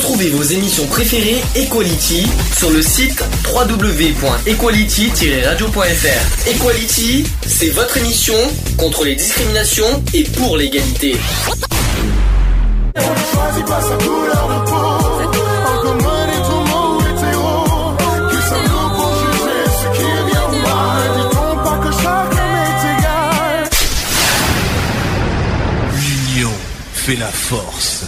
Retrouvez vos émissions préférées Equality sur le site www.equality-radio.fr. Equality, c'est votre émission contre les discriminations et pour l'égalité. L'union fait la force.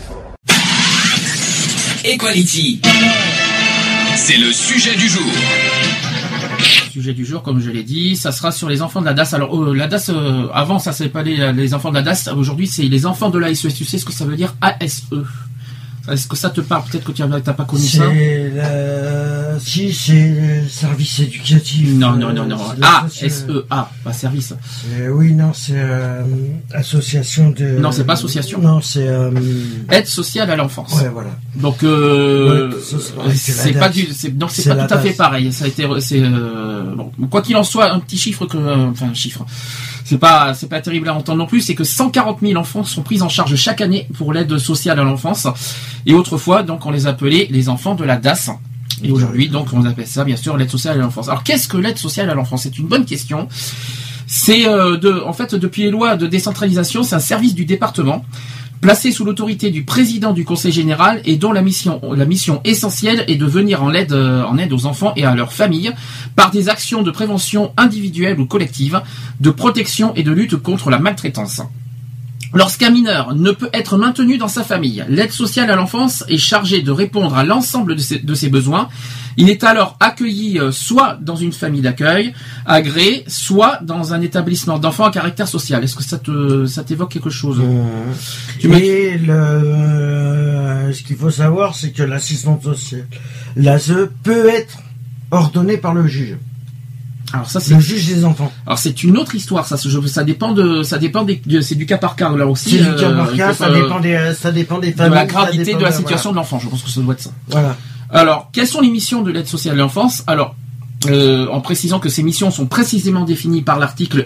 Equality, c'est le sujet du jour. Sujet du jour, comme je l'ai dit, ça sera sur les enfants de la DAS. Alors la DAS, avant ça c'est pas les enfants de la DAS, aujourd'hui c'est les enfants de l'ASE. Tu sais ce que ça veut dire ASE? Est-ce que ça te parle? Peut-être que tu n'as pas connu ça. Si, c'est le service éducatif. Non. ASEA, pas service. Oui, non, c'est association de... Non, c'est pas association. Non, c'est... Aide sociale à l'enfance. Ouais, voilà. Donc, c'est pas du... Non, c'est pas tout à fait pareil. Ça a été... bon, quoi qu'il en soit, un petit chiffre que... un chiffre... C'est pas terrible à entendre non plus, c'est que 140 000 enfants sont pris en charge chaque année pour l'aide sociale à l'enfance. Et autrefois, donc, on les appelait les enfants de la DAS. Et aujourd'hui, donc, on appelle ça, bien sûr, l'aide sociale à l'enfance. Alors, qu'est-ce que l'aide sociale à l'enfance? C'est une bonne question. C'est, en fait, depuis les lois de décentralisation, c'est un service du département placé sous l'autorité du président du conseil général et dont la mission essentielle est de venir en aide aux enfants et à leurs familles par des actions de prévention individuelle ou collective, de protection et de lutte contre la maltraitance. Lorsqu'un mineur ne peut être maintenu dans sa famille, l'aide sociale à l'enfance est chargée de répondre à l'ensemble de ses besoins. Il est alors accueilli soit dans une famille d'accueil agréée, soit dans un établissement d'enfants à caractère social. Est-ce que ça t'évoque quelque chose? Ce qu'il faut savoir, c'est que l'assistante sociale, l'ASE, peut être ordonnée par le juge. Alors ça, c'est le juge des enfants. Alors c'est une autre histoire, ça dépend c'est du cas par cas là aussi. C'est du cas par cas, ça dépend des familles, de la gravité de la situation de l'enfant. Je pense que ça doit être ça. Voilà. Alors, quelles sont les missions de l'aide sociale à l'enfance? Alors, en précisant que ces missions sont précisément définies par l'article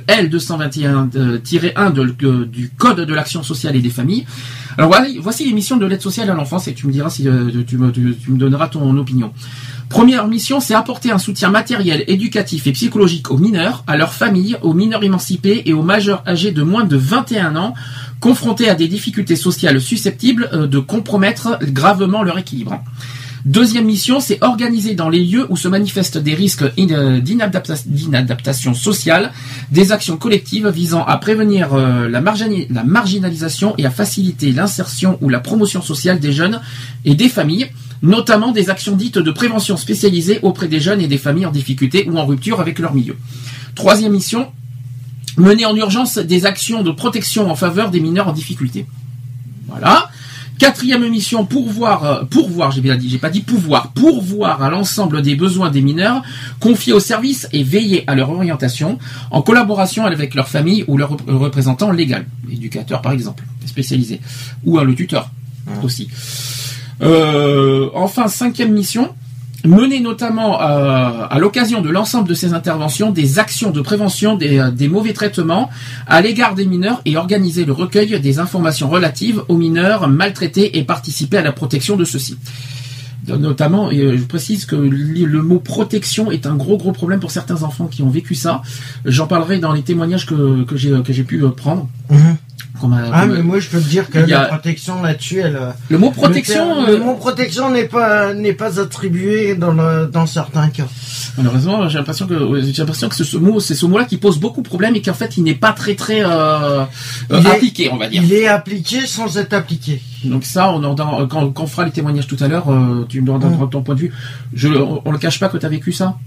L221-1 du Code de l'action sociale et des familles. Alors voici les missions de l'aide sociale à l'enfance et tu me diras si tu me donneras ton opinion. Première mission, c'est apporter un soutien matériel, éducatif et psychologique aux mineurs, à leurs familles, aux mineurs émancipés et aux majeurs âgés de moins de 21 ans confrontés à des difficultés sociales susceptibles de compromettre gravement leur équilibre. Deuxième mission, c'est organiser dans les lieux où se manifestent des risques d'inadaptation sociale des actions collectives visant à prévenir la marginalisation et à faciliter l'insertion ou la promotion sociale des jeunes et des familles, notamment des actions dites de prévention spécialisées auprès des jeunes et des familles en difficulté ou en rupture avec leur milieu. Troisième mission, mener en urgence des actions de protection en faveur des mineurs en difficulté. Voilà. Quatrième mission, pourvoir à l'ensemble des besoins des mineurs, confier au service et veiller à leur orientation, en collaboration avec leur famille ou leur représentant légal, éducateur par exemple, spécialisé, ou le tuteur aussi. Enfin, cinquième mission, mener notamment à l'occasion de l'ensemble de ces interventions des actions de prévention des mauvais traitements à l'égard des mineurs et organiser le recueil des informations relatives aux mineurs maltraités et participer à la protection de ceux-ci. Notamment, je précise que le mot protection est un gros problème pour certains enfants qui ont vécu ça. J'en parlerai dans les témoignages que j'ai pu prendre. Mais moi je peux te dire que la protection là-dessus, le mot protection, le mot protection n'est pas attribué dans certains cas. Malheureusement, j'ai l'impression que c'est ce mot-là qui pose beaucoup de problèmes et qu'en fait il n'est pas très appliqué, on va dire. Il est appliqué sans être appliqué. Donc ça, quand on fera les témoignages tout à l'heure, tu me donneras ton point de vue. On le cache pas que tu as vécu ça.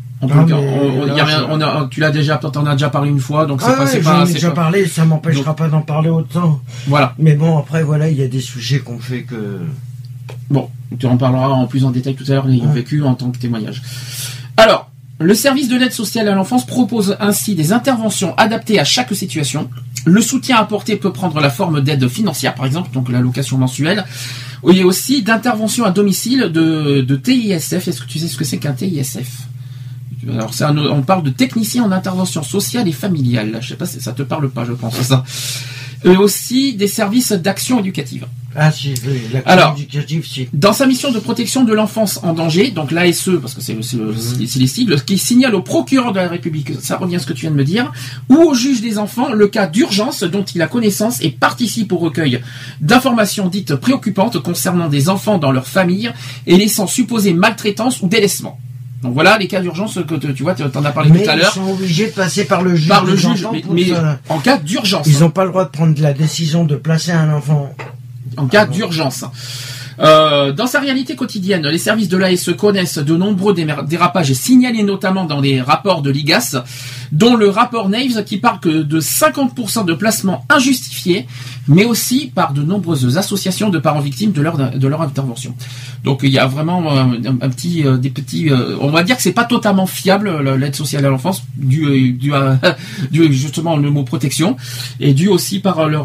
Tu l'as déjà, t'en as déjà parlé une fois, donc j'en ai déjà parlé, ça m'empêchera pas d'en parler autant. Voilà. Mais bon, après, voilà, il y a des sujets qu'on fait que... Bon, tu en parleras en plus en détail tout à l'heure, ayant vécu en tant que témoignage. Alors, le service de l'aide sociale à l'enfance propose ainsi des interventions adaptées à chaque situation. Le soutien apporté peut prendre la forme d'aide financière, par exemple, donc l'allocation mensuelle. Il y a aussi d'interventions à domicile de TISF. Est-ce que tu sais ce que c'est qu'un TISF ? Alors on parle de technicien en intervention sociale et familiale. Je sais pas si ça te parle pas, je pense ça. aussi des services d'action éducative. Ah si, l'action Alors, éducative, si. Dans sa mission de protection de l'enfance en danger, donc l'ASE, parce que c'est les sigles, qui signale au procureur de la République, ça revient à ce que tu viens de me dire, ou au juge des enfants, le cas d'urgence dont il a connaissance et participe au recueil d'informations dites préoccupantes concernant des enfants dans leur famille et laissant supposer maltraitance ou délaissement. Donc voilà les cas d'urgence que tu vois, tu en as parlé tout à l'heure. Ils sont obligés de passer par le juge. Par le juge, mais en cas d'urgence. Ils n'ont pas le droit de prendre la décision de placer un enfant. En cas d'urgence. Dans sa réalité quotidienne, les services de l'ASE connaissent de nombreux dérapages signalés notamment dans les rapports de l'IGAS, dont le rapport Naves qui parle que de 50% de placements injustifiés, mais aussi par de nombreuses associations de parents victimes de leur intervention. Donc il y a vraiment des petits, on va dire que c'est pas totalement fiable l'aide sociale à l'enfance, dû justement le mot protection, et dû aussi par leur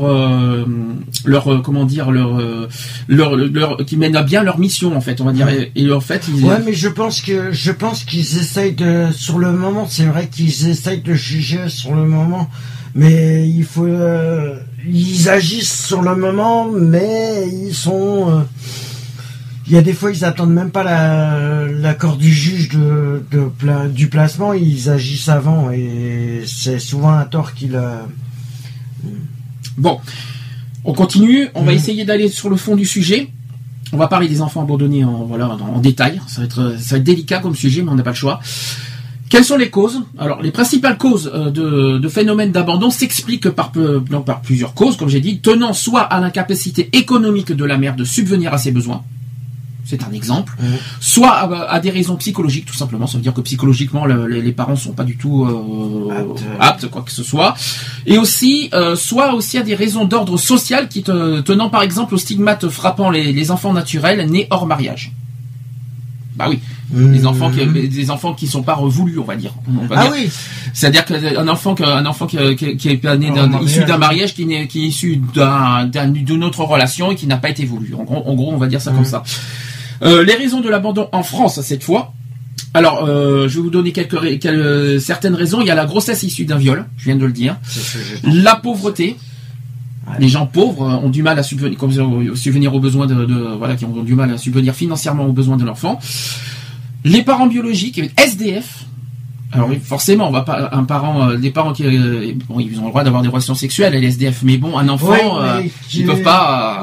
qui mènent à bien leur mission en fait, on va dire. Et en fait, ouais, mais je pense qu'ils essayent sur le moment, c'est vrai qu'ils essayent de juger sur le moment, mais il faut, ils agissent sur le moment, mais ils sont, il y a des fois ils attendent même pas l'accord du juge du placement, ils agissent avant et c'est souvent un tort qu'il a. Bon, on continue, on va essayer d'aller sur le fond du sujet. On va parler des enfants abandonnés en détail. Ça va être délicat comme sujet, mais on n'a pas le choix. Quelles sont les causes ? Alors, les principales causes de phénomènes d'abandon s'expliquent par plusieurs causes, comme j'ai dit, tenant soit à l'incapacité économique de la mère de subvenir à ses besoins. C'est un exemple. Soit à des raisons psychologiques, tout simplement. Ça veut dire que psychologiquement, les parents sont pas du tout aptes, quoi que ce soit. Et aussi, soit aussi à des raisons d'ordre social, tenant par exemple au stigmate frappant les enfants naturels nés hors mariage. Bah oui. Des enfants qui sont pas revoulus, on va dire. Oui. C'est-à-dire qu'un enfant qui est né issu d'un mariage, qui est issu d'une autre relation et qui n'a pas été voulu. En gros, on va dire ça comme ça. Les raisons de l'abandon en France, cette fois. Alors, je vais vous donner certaines raisons. Il y a la grossesse issue d'un viol, je viens de le dire. La pauvreté. Les gens pauvres ont du mal à subvenir aux besoins qui ont du mal à subvenir financièrement aux besoins de l'enfant. Les parents biologiques, SDF. Alors oui, forcément, des parents qui, ils ont le droit d'avoir des relations sexuelles, les SDF, mais bon, un enfant, ils peuvent pas,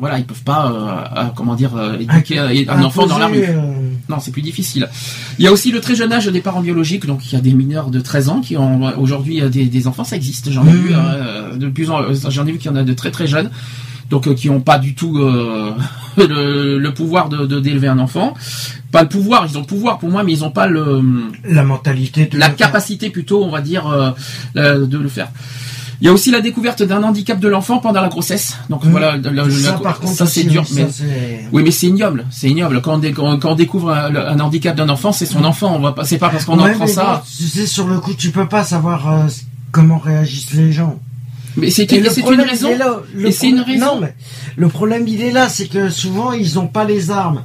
éduquer un enfant dans la rue. Non, c'est plus difficile. Il y a aussi le très jeune âge des parents biologiques, donc il y a des mineurs de 13 ans qui ont aujourd'hui des enfants, ça existe. J'en ai vu j'en ai vu qu'il y en a de très très jeunes. Donc qui n'ont pas du tout le pouvoir d'élever un enfant. Pas le pouvoir, ils ont le pouvoir pour moi, mais ils n'ont pas la mentalité, la capacité plutôt, on va dire, de le faire. Il y a aussi la découverte d'un handicap de l'enfant pendant la grossesse. Donc voilà, ça c'est dur, oui, mais c'est ignoble, Quand on découvre un handicap d'un enfant, c'est son enfant. C'est pas parce qu'on en prend ça. Bon, tu sais, sur le coup, tu peux pas savoir comment réagissent les gens. Mais c'est une raison. Non, mais le problème il est là, c'est que souvent ils ont pas les armes.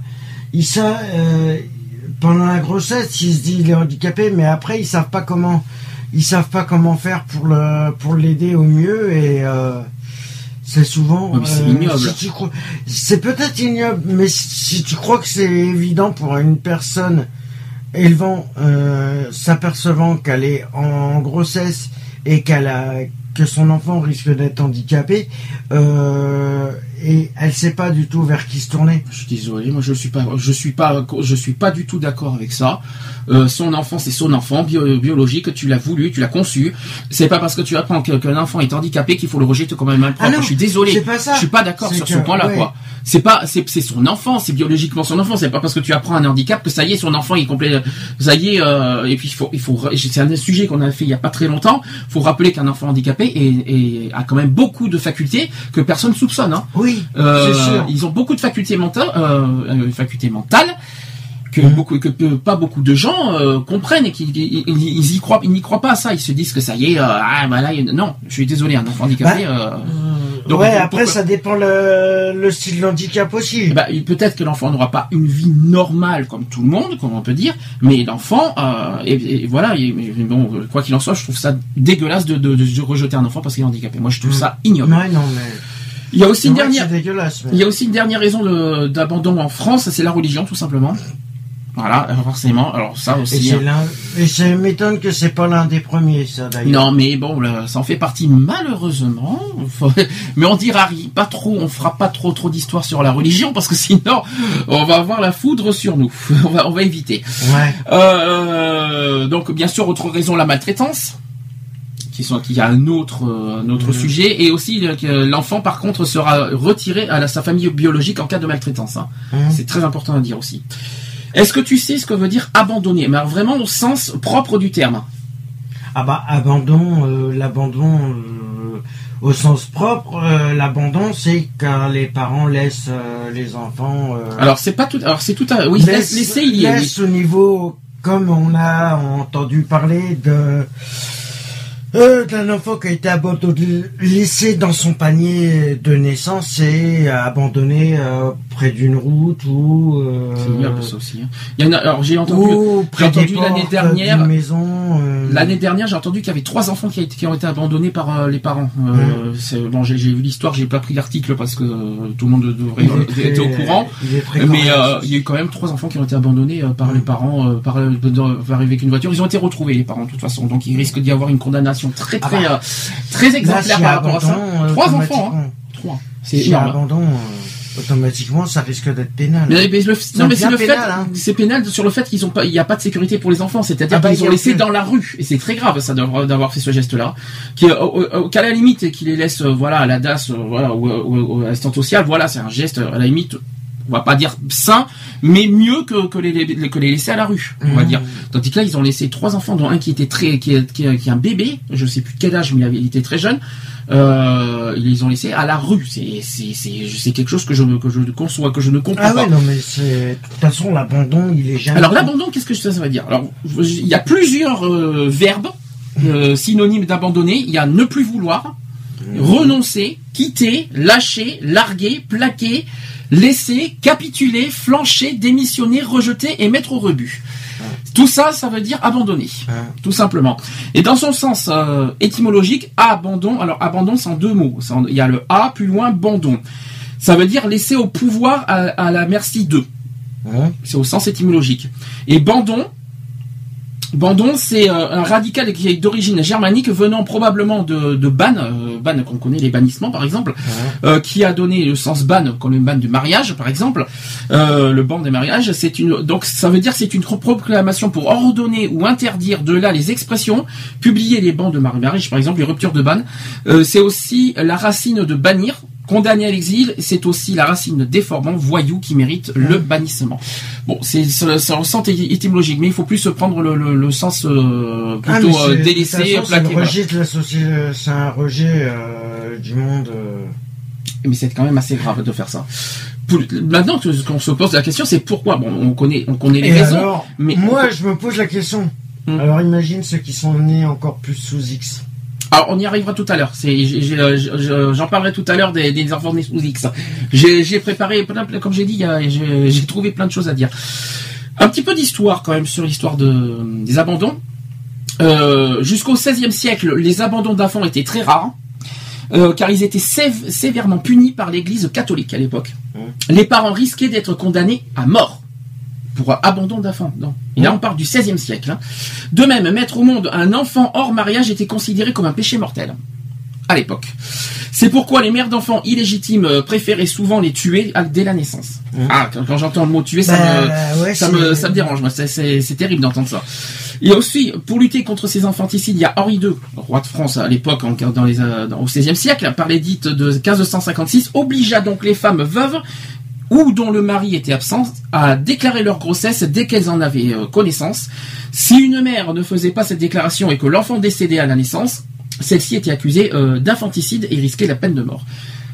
Pendant la grossesse, ils se disent il est handicapé, mais après ils savent pas comment faire pour l'aider au mieux et c'est souvent. C'est ignoble. C'est peut-être ignoble, mais si tu crois que c'est évident pour une personne s'apercevant qu'elle est en grossesse et que son enfant risque d'être handicapé et elle sait pas du tout vers qui se tourner. Je suis désolé, moi je suis pas du tout d'accord avec ça. Son enfant, c'est son enfant biologique, tu l'as voulu, tu l'as conçu. C'est pas parce que tu apprends qu'un enfant est handicapé qu'il faut le rejeter comme un malpropre. Je suis désolé. C'est pas ça. Je suis pas d'accord sur ce point-là, quoi. C'est son enfant, c'est biologiquement son enfant. C'est pas parce que tu apprends un handicap que ça y est, son enfant il est complet. Ça y est, et puis il faut. C'est un sujet qu'on a fait il y a pas très longtemps. Faut rappeler qu'un enfant handicapé a quand même beaucoup de facultés que personne soupçonne. Hein. Oui, c'est sûr. Ils ont beaucoup de facultés mentales, que pas beaucoup de gens comprennent et qu'ils n'y croient pas à ça. Ils se disent que ça y est, non, je suis désolé, un enfant handicapé. Donc, après ça dépend le style de handicap aussi. Peut-être que l'enfant n'aura pas une vie normale comme tout le monde, comme on peut dire, mais l'enfant, voilà, bon, quoi qu'il en soit, je trouve ça dégueulasse de rejeter un enfant parce qu'il est handicapé. Moi, je trouve ça ignoble. Ouais, non, mais... Il y a aussi une dernière raison d'abandon en France, c'est la religion, tout simplement. Voilà, forcément. Alors ça aussi. Et ça m'étonne que c'est pas l'un des premiers, ça d'ailleurs. Non, mais bon, ça en fait partie malheureusement. Mais on dira pas trop, on fera pas trop d'histoires sur la religion parce que sinon on va avoir la foudre sur nous. On va éviter. Ouais. Donc bien sûr, autre raison, la maltraitance. Qui a un autre sujet, et aussi l'enfant par contre sera retiré à sa famille biologique en cas de maltraitance. C'est très important à dire aussi. Est-ce que tu sais ce que veut dire abandonner, mais alors vraiment au sens propre du terme? L'abandon au sens propre, l'abandon c'est quand les parents laissent les enfants. Alors c'est pas tout. Alors c'est tout. Oui, laisser il y est. Laisse au niveau, comme on a entendu parler d'un enfant qui a été abandonné, laissé dans son panier de naissance et abandonné près d'une route ou c'est un peu ça aussi. Il y en a, alors j'ai entendu l'année dernière. L'année dernière, j'ai entendu qu'il y avait 3 enfants qui ont été abandonnés par les parents. Bon, j'ai vu l'histoire, j'ai pas pris l'article parce que tout le monde devrait être au courant. Mais il y a eu quand même 3 enfants qui ont été abandonnés par les parents, arriver avec une voiture. Ils ont été retrouvés, les parents, de toute façon. Donc il risque d'y avoir une condamnation très exemplaire par rapport à ça. 3 enfants, 3. C'est énorme. Abandon, automatiquement, ça risque d'être pénal. C'est pénal sur le fait il n'y a pas de sécurité pour les enfants. C'est-à-dire qu'ils ont laissé dans la rue. Et c'est très grave, ça, d'avoir fait ce geste-là. Qu'à la limite, qu'ils les laissent, à la DAS, ou à l'assistance sociale, c'est un geste, à la limite, on va pas dire sain, mais mieux que les laisser à la rue, on va dire. Tandis que là, ils ont laissé 3 enfants, dont un qui était qui est un bébé, je sais plus quel âge, mais il était très jeune. Ils les ont laissés à la rue. C'est quelque chose que je conçois, que je ne comprends pas. Non, mais de toute façon, l'abandon, il est jamais. Alors l'abandon, qu'est-ce que ça veut dire? Alors, il y a plusieurs verbes synonymes d'abandonner. Il y a ne plus vouloir, renoncer, quitter, lâcher, larguer, plaquer, laisser, capituler, flancher, démissionner, rejeter et mettre au rebut. Tout ça, ça veut dire abandonner, tout simplement. Et dans son sens étymologique, abandon, alors abandon, c'est en 2 mots. Il y a le A, plus loin, bandon. Ça veut dire laisser au pouvoir à la merci d'eux. C'est au sens étymologique. Et bandon, c'est un radical qui est d'origine germanique venant probablement de ban qu'on connaît, les bannissements par exemple, qui a donné le sens ban, comme le ban du mariage par exemple, le ban des mariages, donc ça veut dire c'est une proclamation pour ordonner ou interdire, de là les expressions, publier les bans de mariage par exemple, les ruptures de ban, c'est aussi la racine de bannir. Condamné à l'exil, c'est aussi la racine déformant, voyou, qui mérite le bannissement. Bon, c'est un sens étymologique, mais il faut plus se prendre le sens plutôt délaissé, plaqué. C'est un rejet du monde. Mais c'est quand même assez grave de faire ça. Maintenant, ce qu'on se pose la question, c'est pourquoi. Bon, on connaît les raisons. Alors, mais moi, je me pose la question. Alors, imagine ceux qui sont nés encore plus sous X. Alors, on y arrivera tout à l'heure. J'en parlerai tout à l'heure des enfants nés sous X. J'ai préparé comme j'ai dit, j'ai trouvé plein de choses à dire. Un petit peu d'histoire quand même sur l'histoire des abandons. Jusqu'au XVIe siècle, les abandons d'enfants étaient très rares, car ils étaient sévèrement punis par l'Église catholique à l'époque. Les parents risquaient d'être condamnés à mort pour abandon d'enfants. Non. Et là, on parle du XVIe siècle. De même, mettre au monde un enfant hors mariage était considéré comme un péché mortel à l'époque. C'est pourquoi les mères d'enfants illégitimes préféraient souvent les tuer dès la naissance. Quand j'entends le mot tuer, ça me dérange. Moi, c'est terrible d'entendre ça. Et aussi, pour lutter contre ces infanticides, il y a Henri II, roi de France à l'époque, au XVIe siècle, par l'édit de 1556, obligea donc les femmes veuves ou dont le mari était absent, à déclarer leur grossesse dès qu'elles en avaient connaissance. Si une mère ne faisait pas cette déclaration et que l'enfant décédait à la naissance, celle-ci était accusée d'infanticide et risquait la peine de mort.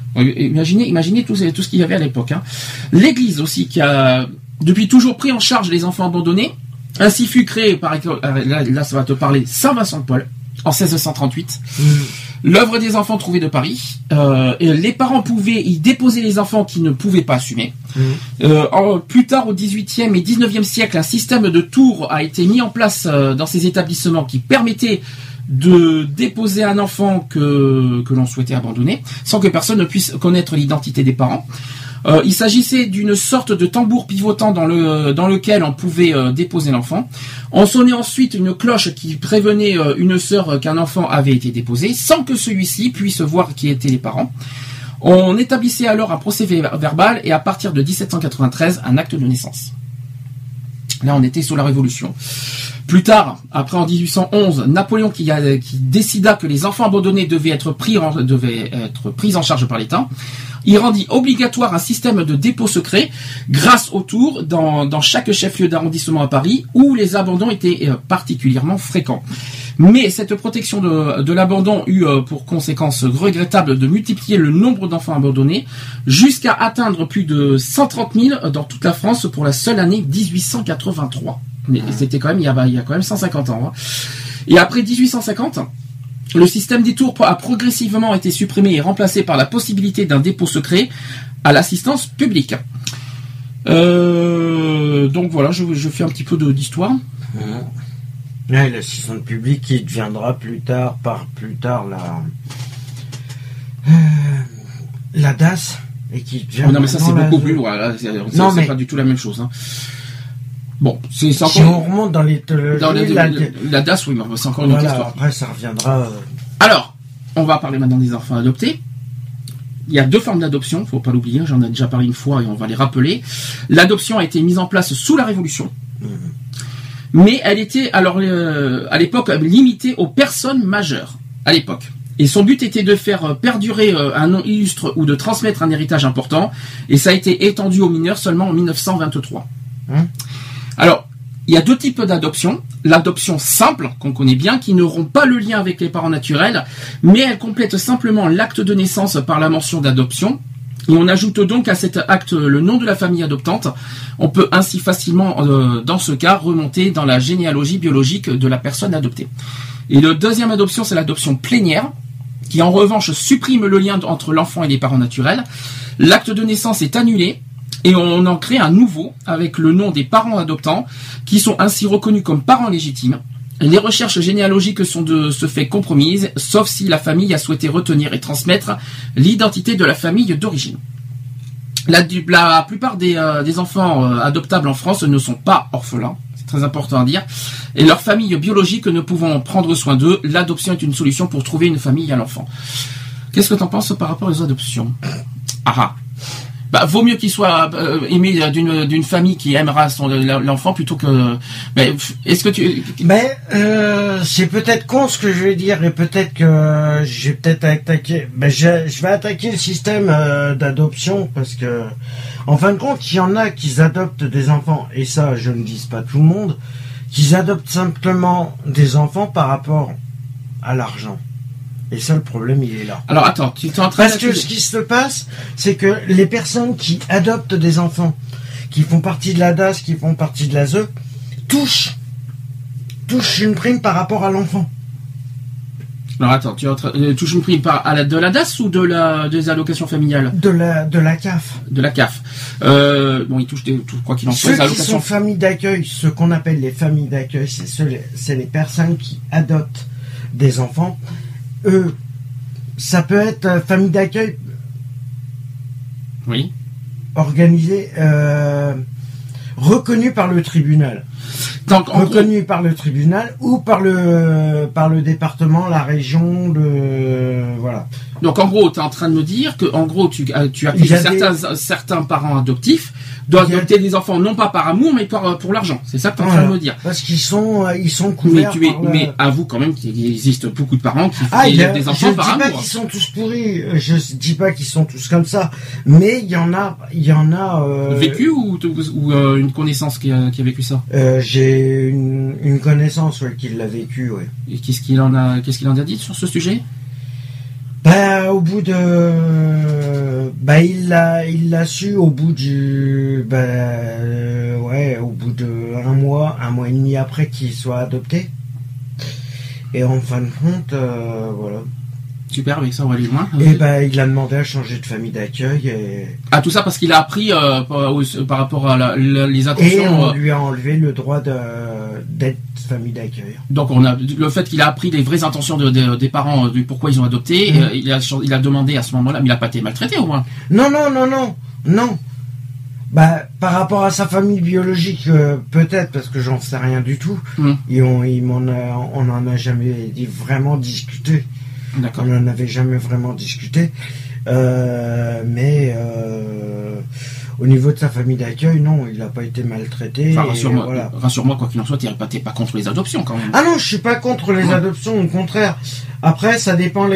Imaginez tout ce qu'il y avait à l'époque. L'Église aussi, qui a depuis toujours pris en charge les enfants abandonnés. Ainsi fut créé, là ça va te parler, Saint Vincent de Paul, en 1638. L'œuvre des enfants trouvés de Paris. Et les parents pouvaient y déposer les enfants qui ne pouvaient pas assumer. Plus tard, au XVIIIe et XIXe siècle, un système de tours a été mis en place dans ces établissements qui permettait de déposer un enfant que l'on souhaitait abandonner, sans que personne ne puisse connaître l'identité des parents. Il s'agissait d'une sorte de tambour pivotant dans lequel on pouvait déposer l'enfant. On sonnait ensuite une cloche qui prévenait une sœur qu'un enfant avait été déposé, sans que celui-ci puisse voir qui étaient les parents. On établissait alors un procès verbal et à partir de 1793, un acte de naissance. Là, on était sous la Révolution. Plus tard, après en 1811, Napoléon qui décida que les enfants abandonnés devaient être pris en charge par l'État. Il rendit obligatoire un système de dépôt secret grâce au tour dans chaque chef-lieu d'arrondissement à Paris où les abandons étaient particulièrement fréquents. Mais cette protection de l'abandon eut pour conséquence regrettable de multiplier le nombre d'enfants abandonnés jusqu'à atteindre plus de 130 000 dans toute la France pour la seule année 1883. Mais c'était quand même il y a quand même 150 ans. Hein. Et après 1850, le système des tours a progressivement été supprimé et remplacé par la possibilité d'un dépôt secret à l'assistance publique. Donc voilà, je fais un petit peu d'histoire. Ouais, l'assistance publique qui deviendra plus tard la DAS et qui devient. Non mais ça c'est beaucoup plus loin. Là, c'est pas du tout la même chose. Hein. Bon, c'est encore. Si on remonte dans la DAS, oui, mais c'est encore une autre histoire. Après, ça reviendra. Alors, on va parler maintenant des enfants adoptés. Il y a deux formes d'adoption, faut pas l'oublier. J'en ai déjà parlé une fois et on va les rappeler. L'adoption a été mise en place sous la Révolution, mais elle était alors à l'époque limitée aux personnes majeures. À l'époque. Et son but était de faire perdurer un nom illustre ou de transmettre un héritage important. Et ça a été étendu aux mineurs seulement en 1923. Alors, il y a deux types d'adoption. L'adoption simple, qu'on connaît bien, qui n'auront pas le lien avec les parents naturels, mais elle complète simplement l'acte de naissance par la mention d'adoption. Et on ajoute donc à cet acte le nom de la famille adoptante. On peut ainsi facilement, dans ce cas, remonter dans la généalogie biologique de la personne adoptée. Et la deuxième adoption, c'est l'adoption plénière, qui en revanche supprime le lien entre l'enfant et les parents naturels. L'acte de naissance est annulé, et on en crée un nouveau avec le nom des parents adoptants qui sont ainsi reconnus comme parents légitimes. Les recherches généalogiques sont de ce fait compromises, sauf si la famille a souhaité retenir et transmettre l'identité de la famille d'origine. La plupart des enfants adoptables en France ne sont pas orphelins, c'est très important à dire, et leurs familles biologiques ne pouvant prendre soin d'eux, l'adoption est une solution pour trouver une famille à l'enfant. Qu'est-ce que tu en penses par rapport aux adoptions ? Vaut mieux qu'il soit aimé d'une famille qui aimera l'enfant plutôt que. Est-ce que tu. C'est peut-être con ce que je vais dire et peut-être que je vais peut-être attaquer. Je vais attaquer le système d'adoption parce que, en fin de compte, il y en a qui adoptent des enfants et ça, je ne dis pas tout le monde, qui adoptent simplement des enfants par rapport à l'argent. Et ça, le problème, il est là. Alors, attends, tu t'es en train Parce que ce qui se passe, c'est que les personnes qui adoptent des enfants, qui font partie de la DAS, qui font partie de l'ASE, touchent une prime par rapport à l'enfant. Alors, attends, tu touches une prime de la DAS ou des allocations familiales ? De la CAF. De la CAF. Ils touchent quoi qu'il en soit, des allocations. Ceux qui sont familles d'accueil, ce qu'on appelle les familles d'accueil, c'est les personnes qui adoptent des enfants. Ça peut être famille d'accueil. Oui. Organisée, reconnue par le tribunal. Donc, reconnue par le tribunal ou par le département, la région, voilà. Donc en gros, tu es en train de me dire que en gros tu accuses certains parents adoptifs doivent adopter des enfants non pas par amour mais pour l'argent. C'est ça que tu es en train de me dire. Parce qu'ils sont couverts. Mais avoue quand même qu'il existe beaucoup de parents qui élèvent des enfants par amour. Je dis pas qu'ils sont tous pourris, je dis pas qu'ils sont tous comme ça, mais il y en a vécu ou une connaissance qui a vécu ça. J'ai une connaissance qui l'a vécu, ouais. Et qu'est-ce qu'il en a dit sur ce sujet? Au bout de, il l'a su au bout au bout de un mois et demi après qu'il soit adopté. Et en fin de compte, voilà. Super, avec ça on va aller loin. Et il a demandé à changer de famille d'accueil. Ah, tout ça parce qu'il a appris par rapport à les intentions. Et on lui a enlevé le droit d'être famille d'accueil. Donc on a le fait qu'il a appris les vraies intentions des parents du pourquoi ils ont adopté. Il a demandé à ce moment-là, mais il a pas été maltraité au moins. Non. Par rapport à sa famille biologique, peut-être, parce que j'en sais rien du tout. On n'en a jamais vraiment discuté. D'accord. On n'en avait jamais vraiment discuté. Mais au niveau de sa famille d'accueil, non, il n'a pas été maltraité. Enfin, rassure-moi, quoi qu'il en soit, t'es pas contre les adoptions quand même. Ah non, je suis pas contre les adoptions, au contraire. Après, ça dépend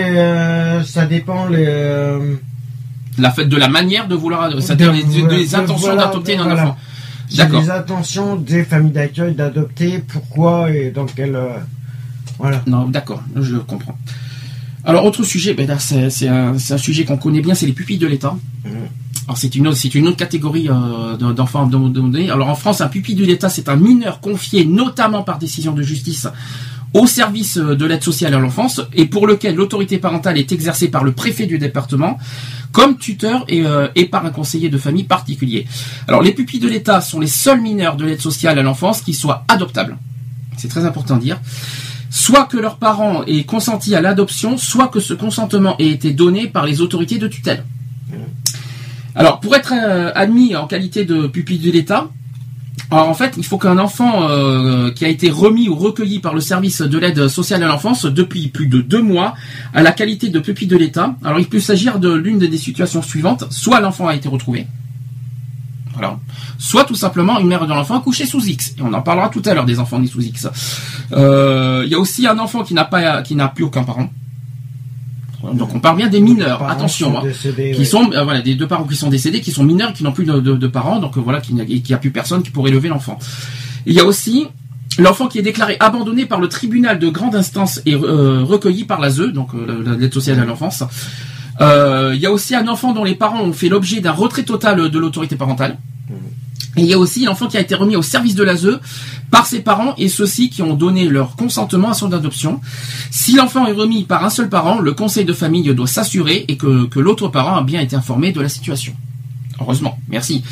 de la manière de vouloir, c'est-à-dire les intentions d'adopter un enfant. D'accord. Les intentions des familles d'accueil d'adopter, pourquoi et dans quel... voilà. Non, d'accord, je comprends. Alors, autre sujet, là, c'est un sujet qu'on connaît bien, c'est les pupilles de l'État. Alors, c'est une autre catégorie d'enfants abandonnés. Alors, en France, un pupille de l'État, c'est un mineur confié, notamment par décision de justice, au service de l'aide sociale à l'enfance et pour lequel l'autorité parentale est exercée par le préfet du département comme tuteur et par un conseiller de famille particulier. Alors, les pupilles de l'État sont les seuls mineurs de l'aide sociale à l'enfance qui soient adoptables. C'est très important de dire. Soit que leurs parents aient consenti à l'adoption, soit que ce consentement ait été donné par les autorités de tutelle. Alors, pour être admis en qualité de pupille de l'État, alors en fait, il faut qu'un enfant qui a été remis ou recueilli par le service de l'aide sociale à l'enfance depuis plus de 2 mois à la qualité de pupille de l'État. Alors, il peut s'agir de l'une des situations suivantes. Soit l'enfant a été retrouvé. Voilà. Soit tout simplement une mère de l'enfant accouchée sous X. Et on en parlera tout à l'heure des enfants nés sous X. Il y a aussi un enfant qui n'a plus aucun parent. Donc on parle bien des mineurs, attention, qui sont des 2 parents qui sont décédés, qui sont mineurs, qui n'ont plus de parents, donc qu'il n'y a plus personne qui pourrait élever l'enfant. Il y a aussi l'enfant qui est déclaré abandonné par le tribunal de grande instance et recueilli par l'ASE, donc l'aide sociale à l'enfance. Il y a aussi un enfant dont les parents ont fait l'objet d'un retrait total de l'autorité parentale. Et il y a aussi l'enfant qui a été remis au service de l'ASE par ses parents et ceux-ci qui ont donné leur consentement à son adoption. Si l'enfant est remis par un seul parent, le conseil de famille doit s'assurer et que l'autre parent a bien été informé de la situation. Heureusement, merci.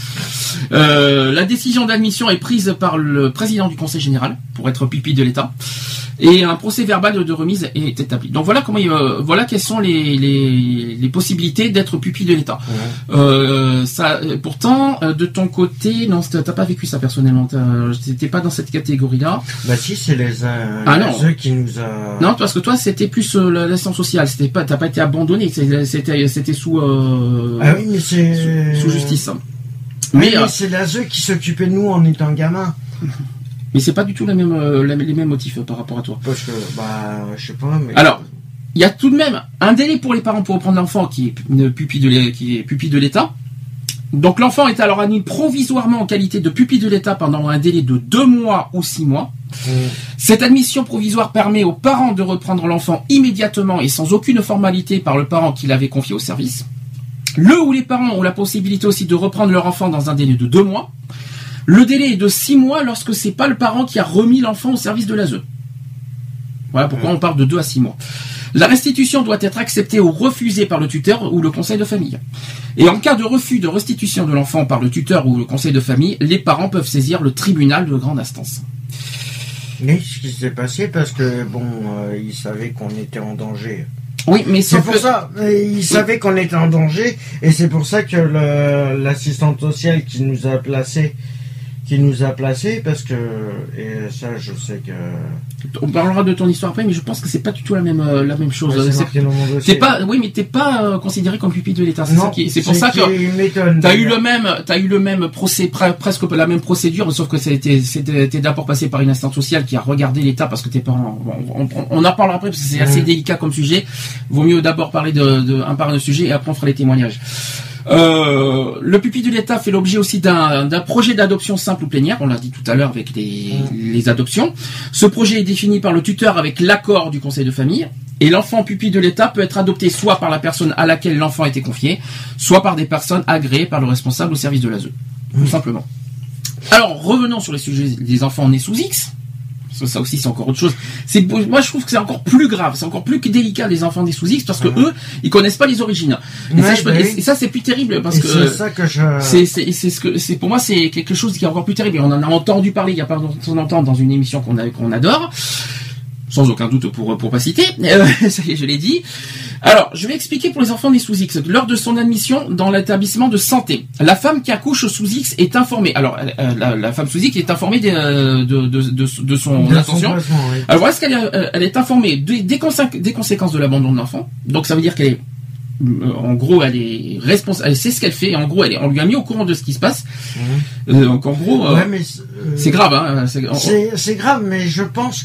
La décision d'admission est prise par le président du conseil général pour être pupille de l'État. Et un procès verbal de remise est établi. Donc voilà voilà quelles sont les possibilités d'être pupille de l'État. Pourtant, de ton côté, non, t'as pas vécu ça personnellement. T'étais pas dans cette catégorie-là. Bah si, c'est les ASE qui nous a. Non, parce que toi, c'était plus l'assistance sociale. T'as pas été abandonné. C'était sous. Ah oui, mais c'est sous justice. Mais c'est l'ASE qui s'occupait de nous en étant gamin. Mais c'est pas du tout les mêmes motifs par rapport à toi. Parce que, je sais pas, mais... Alors, il y a tout de même un délai pour les parents pour reprendre l'enfant qui est pupille de l'État. Donc l'enfant est alors admis provisoirement en qualité de pupille de l'État pendant un délai de 2 mois ou 6 mois. Cette admission provisoire permet aux parents de reprendre l'enfant immédiatement et sans aucune formalité par le parent qui l'avait confié au service. Le ou les parents ont la possibilité aussi de reprendre leur enfant dans un délai de 2 mois. Le délai est de 6 mois lorsque c'est pas le parent qui a remis l'enfant au service de l'ASE. Voilà pourquoi on parle de 2 à 6 mois. La restitution doit être acceptée ou refusée par le tuteur ou le conseil de famille. Et en cas de refus de restitution de l'enfant par le tuteur ou le conseil de famille, les parents peuvent saisir le tribunal de grande instance. Mais ce qui s'est passé, parce que ils savaient qu'on était en danger. Oui, mais c'est pour ça. Ils savaient qu'on était en danger, et c'est pour ça que l'assistante sociale qui nous a placés, parce que, et ça, je sais que... On parlera de ton histoire après, mais je pense que c'est pas du tout la même chose. Ouais, t'es pas considéré comme pupille de l'État. C'est pour ça que t'as eu le même procès, presque la même procédure, sauf que t'es d'abord passé par une instance sociale qui a regardé l'État parce que tes parents, on en parlera après parce que c'est assez délicat comme sujet. Vaut mieux d'abord parler un par un sujet et après on fera les témoignages. Le pupille de l'État fait l'objet aussi d'un projet d'adoption simple ou plénière, on l'a dit tout à l'heure avec les adoptions. Ce projet est défini par le tuteur avec l'accord du conseil de famille, et l'enfant pupille de l'État peut être adopté soit par la personne à laquelle l'enfant a été confié, soit par des personnes agréées par le responsable au service de l'ASE. Tout simplement. Alors, revenons sur les sujets des enfants nés sous X. Ça aussi, c'est encore autre chose. Moi, je trouve que c'est encore plus grave, c'est encore plus délicat les enfants des sous-X parce que eux, ils connaissent pas les origines. Et ça, c'est plus terrible parce que c'est ça que c'est pour moi, c'est quelque chose qui est encore plus terrible. Et on en a entendu parler il y a pas longtemps dans une émission qu'on adore. Sans aucun doute pour pas citer, ça y est, je l'ai dit. Alors, je vais expliquer pour les enfants des sous-X. Lors de son admission dans l'établissement de santé, la femme qui accouche au sous-X est informée. Alors, la femme sous-X est informée de son intention. Oui. Alors, est-ce qu'elle elle est informée des conséquences de l'abandon de l'enfant. Donc, ça veut dire qu'elle est en gros, elle est responsable, elle sait ce qu'elle fait. Et en gros, on lui a mis au courant de ce qui se passe. Donc, en gros, c'est grave. Hein, c'est grave, mais je pense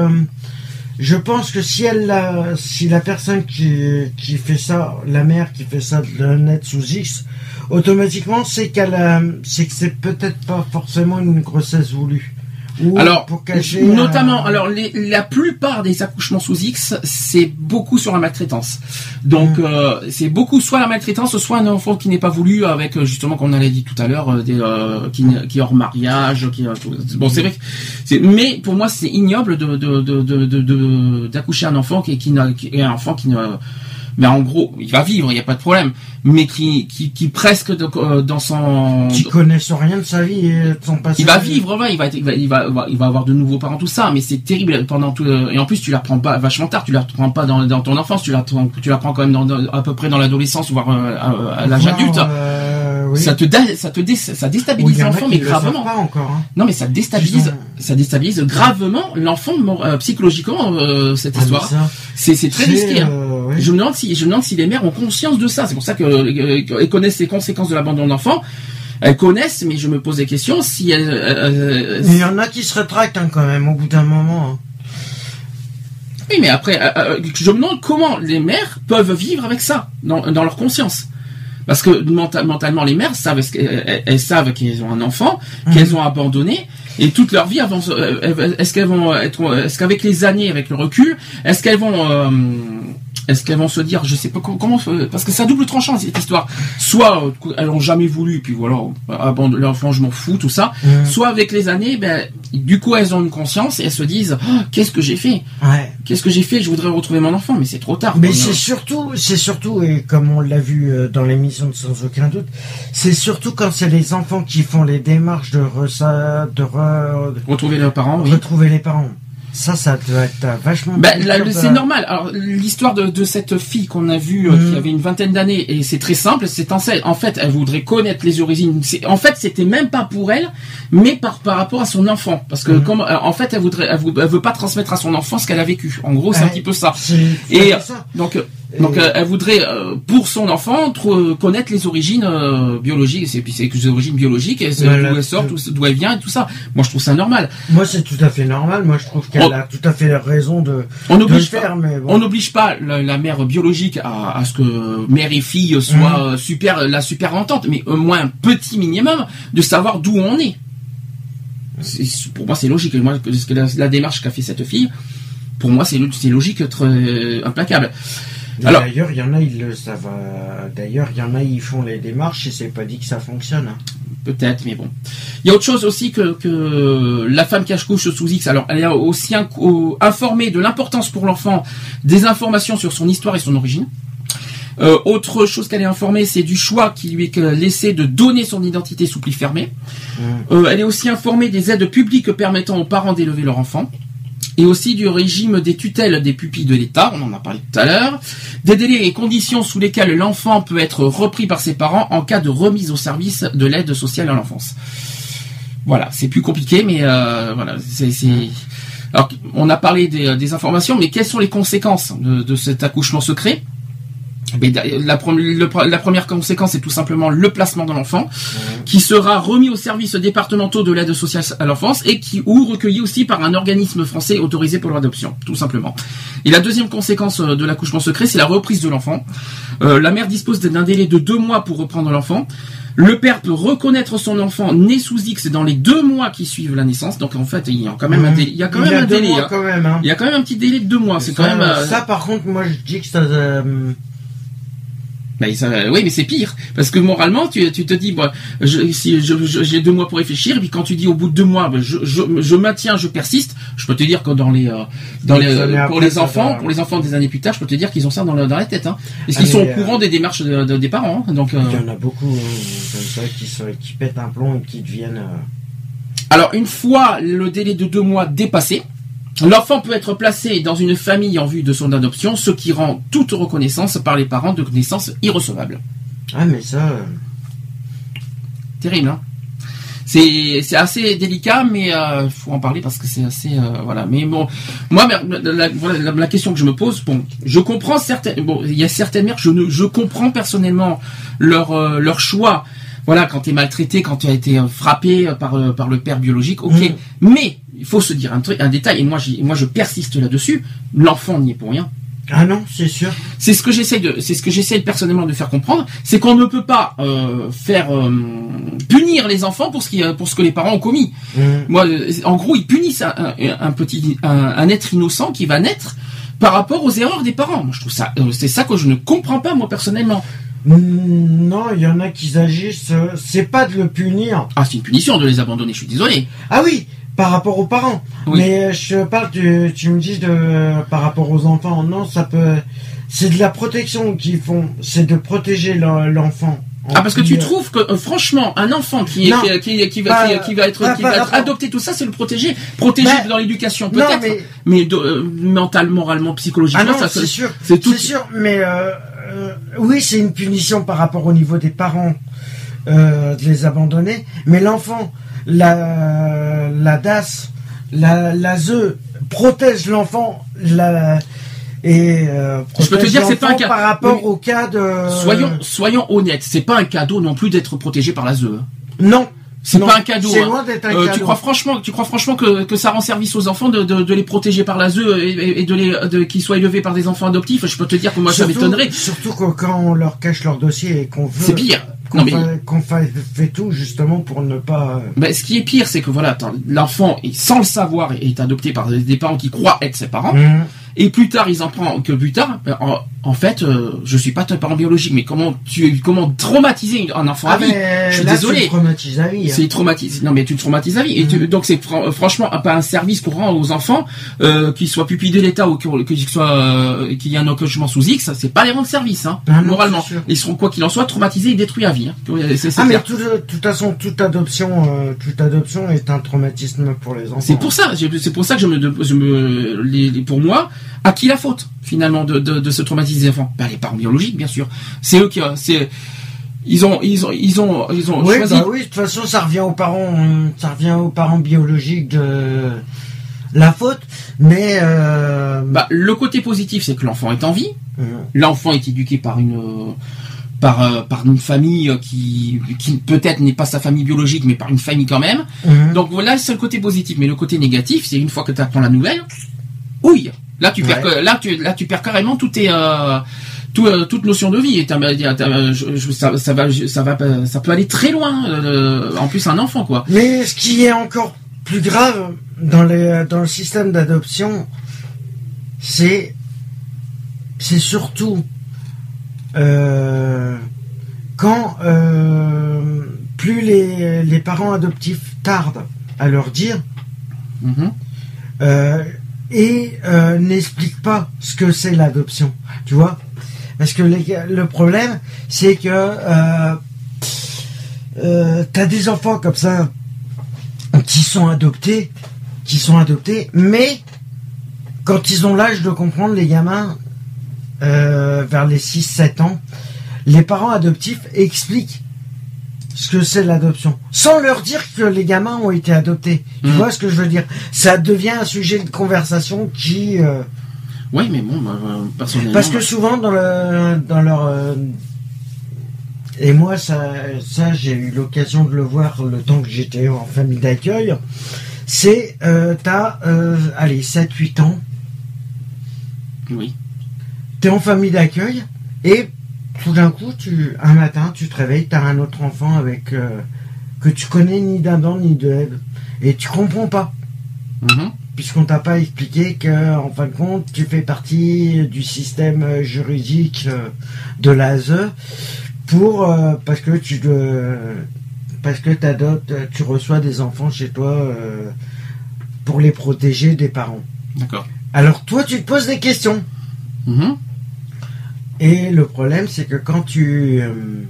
que si la personne qui fait ça, la mère qui fait ça de naître sous X, automatiquement, c'est que c'est peut-être pas forcément une grossesse voulue. Alors, notamment, la plupart des accouchements sous X, c'est beaucoup sur la maltraitance. Donc, c'est beaucoup soit la maltraitance, soit un enfant qui n'est pas voulu, avec justement, comme on l'a dit tout à l'heure, qui est hors mariage. Bon, c'est vrai que mais pour moi, c'est ignoble d'accoucher un enfant qui est un enfant qui ne. Mais en gros, il va vivre, il n'y a pas de problème. Mais qui presque dans son. Qui connaissent rien de sa vie et de son passé. Il va vivre, il va avoir de nouveaux parents, tout ça. Mais c'est terrible pendant tout. Et en plus, tu l'apprends pas vachement tard. Tu l'apprends pas dans ton enfance. Tu l'apprends quand même à peu près dans l'adolescence, voire à l'âge adulte. Oui. Ça déstabilise l'enfant, mais gravement. Pas encore, hein. Non, mais ça déstabilise gravement l'enfant psychologiquement cette histoire. C'est très risqué. Oui. Je me demande si les mères ont conscience de ça. C'est pour ça qu'elles connaissent les conséquences de l'abandon de l'enfant. Elles connaissent, mais je me pose des questions si elles. Il y en a qui se rétractent quand même au bout d'un moment. Hein. Oui, mais après, je me demande comment les mères peuvent vivre avec ça dans leur conscience. Parce que mentalement, les mères elles savent qu'elles ont un enfant, qu'elles ont abandonné, et toute leur vie, est-ce qu'avec les années, avec le recul, est-ce qu'elles vont se dire, je sais pas comment, parce que c'est à double tranchant cette histoire. Soit elles n'ont jamais voulu, puis voilà, l'enfant je m'en fous, tout ça. Soit avec les années, du coup elles ont une conscience et elles se disent, qu'est-ce que j'ai fait ? Qu'est-ce que j'ai fait ? Je voudrais retrouver mon enfant, mais c'est trop tard. Mais c'est surtout, et comme on l'a vu dans l'émission de Sans aucun doute, c'est surtout quand c'est les enfants qui font les démarches de retrouver leurs parents. Retrouver les parents. Ça doit être vachement. C'est normal. Alors l'histoire de cette fille qu'on a vue qui avait une vingtaine d'années, et c'est très simple. En fait, elle voudrait connaître les origines. En fait, c'était même pas pour elle, mais par rapport à son enfant, parce que en fait, elle veut pas transmettre à son enfant ce qu'elle a vécu. En gros, c'est un petit peu ça. Donc elle voudrait pour son enfant connaître les origines biologiques. C'est les origines biologiques, d'où elle sort, d'où elle vient et tout ça. Moi, je trouve ça normal. Moi, c'est tout à fait normal. Moi, je trouve qu'elle a tout à fait raison de le faire. Mais bon. On n'oblige pas la mère biologique à ce que mère et fille soient la super entente, mais au moins un petit minimum de savoir d'où on est. Pour moi, c'est logique. Moi, la démarche qu'a fait cette fille, pour moi, c'est logique, implacable. Alors, d'ailleurs, il y en a, ils le savent. D'ailleurs, il y en a, ils font les démarches et c'est pas dit que ça fonctionne. Peut-être, mais bon. Il y a autre chose aussi que la femme qui accouche sous X. Alors, elle est aussi informée de l'importance pour l'enfant des informations sur son histoire et son origine. Autre chose qu'elle est informée, c'est du choix qui lui est laissé de donner son identité sous pli fermé. Elle est aussi informée des aides publiques permettant aux parents d'élever leur enfant. Et aussi du régime des tutelles des pupilles de l'État, on en a parlé tout à l'heure, des délais et conditions sous lesquels l'enfant peut être repris par ses parents en cas de remise au service de l'aide sociale à l'enfance. Voilà, c'est plus compliqué, mais voilà, c'est. Alors, on a parlé des informations, mais quelles sont les conséquences de cet accouchement secret ? Mais la première conséquence, c'est tout simplement le placement de l'enfant, qui sera remis aux services départementaux de l'aide sociale à l'enfance ou recueilli aussi par un organisme français autorisé pour leur adoption, tout simplement. Et la deuxième conséquence de l'accouchement secret, c'est la reprise de l'enfant. La mère dispose d'un délai de 2 mois pour reprendre l'enfant. Le père peut reconnaître son enfant né sous X dans les 2 mois qui suivent la naissance. Donc en fait, il y a quand même un délai. Il y a quand même un délai. Il y a quand même un petit délai de 2 mois. C'est quand même. Ça, par contre, moi, je dis que ça. Oui, mais c'est pire, parce que moralement, tu te dis, j'ai 2 mois pour réfléchir, et puis quand tu dis au bout de 2 mois, je maintiens, je persiste, je peux te dire que pour les enfants des années plus tard, je peux te dire qu'ils ont ça dans la tête, hein. Est-ce qu'ils sont au courant des démarches des parents, hein, donc. Il y en a beaucoup comme ça qui pètent un plomb et qui deviennent. Alors, une fois le délai de 2 mois dépassé, l'enfant peut être placé dans une famille en vue de son adoption, ce qui rend toute reconnaissance par les parents de naissance irrecevable. Ah, mais ça... Terrible, hein. C'est assez délicat, mais faut en parler parce que c'est assez... voilà. Mais bon, moi, la question que je me pose, je comprends il y a certaines mères, je comprends personnellement leur choix. Voilà, quand tu es maltraité, quand tu as été frappé par le père biologique, ok. Mais il faut se dire un détail, et moi je persiste là-dessus. L'enfant n'y est pour rien. Ah non, c'est sûr. C'est ce que j'essaie personnellement de faire comprendre, c'est qu'on ne peut pas punir les enfants pour ce que les parents ont commis. Moi, en gros, ils punissent un être innocent qui va naître par rapport aux erreurs des parents. Moi, je trouve ça, c'est ça que je ne comprends pas moi personnellement. Non, il y en a qui agissent. C'est pas de le punir. Ah, c'est une punition de les abandonner. Je suis désolé. Ah oui, par rapport aux parents. Oui. Mais je parle tu me dis par rapport aux enfants. Non, ça peut. C'est de la protection qu'ils font. C'est de protéger l'enfant. Ah, parce que tu trouves que franchement un enfant qui va être adopté, tout ça, c'est le protéger dans l'éducation peut-être, mais mentalement, moralement, psychologiquement. Ah non, c'est sûr. C'est sûr, mais oui, c'est une punition par rapport au niveau des parents de les abandonner, mais l'enfant, la DAS, la ZE protège l'enfant, et je peux te dire que c'est pas un cas par rapport au cas de. Soyons honnêtes, c'est pas un cadeau non plus d'être protégé par la ZE. Non. C'est pas un cadeau. C'est loin d'être un cadeau. Tu crois franchement que ça rend service aux enfants de les protéger par la ZE et qu'ils soient élevés par des enfants adoptifs? Je peux te dire que moi ça m'étonnerait. Surtout quand on leur cache leur dossier et qu'on veut. C'est pire. Qu'on fait tout justement pour ne pas. Ce qui est pire, c'est que l'enfant, sans le savoir, est adopté par des parents qui croient être ses parents. Et plus tard, ils en prennent que plus tard. En fait, je suis pas ton parent biologique, mais comment traumatiser un enfant à vie? Je suis désolé. Tu traumatises à vie. C'est traumatisé. Non, mais tu traumatises à vie. Et donc c'est franchement pas un service qu'on rend aux enfants, qu'ils soient pupilles de l'État ou qu'il y ait un accouchement sous X. C'est pas les rendre service, hein. Moralement, ils seront quoi qu'il en soit traumatisés et détruits à vie. Hein. Mais de toute façon, toute adoption est un traumatisme pour les enfants. C'est pour ça que pour moi, à qui la faute finalement de se traumatiser les enfants? Les parents biologiques, bien sûr. C'est eux qui ils ont choisi. Oui, de toute façon, ça revient aux parents biologiques de la faute. Mais le côté positif, c'est que l'enfant est en vie. L'enfant est éduqué par une famille qui peut-être n'est pas sa famille biologique, mais par une famille quand même. Donc voilà, c'est le côté positif. Mais le côté négatif, c'est une fois que tu apprends la nouvelle, là tu perds carrément toute notion de vie. Ça peut aller très loin. En plus, un enfant, quoi. Mais ce qui est encore plus grave dans le système d'adoption, c'est surtout quand plus les parents adoptifs tardent à leur dire et n'expliquent pas ce que c'est l'adoption, tu vois, parce que le problème c'est que t'as des enfants comme ça qui sont adoptés, mais quand ils ont l'âge de comprendre, les gamins vers les 6-7 ans, les parents adoptifs expliquent ce que c'est l'adoption, sans leur dire que les gamins ont été adoptés. Tu vois ce que je veux dire? Ça devient un sujet de conversation qui... Oui, mais bon, personnellement... Parce que souvent, dans leur... Et moi, ça j'ai eu l'occasion de le voir le temps que j'étais en famille d'accueil. C'est, t'as, 7-8 ans. Oui. T'es en famille d'accueil et tout d'un coup, un matin, tu te réveilles, t'as un autre enfant avec que tu connais ni d'Adam ni de Ève et tu comprends pas. puisqu'on t'a pas expliqué que, en fin de compte, tu fais partie du système juridique de l'ASE parce que tu reçois des enfants chez toi pour les protéger des parents. D'accord. Alors toi, tu te poses des questions. Et le problème, c'est que quand tu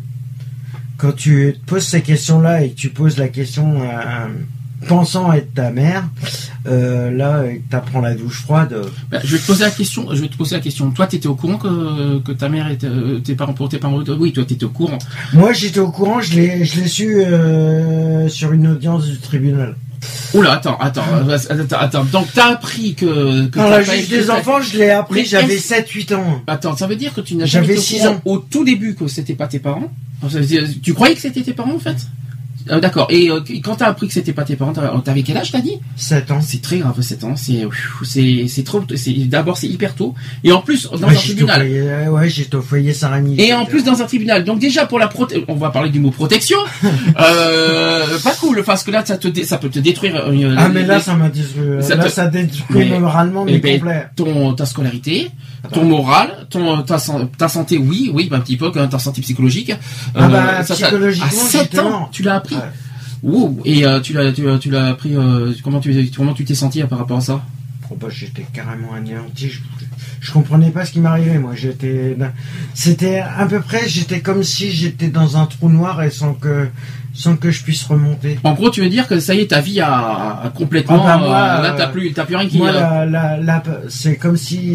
te poses ces questions-là et que tu poses la question pensant être ta mère, là, t'apprends la douche froide. Je vais te poser la question. Toi, t'étais au courant que ta mère était tes parents. Oui, toi, t'étais au courant. Moi, j'étais au courant. Je l'ai su sur une audience du tribunal. Oula, attends. Donc, t'as appris que dans la juge des enfants, je l'ai appris, j'avais 7-8 ans. Attends, ça veut dire que tu n'as jamais été au courant au tout début que c'était pas tes parents? Tu croyais que c'était tes parents, en fait? D'accord. Et quand t'as appris que c'était pas tes parents, t'avais quel âge, t'as dit? 7 ans. C'est très grave, 7 ans. C'est trop. D'abord, c'est hyper tôt. Et en plus, dans un tribunal. J'étais au foyer Saint-Rémy. Et en plus, dans un tribunal. Donc déjà, pour on va parler du mot protection. Pas cool, parce que là, ça peut te détruire. Mais là, ça m'a détruit. Ça détruit moralement, mais complet. Ta scolarité, ton moral, ta santé, oui, un petit peu, ta santé psychologique. Psychologiquement, à 7 ans, tu l'as appris. Wow. Et tu l'as appris. Comment tu t'es senti par rapport à ça? J'étais carrément anéanti. Je comprenais pas ce qui m'arrivait. Moi, c'était à peu près. J'étais comme si j'étais dans un trou noir et sans que je puisse remonter. En gros, tu veux dire que ça y est, ta vie a complètement. Là, t'as plus rien qui. Moi, c'est comme si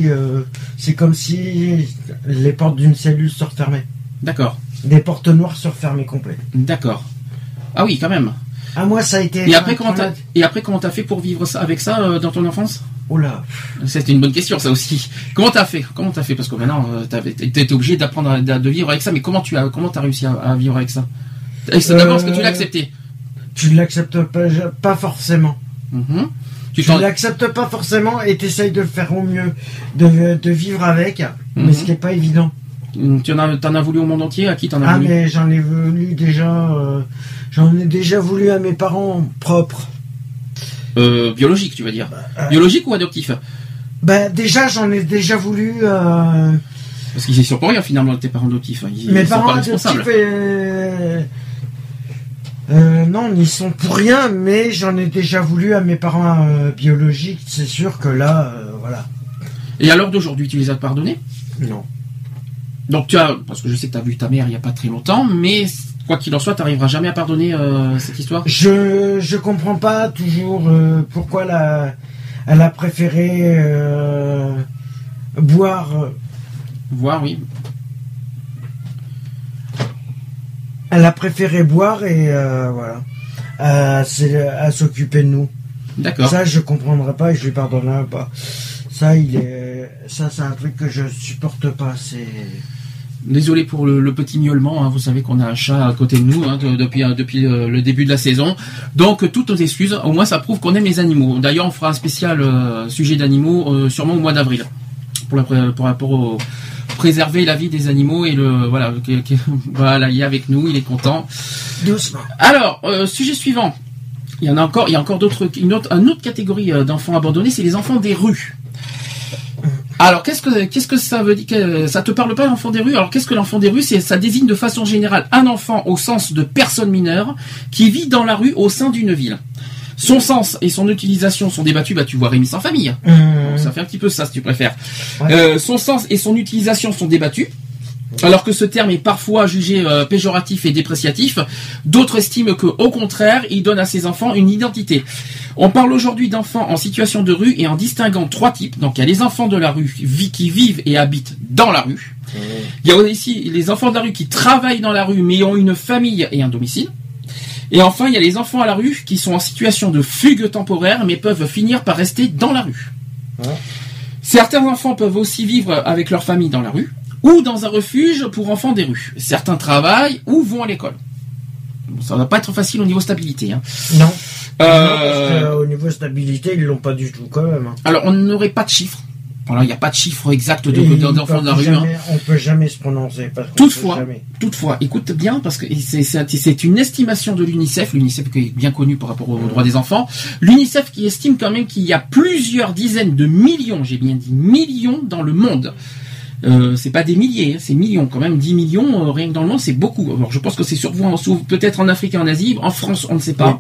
les portes d'une cellule se refermaient. D'accord. Des portes noires se refermaient complètes. D'accord. Ah oui, quand même. Ah, moi, ça a été. Et après, comment t'as fait pour vivre ça avec ça dans ton enfance? Oh là. C'était une bonne question, ça aussi. Comment t'as fait? Parce que maintenant, t'étais obligé d'apprendre de vivre avec ça, mais comment t'as réussi à vivre avec ça? D'abord, est-ce que tu l'as accepté? Tu l'acceptes pas forcément. Tu l'acceptes pas forcément et t'essayes de le faire au mieux, de vivre avec, mais ce qui est pas évident. T'en as voulu au monde entier? À qui t'en as voulu? Mais j'en ai voulu déjà. J'en ai déjà voulu à mes parents propres. Biologique, tu vas dire. Biologique ou adoptif? Déjà, j'en ai déjà voulu. Parce qu'ils y sont pour rien finalement, tes parents adoptifs. Mes parents adoptifs, non, ils sont pour rien, mais j'en ai déjà voulu à mes parents biologiques. C'est sûr que là, voilà. Et à l'heure d'aujourd'hui, tu les as pardonnés? Non. Donc parce que je sais que tu as vu ta mère il n'y a pas très longtemps, mais quoi qu'il en soit, tu n'arriveras jamais à pardonner cette histoire? Je comprends pas toujours pourquoi elle a préféré boire. Voir, oui. Elle a préféré boire et voilà. À s'occuper de nous. D'accord. Ça, je comprendrai pas et je lui pardonnerai pas. Ça, c'est un truc que je supporte pas. Désolé pour le petit miaulement, hein. Vous savez qu'on a un chat à côté de nous depuis le début de la saison. Donc toutes nos excuses. Au moins ça prouve qu'on aime les animaux. D'ailleurs on fera un spécial sujet d'animaux sûrement au mois d'avril pour rapport au préserver la vie des animaux et voilà il est avec nous, il est content. Doucement. Alors sujet suivant. Il y a encore d'autres une autre catégorie d'enfants abandonnés, c'est les enfants des rues. Alors, qu'est-ce que ça veut dire? Ça te parle pas, l'enfant des rues? Alors, qu'est-ce que l'enfant des rues? Ça désigne de façon générale un enfant au sens de personne mineure qui vit dans la rue au sein d'une ville. Son sens et son utilisation sont débattus. Tu vois Rémi sans famille. Donc, ça fait un petit peu ça, si tu préfères. Ouais. Son sens et son utilisation sont débattus. Alors que ce terme est parfois jugé péjoratif et dépréciatif, d'autres estiment que, au contraire, il donne à ces enfants une identité. On parle aujourd'hui d'enfants en situation de rue et en distinguant 3 types. Donc il y a les enfants de la rue qui vivent et habitent dans la rue. Il y a aussi les enfants de la rue qui travaillent dans la rue mais ont une famille et un domicile. Et enfin, il y a les enfants à la rue qui sont en situation de fugue temporaire mais peuvent finir par rester dans la rue. Certains enfants peuvent aussi vivre avec leur famille dans la rue ou dans un refuge pour enfants des rues. Certains travaillent ou vont à l'école. Ça va pas être facile au niveau stabilité. Hein. Non. Parce qu'au niveau stabilité, ils l'ont pas du tout quand même. Alors, on n'aurait pas de chiffres. Voilà, il n'y a pas de chiffre exact d'enfants de la rue. On peut jamais se prononcer. Toutefois, écoute bien, parce que c'est une estimation de l'UNICEF qui est bien connu par rapport aux droits des enfants. L'UNICEF qui estime quand même qu'il y a plusieurs dizaines de millions, j'ai bien dit millions, dans le monde. C'est pas des milliers, c'est millions quand même. 10 millions rien que dans le monde, c'est beaucoup. Alors je pense que c'est peut-être en Afrique et en Asie. En France, on ne sait pas.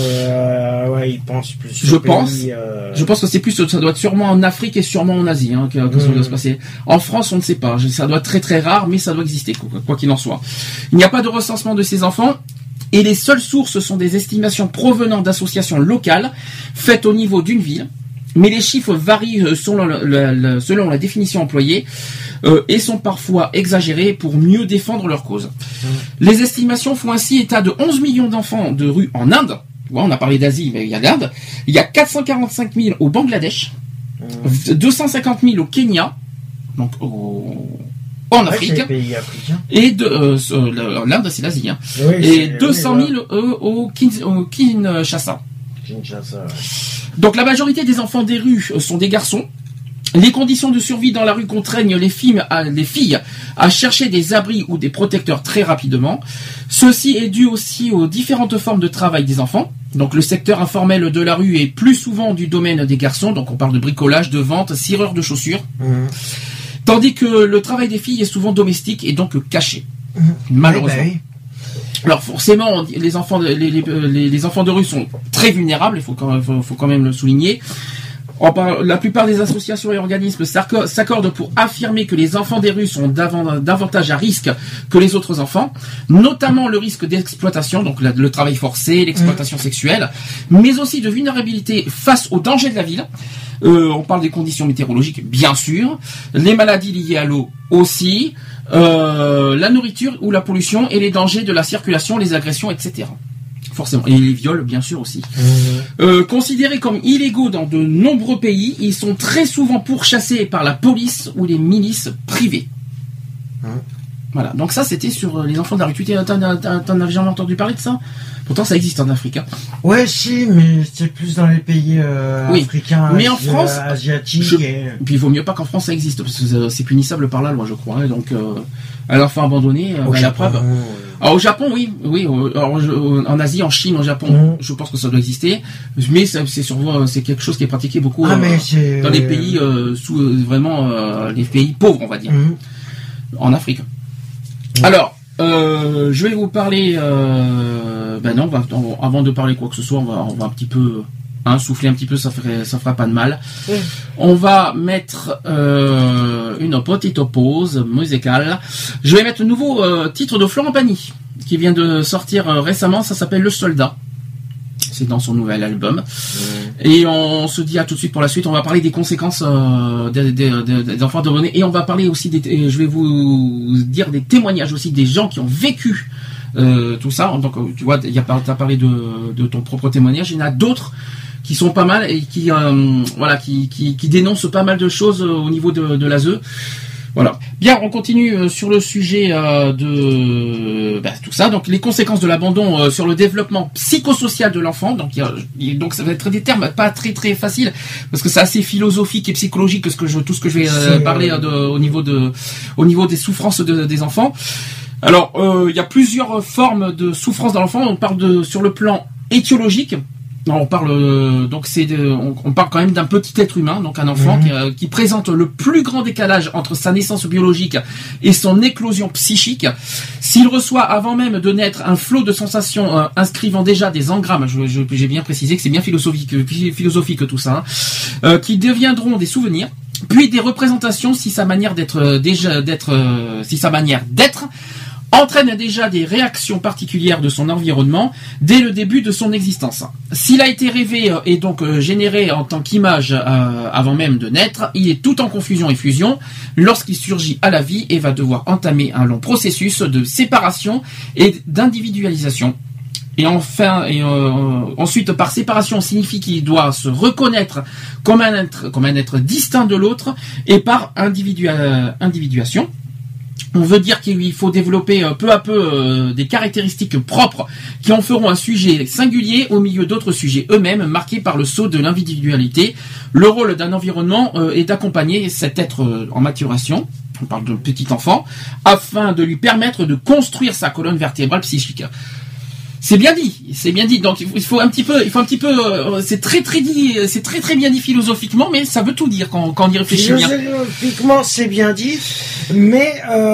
Ils pensent plus. Je pense que c'est plus. Ça doit être sûrement en Afrique et sûrement en Asie que ça doit se passer. En France, on ne sait pas. Ça doit être très très rare, mais ça doit exister quoi qu'il en soit. Il n'y a pas de recensement de ces enfants. Et les seules sources sont des estimations provenant d'associations locales faites au niveau d'une ville. Mais les chiffres varient selon la définition employée et sont parfois exagérés pour mieux défendre leur cause. Les estimations font ainsi état de 11 millions d'enfants de rue en Inde. Ouais, on a parlé d'Asie, mais il y a l'Inde. Il y a 445 000 au Bangladesh, 250 000 au Kenya, donc en Afrique, pays africains. Et l'Inde, c'est l'Asie, hein. Oui, et 200 000 au Kinshasa. Donc la majorité des enfants des rues sont des garçons. Les conditions de survie dans la rue contraignent les filles à chercher des abris ou des protecteurs très rapidement. Ceci est dû aussi aux différentes formes de travail des enfants. Donc le secteur informel de la rue est plus souvent du domaine des garçons. Donc on parle de bricolage, de vente, cireur de chaussures. Tandis que le travail des filles est souvent domestique et donc caché. Malheureusement. Alors forcément, les enfants de rue sont très vulnérables, il faut quand même le souligner. La plupart des associations et organismes s'accordent pour affirmer que les enfants des rues sont davantage à risque que les autres enfants, notamment le risque d'exploitation, donc le travail forcé, l'exploitation sexuelle, mais aussi de vulnérabilité face aux dangers de la ville. On parle des conditions météorologiques, bien sûr, les maladies liées à l'eau aussi, la nourriture ou la pollution et les dangers de la circulation, les agressions, etc. Forcément. Et les viols, bien sûr, aussi. Considérés comme illégaux dans de nombreux pays, ils sont très souvent pourchassés par la police ou les milices privées. Voilà. Donc ça, c'était sur les enfants de la rue. T'en as jamais entendu parler de ça ? Pourtant, ça existe en Afrique. Ouais, si, mais c'est plus dans les pays africains, mais en France, asiatiques. Et puis il vaut mieux pas qu'en France ça existe, parce que c'est punissable par la loi, je crois. Donc, à l'enfant abandonné, la preuve. Alors, au Japon, oui. En Asie, en Chine, au Japon, je pense que ça doit exister. Mais c'est quelque chose qui est pratiqué beaucoup dans les pays les pays pauvres, on va dire, en Afrique. Alors. Je vais vous parler. Avant de parler quoi que ce soit, on va un petit peu souffler un petit peu, ça fera pas de mal. On va mettre une petite pause musicale. Je vais mettre le nouveau titre de Florent Pagny qui vient de sortir récemment. Ça s'appelle Le Soldat. C'est dans son nouvel album. Et on se dit à tout de suite pour la suite. On va parler des conséquences des enfants abandonnés. Et on va parler aussi je vais vous dire des témoignages aussi des gens qui ont vécu tout ça. Donc, tu vois, t'as parlé de ton propre témoignage. Il y en a d'autres qui sont pas mal et qui dénoncent pas mal de choses au niveau de l'ASE. Voilà. Bien, on continue sur le sujet de tout ça. Donc, les conséquences de l'abandon sur le développement psychosocial de l'enfant. Donc ça va être des termes pas très très faciles parce que c'est assez philosophique et psychologique tout ce que je vais parler au niveau des souffrances des enfants. Alors, il y a plusieurs formes de souffrance dans l'enfant. On parle sur le plan étiologique. On parle on parle quand même d'un petit être humain, donc un enfant qui présente le plus grand décalage entre sa naissance biologique et son éclosion psychique. S'il reçoit avant même de naître un flot de sensations inscrivant déjà des engrammes, j'ai bien précisé que c'est bien philosophique tout ça, qui deviendront des souvenirs, puis des représentations si sa manière d'être entraîne déjà des réactions particulières de son environnement dès le début de son existence. S'il a été rêvé et donc généré en tant qu'image avant même de naître, il est tout en confusion et fusion lorsqu'il surgit à la vie et va devoir entamer un long processus de séparation et d'individualisation. Et enfin, ensuite, par séparation, signifie qu'il doit se reconnaître comme un être distinct de l'autre, et par individuation. On veut dire qu'il faut développer peu à peu des caractéristiques propres qui en feront un sujet singulier au milieu d'autres sujets eux-mêmes marqués par le sceau de l'individualité. Le rôle d'un environnement est d'accompagner cet être en maturation, on parle de petit enfant, afin de lui permettre de construire sa colonne vertébrale psychique. C'est bien dit. Donc il faut un petit peu, c'est très bien dit philosophiquement, mais ça veut tout dire quand on y réfléchit bien. Philosophiquement, c'est bien dit, mais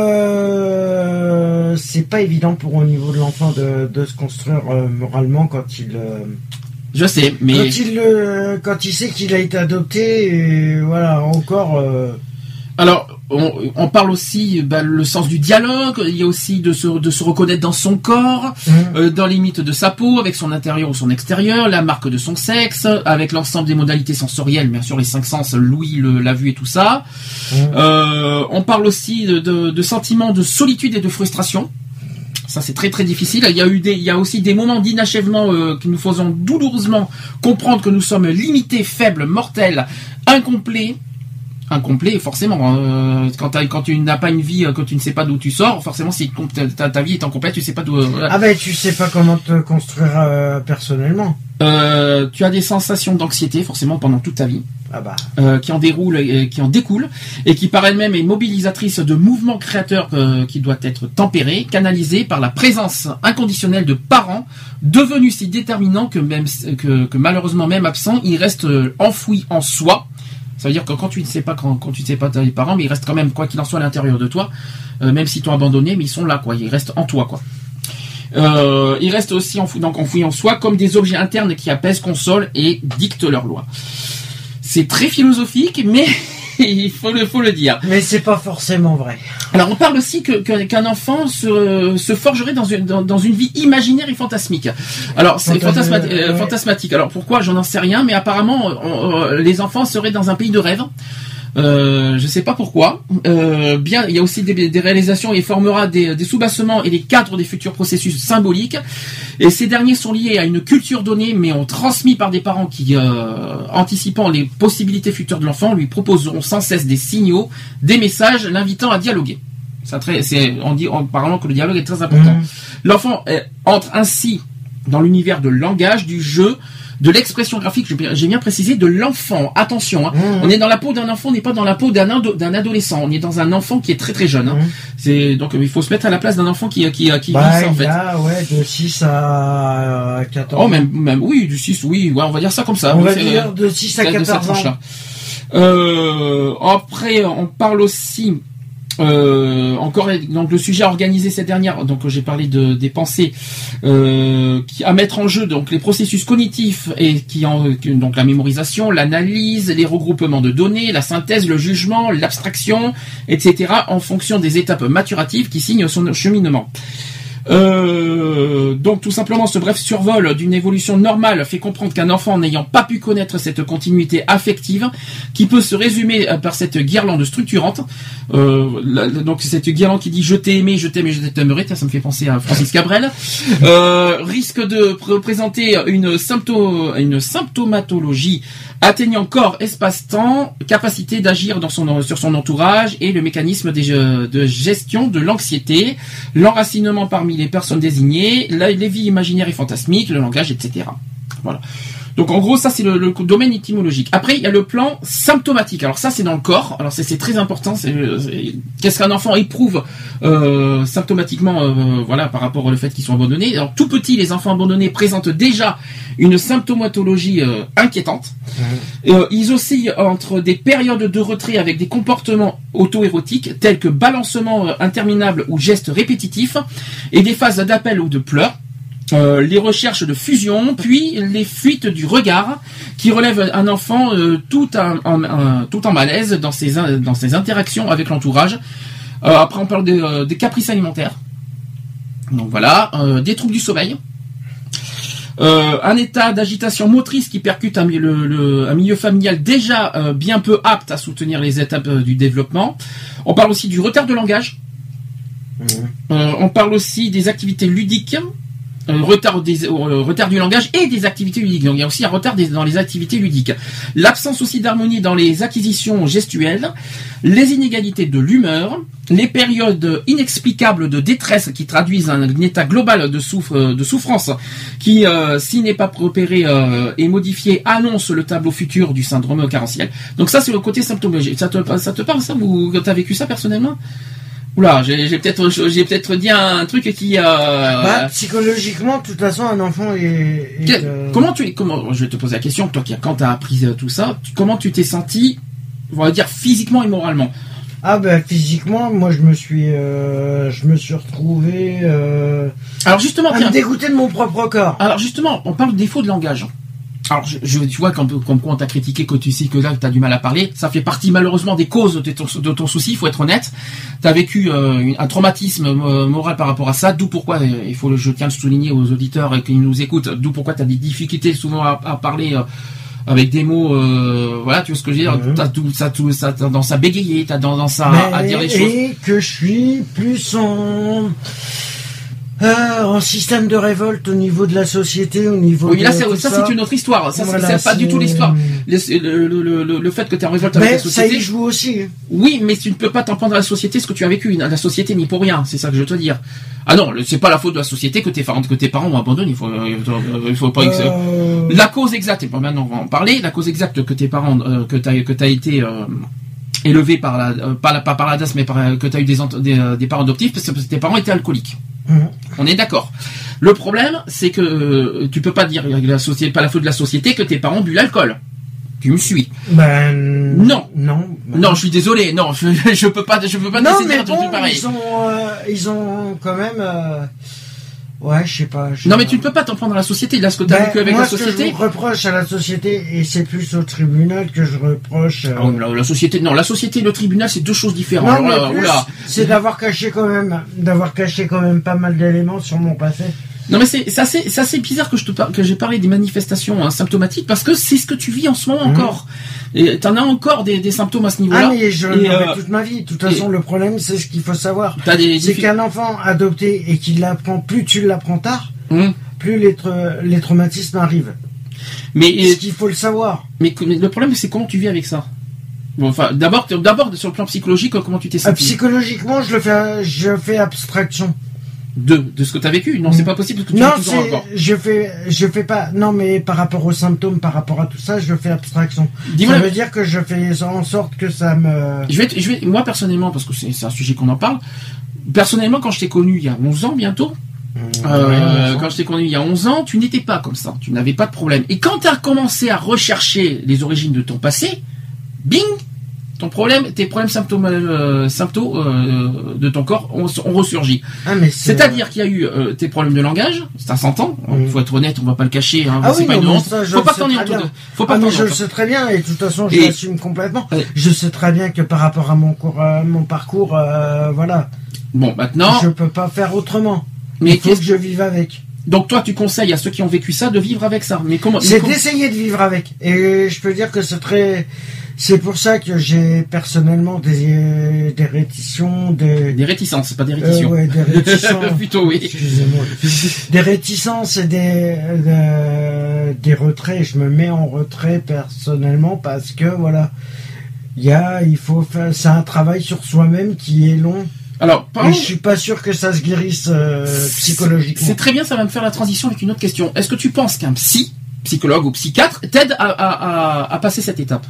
c'est pas évident pour au niveau de l'enfant de se construire moralement quand il. Je sais, mais quand il sait qu'il a été adopté, et voilà encore. Alors, on parle aussi le sens du dialogue. Il y a aussi de se reconnaître dans son corps, dans les limites de sa peau, avec son intérieur ou son extérieur, la marque de son sexe, avec l'ensemble des modalités sensorielles, bien sûr les 5 sens, l'ouïe, la vue et tout ça. On parle aussi de sentiments de solitude et de frustration. Ça c'est très très difficile. Il y a aussi des moments d'inachèvement qui nous faisons douloureusement comprendre que nous sommes limités, faibles, mortels, incomplets, forcément. Quand tu n'as pas une vie, quand tu ne sais pas d'où tu sors, forcément, si ta vie est incomplète, tu sais pas d'où. Ah ben, tu sais pas comment te construire personnellement. Tu as des sensations d'anxiété, forcément, pendant toute ta vie. Ah bah. Qui en découlent et qui par elle-même est mobilisatrice de mouvements créateurs qui doit être tempéré, canalisé par la présence inconditionnelle de parents devenus si déterminants que malheureusement même absents, ils restent enfouis en soi. Ça veut dire que quand tu ne sais pas tes parents, mais ils restent quand même, quoi qu'il en soit, à l'intérieur de toi, même s'ils t'ont abandonné, mais ils sont là, quoi. Ils restent en toi, quoi. Ils restent aussi enfouis en soi comme des objets internes qui apaisent, consolent et dictent leurs lois. C'est très philosophique, mais il faut le dire. Mais c'est pas forcément vrai. Alors on parle aussi qu'un enfant se forgerait dans une vie imaginaire et fantasmique. Alors c'est fantasmatique. Alors pourquoi, j'en sais rien, mais apparemment les enfants seraient dans un pays de rêve. Je sais pas pourquoi. Il y a aussi des réalisations et formera des soubassements et des cadres des futurs processus symboliques. Et ces derniers sont liés à une culture donnée, mais ont transmis par des parents qui, anticipant les possibilités futures de l'enfant, lui proposeront sans cesse des signaux, des messages, l'invitant à dialoguer. On dit en parlant que le dialogue est très important. L'enfant entre ainsi dans l'univers de langage, du jeu, de l'expression graphique, j'ai bien précisé, de l'enfant. Attention, hein. On est dans la peau d'un enfant, on n'est pas dans la peau d'un adolescent. On est dans un enfant qui est très très jeune. Hein. Donc il faut se mettre à la place d'un enfant qui vit ça en fait. De 6 à 14 ans. Oh, même oui, du 6, oui, ouais, on va dire ça comme ça. On va dire de 6 à 14 ans. Après, on parle aussi encore donc le sujet à organiser cette dernière, donc j'ai parlé des pensées à mettre en jeu, donc les processus cognitifs et donc la mémorisation, l'analyse, les regroupements de données, la synthèse, le jugement, l'abstraction, etc. en fonction des étapes maturatives qui signent son cheminement. Donc tout simplement ce bref survol d'une évolution normale fait comprendre qu'un enfant n'ayant pas pu connaître cette continuité affective qui peut se résumer par cette guirlande structurante, donc cette guirlande qui dit je t'ai aimé, je t'aimerai, ça me fait penser à Francis Cabrel, risque de représenter une symptomatologie atteignant corps, espace-temps, capacité d'agir sur son entourage et le mécanisme de gestion de l'anxiété, l'enracinement parmi les personnes désignées, les vies imaginaires et fantasmiques, le langage, etc. Voilà. Donc en gros, ça c'est le domaine étymologique. Après, il y a le plan symptomatique. Alors ça c'est dans le corps. Alors c'est très important. Qu'est-ce qu'un enfant éprouve symptomatiquement, voilà, par rapport au fait qu'ils sont abandonnés. Alors tout petit, les enfants abandonnés présentent déjà une symptomatologie inquiétante. Ils oscillent entre des périodes de retrait avec des comportements auto-érotiques tels que balancement interminable ou gestes répétitifs et des phases d'appel ou de pleurs. Les recherches de fusion, puis les fuites du regard qui relèvent un enfant tout en malaise dans ses interactions avec l'entourage. Après on parle des caprices alimentaires. Donc voilà, des troubles du sommeil. Un état d'agitation motrice qui percute un milieu familial déjà bien peu apte à soutenir les étapes du développement. On parle aussi du retard de langage. On parle aussi des activités ludiques. retard du langage et des activités ludiques. Donc il y a aussi un retard dans les activités ludiques. L'absence aussi d'harmonie dans les acquisitions gestuelles, les inégalités de l'humeur, les périodes inexplicables de détresse qui traduisent un état global de souffrance qui, s'il n'est pas repéré et modifié, annonce le tableau futur du syndrome carentiel. Donc ça, c'est le côté symptomologique. Ça te parle ça, ou t'as vécu ça personnellement? Oula, j'ai peut-être dit un truc qui psychologiquement, de toute façon, un enfant est comment je vais te poser la question, toi quand t'as appris tout ça, comment tu t'es senti, on va dire physiquement et moralement? Physiquement, moi je me suis retrouvé alors justement, à me dégoûter de mon propre corps. Alors justement, on parle de défaut de langage. Alors, tu vois, comme quoi on t'a critiqué, que tu sais que là, t'as du mal à parler, ça fait partie malheureusement des causes de ton souci, il faut être honnête. T'as vécu un traumatisme moral par rapport à ça, d'où pourquoi, je tiens à le souligner aux auditeurs qui nous écoutent, d'où pourquoi t'as des difficultés souvent à parler avec des mots, voilà, tu vois ce que je veux dire, t'as tout ça dans sa bégayer, t'as dans ça à dire les choses. Et que je suis plus en système de révolte au niveau de la société, au niveau oui, là, ça c'est une autre histoire. Ça, voilà, c'est pas du tout l'histoire. Le fait que tu es en révolte avec la société. Ça y joue aussi. Oui, mais tu ne peux pas t'en prendre à la société ce que tu as vécu. La société n'y pour rien. C'est ça que je veux te dire. Ah non, c'est pas la faute de la société que tes parents ont abandonné. Il faut pas la cause exacte. Et maintenant, on va en parler. La cause exacte que tes parents, que t'as été, élevé par pas par la DAS, mais que tu as eu des parents adoptifs, parce que tes parents étaient alcooliques. On est d'accord. Le problème, c'est que tu peux pas dire pas la faute de la société que tes parents bu l'alcool. Tu me suis? Non, je suis désolé. Non, je peux pas décider un truc pareil. Ils ont quand même. Ouais, je sais pas. Non, mais tu ne peux pas t'en prendre à la société. Là, ce que tu as vécu avec la société. Ce que je reproche à la société, et c'est plus au tribunal que je reproche. La société, et le tribunal, c'est deux choses différentes. Non, c'est d'avoir caché quand même pas mal d'éléments sur mon passé. Non, mais c'est assez bizarre que j'ai parlé des manifestations symptomatiques, parce que c'est ce que tu vis en ce moment encore. Et t'en as encore des symptômes à ce niveau-là. Ah, mais je l'ai toute ma vie. De toute façon, le problème, c'est ce qu'il faut savoir. C'est qu'un enfant adopté et qu'il l'apprend, plus tu l'apprends tard, plus les traumatismes arrivent. Mais ce qu'il faut le savoir. Mais le problème, c'est comment tu vis avec ça. Bon, enfin, d'abord, sur le plan psychologique, comment tu t'es senti? Psychologiquement, je fais abstraction. De ce que tu as vécu. Non, c'est pas possible parce que tu non, es toujours encore. Je fais pas. Non, mais par rapport aux symptômes, par rapport à tout ça, je fais abstraction. Ça veut dire que je fais en sorte que ça me. Moi personnellement, parce que c'est un sujet qu'on en parle. Personnellement, quand je t'ai connu il y a 11 ans bientôt. Quand je t'ai connu il y a 11 ans, tu n'étais pas comme ça. Tu n'avais pas de problème. Et quand tu as commencé à rechercher les origines de ton passé, bing, tes problèmes symptômes de ton corps ont ressurgi. C'est-à-dire qu'il y a eu tes problèmes de langage, ça s'entend, il faut être honnête, on va pas le cacher, c'est pas une honte. Faut pas t'en honte. Je le sais très bien, et de toute façon je l'assume complètement. Je sais très bien que par rapport à mon parcours, voilà. Bon, maintenant. Je peux pas faire autrement. Mais il faut que je vive avec. Donc toi, tu conseilles à ceux qui ont vécu ça de vivre avec ça. Mais comment? C'est d'essayer de vivre avec. Et je peux dire que c'est pour ça que j'ai personnellement des réticences, des réticences, c'est pas des rétitions. Ouais, des réticences. Plutôt, oui. Excusez-moi. Des réticences et des retraits. Je me mets en retrait personnellement parce que voilà, il faut faire, c'est un travail sur soi-même qui est long. Alors, et je suis pas sûr que ça se guérisse psychologiquement. C'est très bien, ça va me faire la transition avec une autre question. Est-ce que tu penses qu'un psychologue ou psychiatre t'aide à passer cette étape?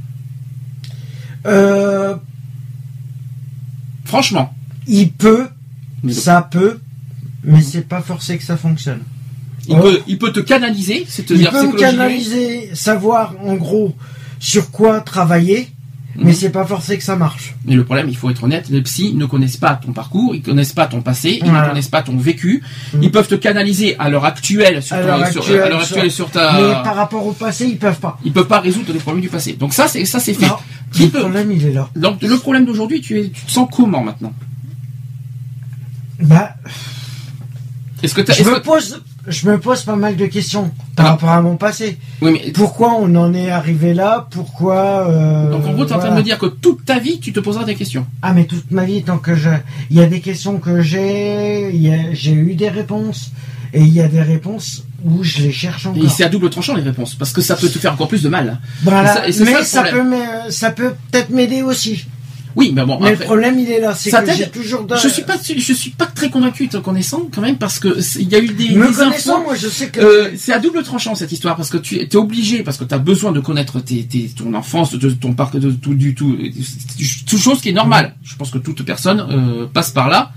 Franchement. Il peut, ça peut, mais c'est pas forcé que ça fonctionne. Il peut te canaliser, c'est-à-dire il peut me canaliser, savoir en gros sur quoi travailler. Mais c'est pas forcé que ça marche. Mais le problème, il faut être honnête, les psys ne connaissent pas ton parcours, ils connaissent pas ton passé, ils ne connaissent pas ton vécu. Ils peuvent te canaliser à l'heure actuelle sur ta. Mais par rapport au passé, ils peuvent pas. Ils peuvent pas résoudre les problèmes du passé. Donc ça, c'est fait. Non, le problème, il est là. Donc le problème d'aujourd'hui, tu te sens comment maintenant? Je me pose je me pose pas mal de questions par rapport à mon passé. Oui, mais pourquoi on en est arrivé là? Pourquoi donc en gros, tu es en train de me dire que toute ta vie, tu te poseras des questions. Ah, mais toute ma vie, tant que il y a des questions que j'ai eu des réponses, et il y a des réponses où je les cherche encore. Et c'est à double tranchant les réponses, parce que ça peut te faire encore plus de mal. Voilà. Mais ça peut peut-être m'aider aussi. Oui, mais bon. Mais après, le problème, il est là, c'est que j'ai toujours. Je suis pas très convaincu de te connaissant quand même, parce que il y a eu des infos. Moi, je sais que c'est à double tranchant cette histoire, parce que tu es obligé, parce que tu as besoin de connaître ton enfance, de ton parcours, de tout toute chose qui est normale. Je pense que toute personne passe par là.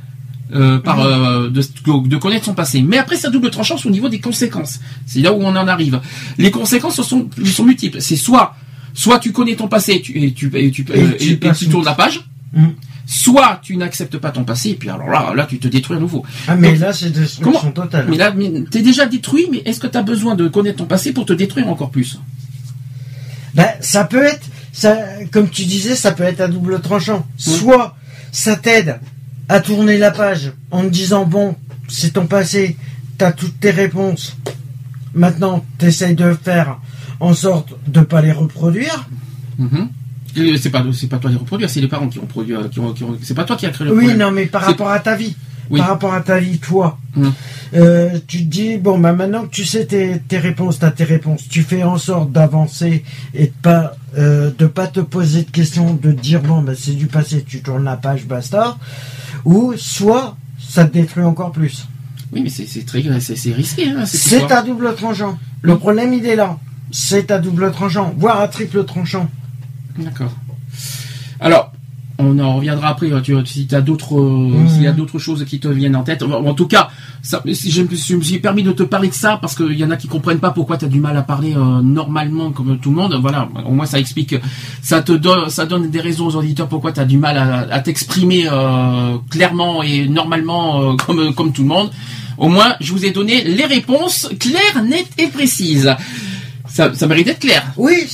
De connaître son passé. Mais après, c'est à double tranchant au niveau des conséquences. C'est là où on en arrive. Les conséquences sont multiples. C'est soit tu connais ton passé et tu tournes la page, soit tu n'acceptes pas ton passé et puis alors là tu te détruis à nouveau. Ah, mais donc, là c'est destruction totale. Mais là t'es déjà détruit, mais est-ce que tu as besoin de connaître ton passé pour te détruire encore plus? Ben, ça peut être, comme tu disais, ça peut être à double tranchant. Soit ça t'aide à tourner la page en te disant bon, c'est ton passé, t'as toutes tes réponses. Maintenant, t'essayes de faire en sorte de pas les reproduire. C'est pas toi les reproduire, c'est les parents qui ont produit, c'est pas toi qui as créé le problème. Oui, non, mais par rapport à ta vie. Oui. Par rapport à ta vie, toi, tu te dis bon, bah maintenant que tu sais tes réponses, t'as tes réponses, tu fais en sorte d'avancer et de pas te poser de questions, de te dire bon, bah c'est du passé, tu tournes la page, basta. Ou soit ça te détruit encore plus. Oui, mais c'est risqué. Hein, c'est à double tranchant. Le problème, il est là. C'est à double tranchant, voire à triple tranchant. D'accord. Alors, on en reviendra après. Si tu as s'il y a d'autres choses qui te viennent en tête. En tout cas, je me suis permis de te parler de ça parce qu'il y en a qui comprennent pas pourquoi tu as du mal à parler normalement comme tout le monde. Voilà, au moins ça explique. Ça donne des raisons aux auditeurs pourquoi tu as du mal à t'exprimer clairement et normalement comme tout le monde. Au moins, je vous ai donné les réponses claires, nettes et précises. Ça mérite d'être clair. Oui,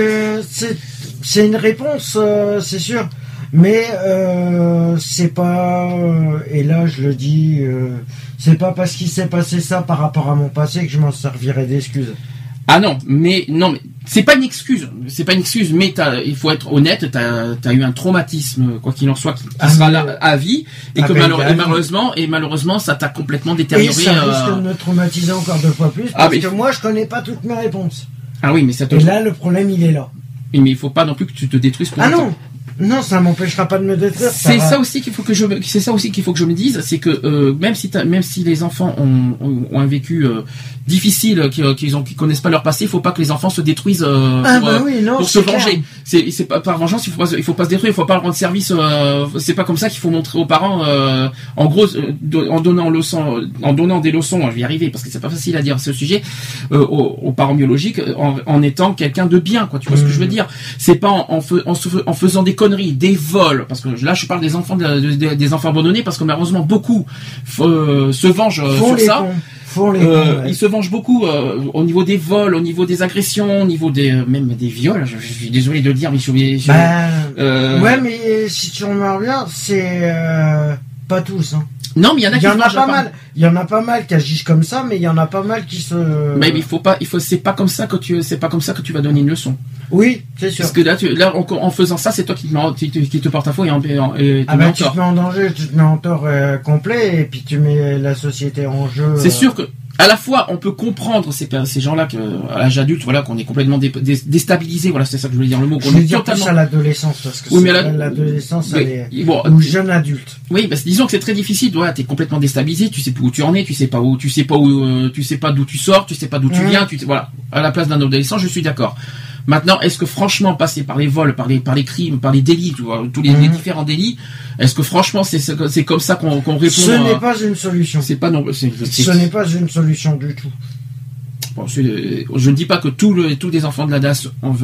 c'est une réponse, c'est sûr. Mais c'est pas, et là je le dis, c'est pas parce qu'il s'est passé ça par rapport à mon passé que je m'en servirai d'excuse. Ah non, mais c'est pas une excuse, mais il faut être honnête, t'as eu un traumatisme, quoi qu'il en soit, qui sera là à vie, et que malheureusement, ça t'a complètement détérioré. Et ça risque de me traumatiser encore 2 fois plus, parce que moi je connais pas toutes mes réponses. Ah oui, mais ça te... Et là le problème il est là. Oui, mais il faut pas non plus que tu te détruises pour longtemps. Non, ça m'empêchera pas de me détruire. C'est ça aussi qu'il faut que je me dise, c'est que même si les enfants ont un vécu difficile, qui connaissent pas leur passé, il faut pas que les enfants se détruisent pour se venger. C'est pas par vengeance, il faut pas se détruire, il faut pas rendre service. C'est pas comme ça qu'il faut montrer aux parents. En gros, en donnant des leçons, je vais y arriver parce que c'est pas facile à dire ce sujet aux parents biologiques, en étant quelqu'un de bien, quoi. Tu vois ce que je veux dire? C'est pas en faisant des conneries, des vols, parce que là je parle des enfants des enfants abandonnés, parce que malheureusement beaucoup se vengent sur ça. Ils se vengent beaucoup au niveau des vols, au niveau des agressions, au niveau même des viols. Je suis désolé de le dire, mais ouais, mais si tu remarques bien, c'est pas tous. Hein. Non, mais il y en a qui pas mal. Il y en a pas mal qui agissent comme ça, mais il y en a pas mal qui se. Mais c'est pas comme ça que tu vas donner une leçon. Oui, c'est sûr. Parce que là, en faisant ça, c'est toi qui te porte à faux et tu te mets en danger, tu te mets en tort complet, et puis tu mets la société en jeu. C'est sûr que, à la fois, on peut comprendre ces gens-là à l'âge adulte, voilà, qu'on est complètement déstabilisé, voilà, c'est ça que je voulais dire le mot. Je veux dire totalement... plus à l'adolescence, parce que l'adolescence, ou jeune adulte. Oui, parce que disons que c'est très difficile, voilà, t'es complètement déstabilisé, tu sais plus où tu en es, tu sais pas d'où tu sors, tu sais pas d'où tu viens, voilà. À la place d'un adolescent, je suis d'accord. Maintenant, est-ce que franchement passer par les vols, par les crimes, par les délits, tu vois, tous les différents délits, est-ce que franchement c'est comme ça qu'on répond? Ce n'est pas une solution. Ce n'est pas une solution du tout. Bon, je ne dis pas que tous les enfants de la DAS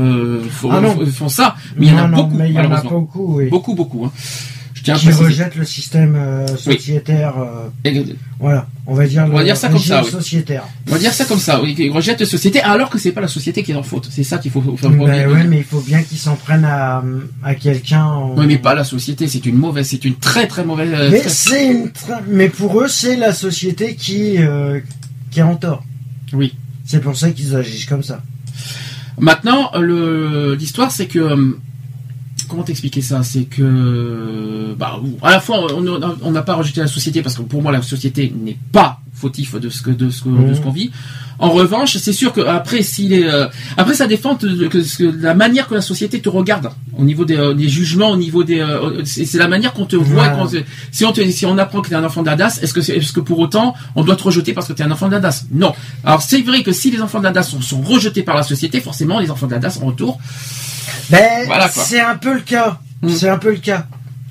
font ça, mais il y en a beaucoup. Mais il y en a beaucoup, oui. Beaucoup. Hein. Qui rejettent le système sociétaire. Voilà, on va dire ça comme ça. Sociétaire. On va dire ça comme ça. Oui, ils rejettent la société, alors que c'est pas la société qui est en faute. C'est ça qu'il faut faire. Mais il faut bien qu'ils s'en prennent à quelqu'un. Oui, mais pas la société. C'est une très très mauvaise. Mais pour eux, c'est la société qui qui est en tort. Oui. C'est pour ça qu'ils agissent comme ça. Maintenant, l'histoire, c'est que... Comment t'expliquer ça? C'est que... à la fois, on n'a pas rejeté la société, parce que pour moi, la société n'est pas fautif de ce qu'on vit. En revanche, c'est sûr que après ça dépend de la manière que la société te regarde au niveau des jugements, au niveau c'est la manière qu'on te voit. Si on apprend que t'es un enfant d'Adas, est-ce que pour autant on doit te rejeter parce que t'es un enfant d'Adas? Non. Alors c'est vrai que si les enfants d'Adas sont rejetés par la société, forcément les enfants d'Adas en retour. Voilà, c'est un peu le cas. C'est un peu le cas.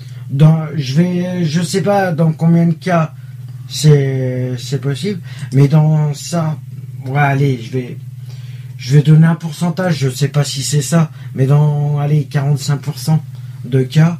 Je sais pas dans combien de cas c'est possible, mais dans ça. Ouais, allez, je vais donner un pourcentage, je sais pas si c'est ça, mais dans 45% de cas,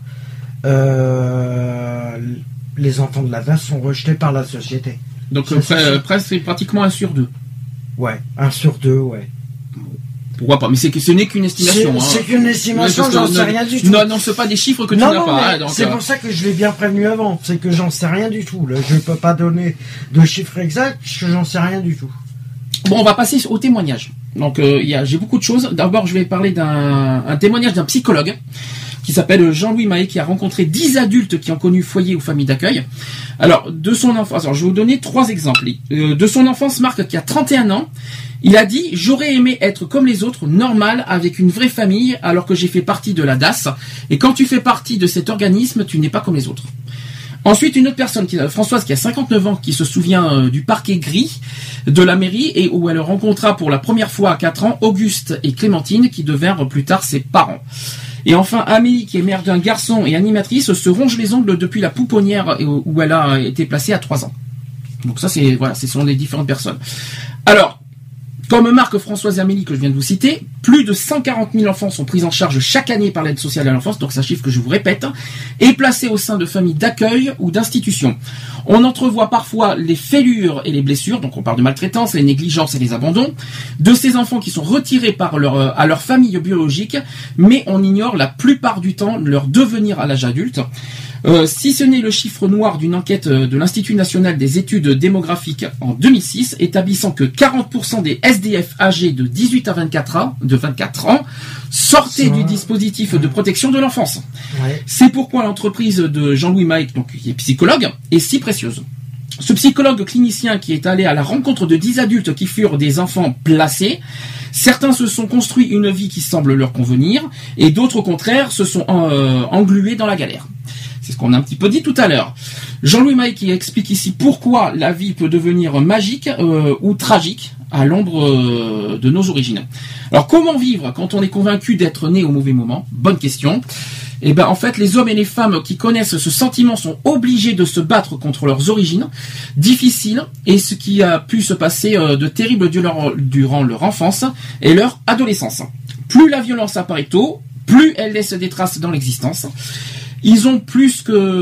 les enfants de la DAS sont rejetés par la société. Donc presque c'est pratiquement 1 sur 2. Ouais, 1 sur 2, ouais. Pourquoi pas? Mais ce n'est qu'une estimation. C'est qu'une estimation, j'en sais rien du tout. Non, c'est pas des chiffres que tu n'as pas. Donc, c'est pour ça que je l'ai bien prévenu avant. C'est que j'en sais rien du tout. Là, je peux pas donner de chiffres exacts, parce que j'en sais rien du tout. Bon, on va passer au témoignage. Donc, j'ai beaucoup de choses. D'abord, je vais parler d'un témoignage d'un psychologue qui s'appelle Jean-Louis Mahé, qui a rencontré 10 adultes qui ont connu foyer ou famille d'accueil. Alors, de son enfance, je vais vous donner 3 exemples. De son enfance, Marc, qui a 31 ans, il a dit « J'aurais aimé être comme les autres, normal, avec une vraie famille, alors que j'ai fait partie de la DAS. Et quand tu fais partie de cet organisme, tu n'es pas comme les autres. » Ensuite, une autre personne, Françoise, qui a 59 ans, qui se souvient du parquet gris de la mairie et où elle rencontra pour la première fois à 4 ans Auguste et Clémentine, qui devinrent plus tard ses parents. Et enfin, Amélie, qui est mère d'un garçon et animatrice, se ronge les ongles depuis la pouponnière où elle a été placée à 3 ans. Donc ça, ce sont les différentes personnes. Alors, comme Marc, Françoise et Amélie que je viens de vous citer, plus de 140 000 enfants sont pris en charge chaque année par l'aide sociale à l'enfance, donc c'est un chiffre que je vous répète, et placés au sein de familles d'accueil ou d'institutions. On entrevoit parfois les fêlures et les blessures, donc on parle de maltraitance, les négligences et les abandons, de ces enfants qui sont retirés à leur famille biologique, mais on ignore la plupart du temps leur devenir à l'âge adulte. Si ce n'est le chiffre noir d'une enquête de l'Institut national des études démographiques en 2006, établissant que 40% des SDF âgés de 18 à 24 ans sortaient du dispositif de protection de l'enfance. Ouais. C'est pourquoi l'entreprise de Jean-Louis Mahé, donc qui est psychologue, est si précieuse. Ce psychologue clinicien qui est allé à la rencontre de 10 adultes qui furent des enfants placés, certains se sont construits une vie qui semble leur convenir, et d'autres au contraire se sont englués dans la galère. C'est ce qu'on a un petit peu dit tout à l'heure. Jean-Louis Mahé qui explique ici pourquoi la vie peut devenir magique ou tragique à l'ombre de nos origines. Alors comment vivre quand on est convaincu d'être né au mauvais moment? Bonne question. Eh ben en fait, les hommes et les femmes qui connaissent ce sentiment sont obligés de se battre contre leurs origines difficiles et ce qui a pu se passer de terrible durant leur enfance et leur adolescence. Plus la violence apparaît tôt, plus elle laisse des traces dans l'existence. Ils ont plus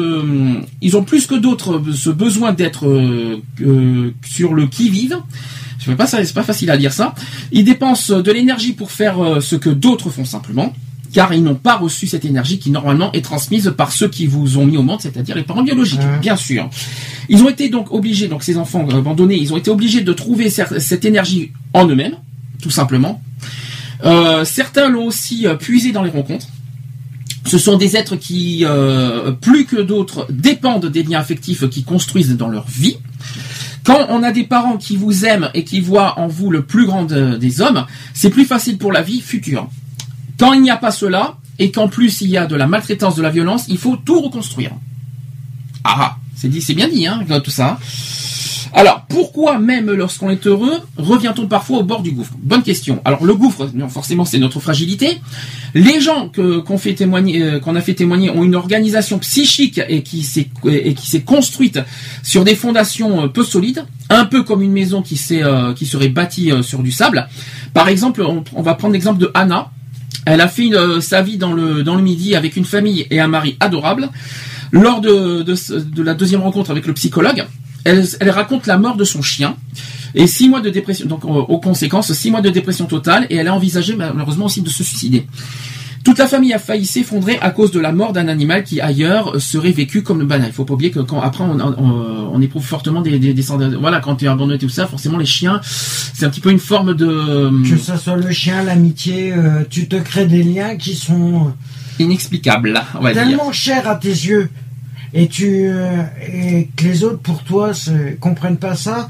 que d'autres ce besoin d'être sur le qui-vive. Je sais pas, c'est pas facile à dire ça. Ils dépensent de l'énergie pour faire ce que d'autres font simplement, car ils n'ont pas reçu cette énergie qui normalement est transmise par ceux qui vous ont mis au monde, c'est-à-dire les parents biologiques, bien sûr. Ils ont été donc obligés, donc ces enfants abandonnés, ils ont été obligés de trouver cette énergie en eux-mêmes, tout simplement. Certains l'ont aussi puisé dans les rencontres. Ce sont des êtres qui, plus que d'autres, dépendent des liens affectifs qu'ils construisent dans leur vie. Quand on a des parents qui vous aiment et qui voient en vous le plus grand des hommes, c'est plus facile pour la vie future. Quand il n'y a pas cela, et qu'en plus il y a de la maltraitance, de la violence, il faut tout reconstruire. Ah, c'est bien dit, hein, tout ça. Alors, pourquoi même lorsqu'on est heureux, revient-on parfois au bord du gouffre? Bonne question. Alors, le gouffre, forcément, c'est notre fragilité. Les gens qu'on a fait témoigner ont une organisation psychique et qui s'est construite sur des fondations peu solides, un peu comme une maison qui serait bâtie sur du sable. Par exemple, on va prendre l'exemple de Anna. Elle a fait sa vie dans le Midi avec une famille et un mari adorable. Lors de la deuxième rencontre avec le psychologue, elle raconte la mort de son chien et 6 mois de dépression, donc aux conséquences 6 mois de dépression totale, et elle a envisagé malheureusement aussi de se suicider. Toute la famille a failli s'effondrer à cause de la mort d'un animal qui ailleurs serait vécu comme banal. Il faut pas oublier que après on éprouve fortement des voilà, quand tu es abandonné tout ça, forcément les chiens, c'est un petit peu une forme de que ça soit le chien, l'amitié, tu te crées des liens qui sont inexplicables, on va tellement dire. chers à tes yeux. Et et que les autres pour toi comprennent pas ça.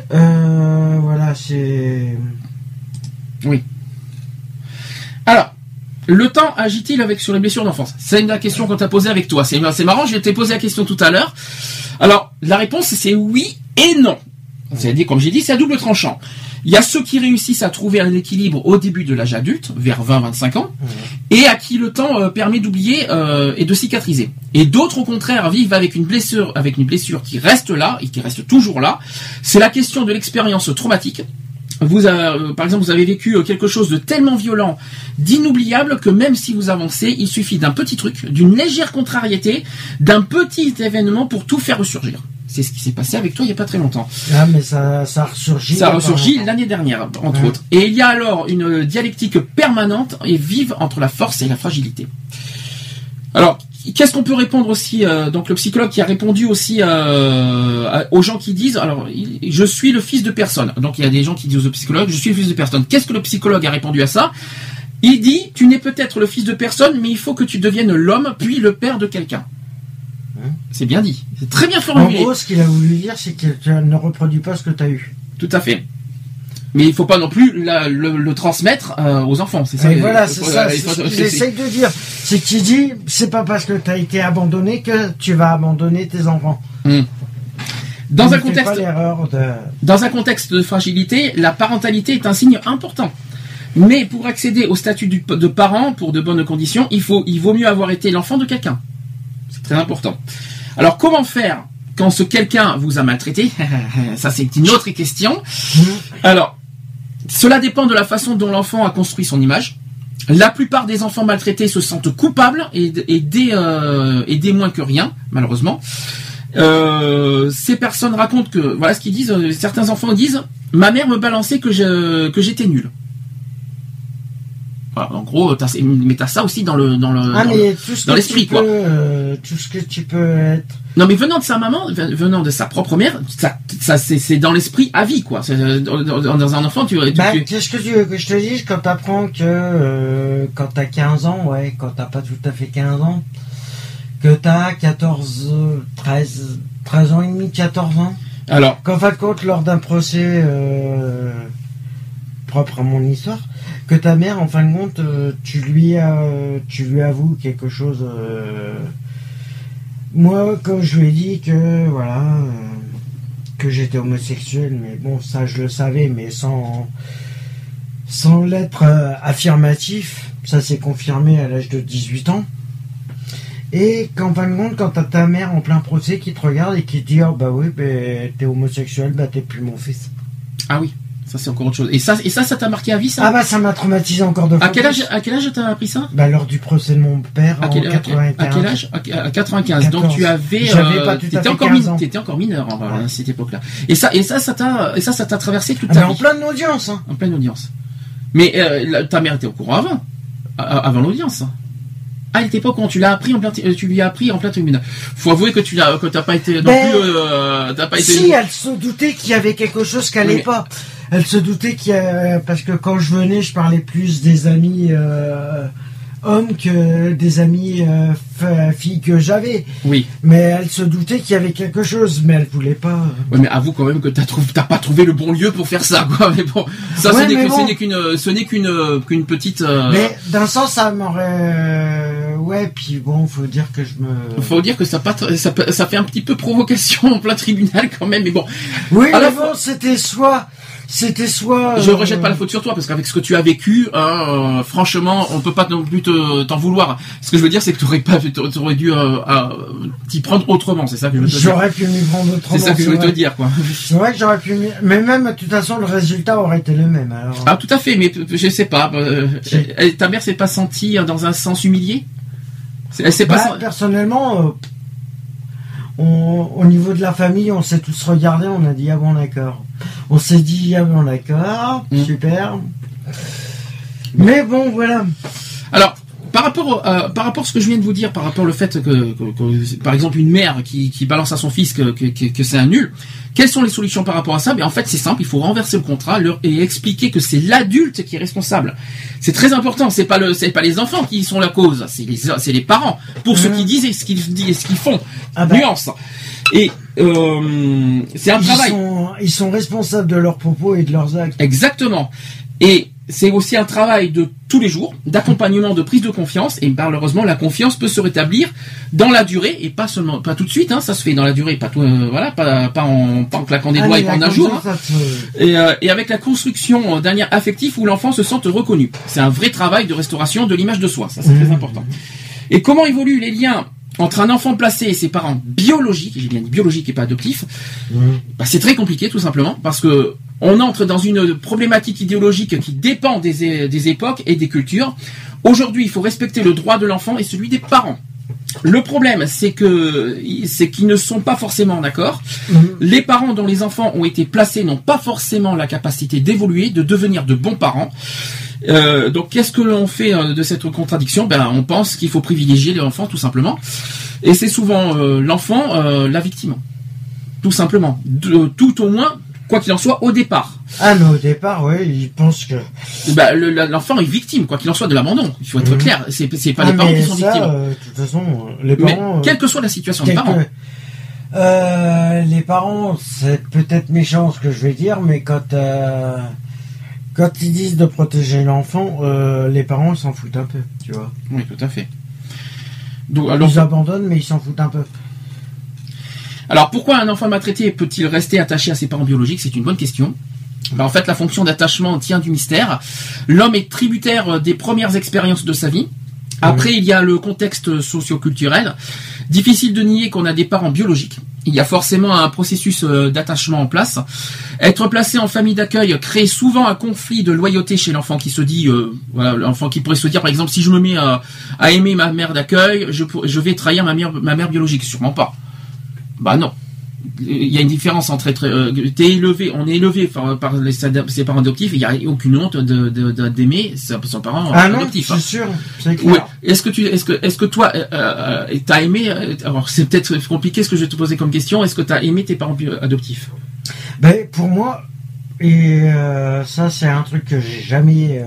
Voilà, c'est oui. Alors. Le temps agit-il sur les blessures d'enfance? C'est la question qu'on t'a posée avec toi. C'est marrant, je t'ai posé la question tout à l'heure. Alors, la réponse, c'est oui et non. C'est-à-dire, comme j'ai dit, c'est à double tranchant. Il y a ceux qui réussissent à trouver un équilibre au début de l'âge adulte, vers 20-25 ans, et à qui le temps permet d'oublier et de cicatriser. Et d'autres, au contraire, vivent avec une blessure qui reste là, et qui reste toujours là. C'est la question de l'expérience traumatique. Par exemple, vous avez vécu quelque chose de tellement violent, d'inoubliable, que même si vous avancez, il suffit d'un petit truc, d'une légère contrariété, d'un petit événement pour tout faire ressurgir. C'est ce qui s'est passé avec toi il n'y a pas très longtemps. Ah, mais ça a ressurgi. Ça a ressurgi l'année dernière, entre autres. Et il y a alors une dialectique permanente et vive entre la force et la fragilité. Alors, qu'est-ce qu'on peut répondre aussi donc le psychologue qui a répondu aussi aux gens qui disent alors je suis le fils de personne. Donc il y a des gens qui disent au psychologue je suis le fils de personne. Qu'est-ce que le psychologue a répondu à ça? Il dit tu n'es peut-être le fils de personne mais il faut que tu deviennes l'homme puis le père de quelqu'un. C'est bien dit. C'est très bien formulé. En gros ce qu'il a voulu dire c'est que tu ne reproduis pas ce que tu as eu. Tout à fait. Mais il ne faut pas non plus le transmettre aux enfants. C'est ça. Et voilà, c'est ça. C'est ce qu'il essaye de dire. C'est qu'il dit, c'est pas parce que tu as été abandonné que tu vas abandonner tes enfants. Dans un contexte de fragilité, la parentalité est un signe important. Mais pour accéder au statut de parent, pour de bonnes conditions, il vaut mieux avoir été l'enfant de quelqu'un. C'est très important. Alors comment faire quand ce quelqu'un vous a maltraité? Ça c'est une autre question. Alors, cela dépend de la façon dont l'enfant a construit son image. La plupart des enfants maltraités se sentent coupables et des moins que rien, malheureusement. Ces personnes racontent que, voilà ce qu'ils disent, certains enfants disent « Ma mère me balançait que j'étais nul ». Voilà, en gros, t'as ça aussi dans l'esprit, quoi. Tout ce que tu peux être. Non, mais venant de sa maman, venant de sa propre mère, ça c'est dans l'esprit à vie, quoi. Dans un enfant, qu'est-ce que tu veux que je te dise quand t'apprends que quand t'as 15 ans, ouais, quand t'as pas tout à fait 15 ans, que t'as 13 ans et demi, 14 ans. Alors. Qu'en fin de compte, lors d'un procès propre à mon histoire, que ta mère, en fin de compte, tu lui avoues quelque chose. Moi, comme je lui ai dit que voilà, que j'étais homosexuel, mais bon, ça je le savais, mais sans l'être affirmatif, ça s'est confirmé à l'âge de 18 ans. Et qu'en fin de compte, quand t'as ta mère en plein procès qui te regarde et qui te dit, oh bah oui, t'es homosexuel, bah t'es plus mon fils. Ah oui. Ça c'est encore autre chose. Et ça t'a marqué à vie, ça? Ah bah ça m'a traumatisé encore de fois. À quel âge t'as appris ça? Bah lors du procès de mon père en 95. À quel âge? À 95. 14. Donc tu avais. T'étais encore mineur à cette époque-là. Et ça t'a traversé toute ta vie. En pleine audience. Hein. En pleine audience. Mais ta mère était au courant avant l'audience. À l'époque quand tu lui as appris en plein tribunal. Faut avouer que t'as pas été non plus. Si elle se doutait qu'il y avait quelque chose qu'elle n'allait pas. Elle se doutait parce que quand je venais, je parlais plus des amis hommes que des amis filles que j'avais. Oui. Mais elle se doutait qu'il y avait quelque chose, mais elle voulait pas. Oui, mais avoue quand même que t'as pas trouvé le bon lieu pour faire ça, quoi. Mais bon, ça ce n'est qu'une petite. Mais d'un sens, ça m'aurait. Ouais, puis bon, faut dire que Faut dire que ça fait un petit peu provocation en plein tribunal quand même, mais bon. Oui, mais bon, c'était soit. Je rejette pas la faute sur toi parce qu'avec ce que tu as vécu, franchement, on peut pas non plus t'en vouloir. Ce que je veux dire, c'est que t'aurais dû t'y prendre autrement. C'est ça que je veux te dire. J'aurais pu m'y prendre autrement. C'est ça que je veux te dire, quoi. C'est vrai que j'aurais pu. Mais même de toute façon, le résultat aurait été le même. Alors. Ah, tout à fait. Mais je sais pas. Ta mère s'est pas sentie dans un sens humiliée? Elle s'est pas. Personnellement. Au niveau de la famille, on s'est tous regardés, on a dit ah bon d'accord. On s'est dit ah bon d'accord, super. Mais bon voilà. Alors par rapport à ce que je viens de vous dire, par rapport au fait que par exemple une mère qui balance à son fils que c'est un nul, quelles sont les solutions par rapport à ça? En fait, c'est simple, il faut renverser le contrat et expliquer que c'est l'adulte qui est responsable. C'est très important, c'est pas les enfants qui sont la cause, c'est les parents, pour ce qu'ils disent et ce qu'ils font. Nuance. Et c'est un travail. Ils sont responsables de leurs propos et de leurs actes. Exactement. Et c'est aussi un travail de tous les jours, d'accompagnement, de prise de confiance. Et malheureusement, la confiance peut se rétablir dans la durée et pas tout de suite. Ça se fait dans la durée, pas en claquant des doigts et pas en un jour. Et avec la construction d'un lien affectif où l'enfant se sente reconnu. C'est un vrai travail de restauration de l'image de soi. Ça, c'est très important. Et comment évoluent les liens entre un enfant placé et ses parents biologiques, j'ai bien dit biologiques et pas adoptifs, c'est très compliqué tout simplement, parce que on entre dans une problématique idéologique qui dépend des époques et des cultures. Aujourd'hui, il faut respecter le droit de l'enfant et celui des parents. Le problème, c'est qu'ils ne sont pas forcément d'accord. Les parents dont les enfants ont été placés n'ont pas forcément la capacité d'évoluer, de devenir de bons parents. Donc qu'est-ce que l'on fait de cette contradiction? On pense qu'il faut privilégier l'enfant tout simplement, et c'est souvent l'enfant la victime, tout simplement, tout au moins, quoi qu'il en soit au départ. Mais au départ, oui, ils pensent que l'enfant est victime, quoi qu'il en soit, de l'abandon. Il faut être clair, c'est pas les parents qui sont victimes. De toute façon, les parents. Mais quelle que soit la situation des parents. Les parents, c'est peut-être méchant ce que je vais dire, mais quand ils disent de protéger l'enfant, les parents s'en foutent un peu, tu vois. Oui, tout à fait. Ils abandonnent, mais ils s'en foutent un peu. Alors, pourquoi un enfant maltraité peut-il rester attaché à ses parents biologiques? C'est une bonne question. En fait, la fonction d'attachement tient du mystère. L'homme est tributaire des premières expériences de sa vie. Après, il y a le contexte socio-culturel. Difficile de nier qu'on a des parents biologiques. Il y a forcément un processus d'attachement en place. Être placé en famille d'accueil crée souvent un conflit de loyauté chez l'enfant qui se dit, l'enfant qui pourrait se dire, par exemple, si je me mets à aimer ma mère d'accueil, je vais trahir ma mère biologique. Sûrement pas. Non. Il y a une différence entre on est élevé par ses parents adoptifs, il n'y a aucune honte d'aimer son parent adoptif. Non, c'est sûr, c'est clair. Ouais. Est-ce que toi, t'as aimé, alors c'est peut-être compliqué ce que je vais te poser comme question, est-ce que t'as aimé tes parents adoptifs? Pour moi, et ça c'est un truc que j'ai jamais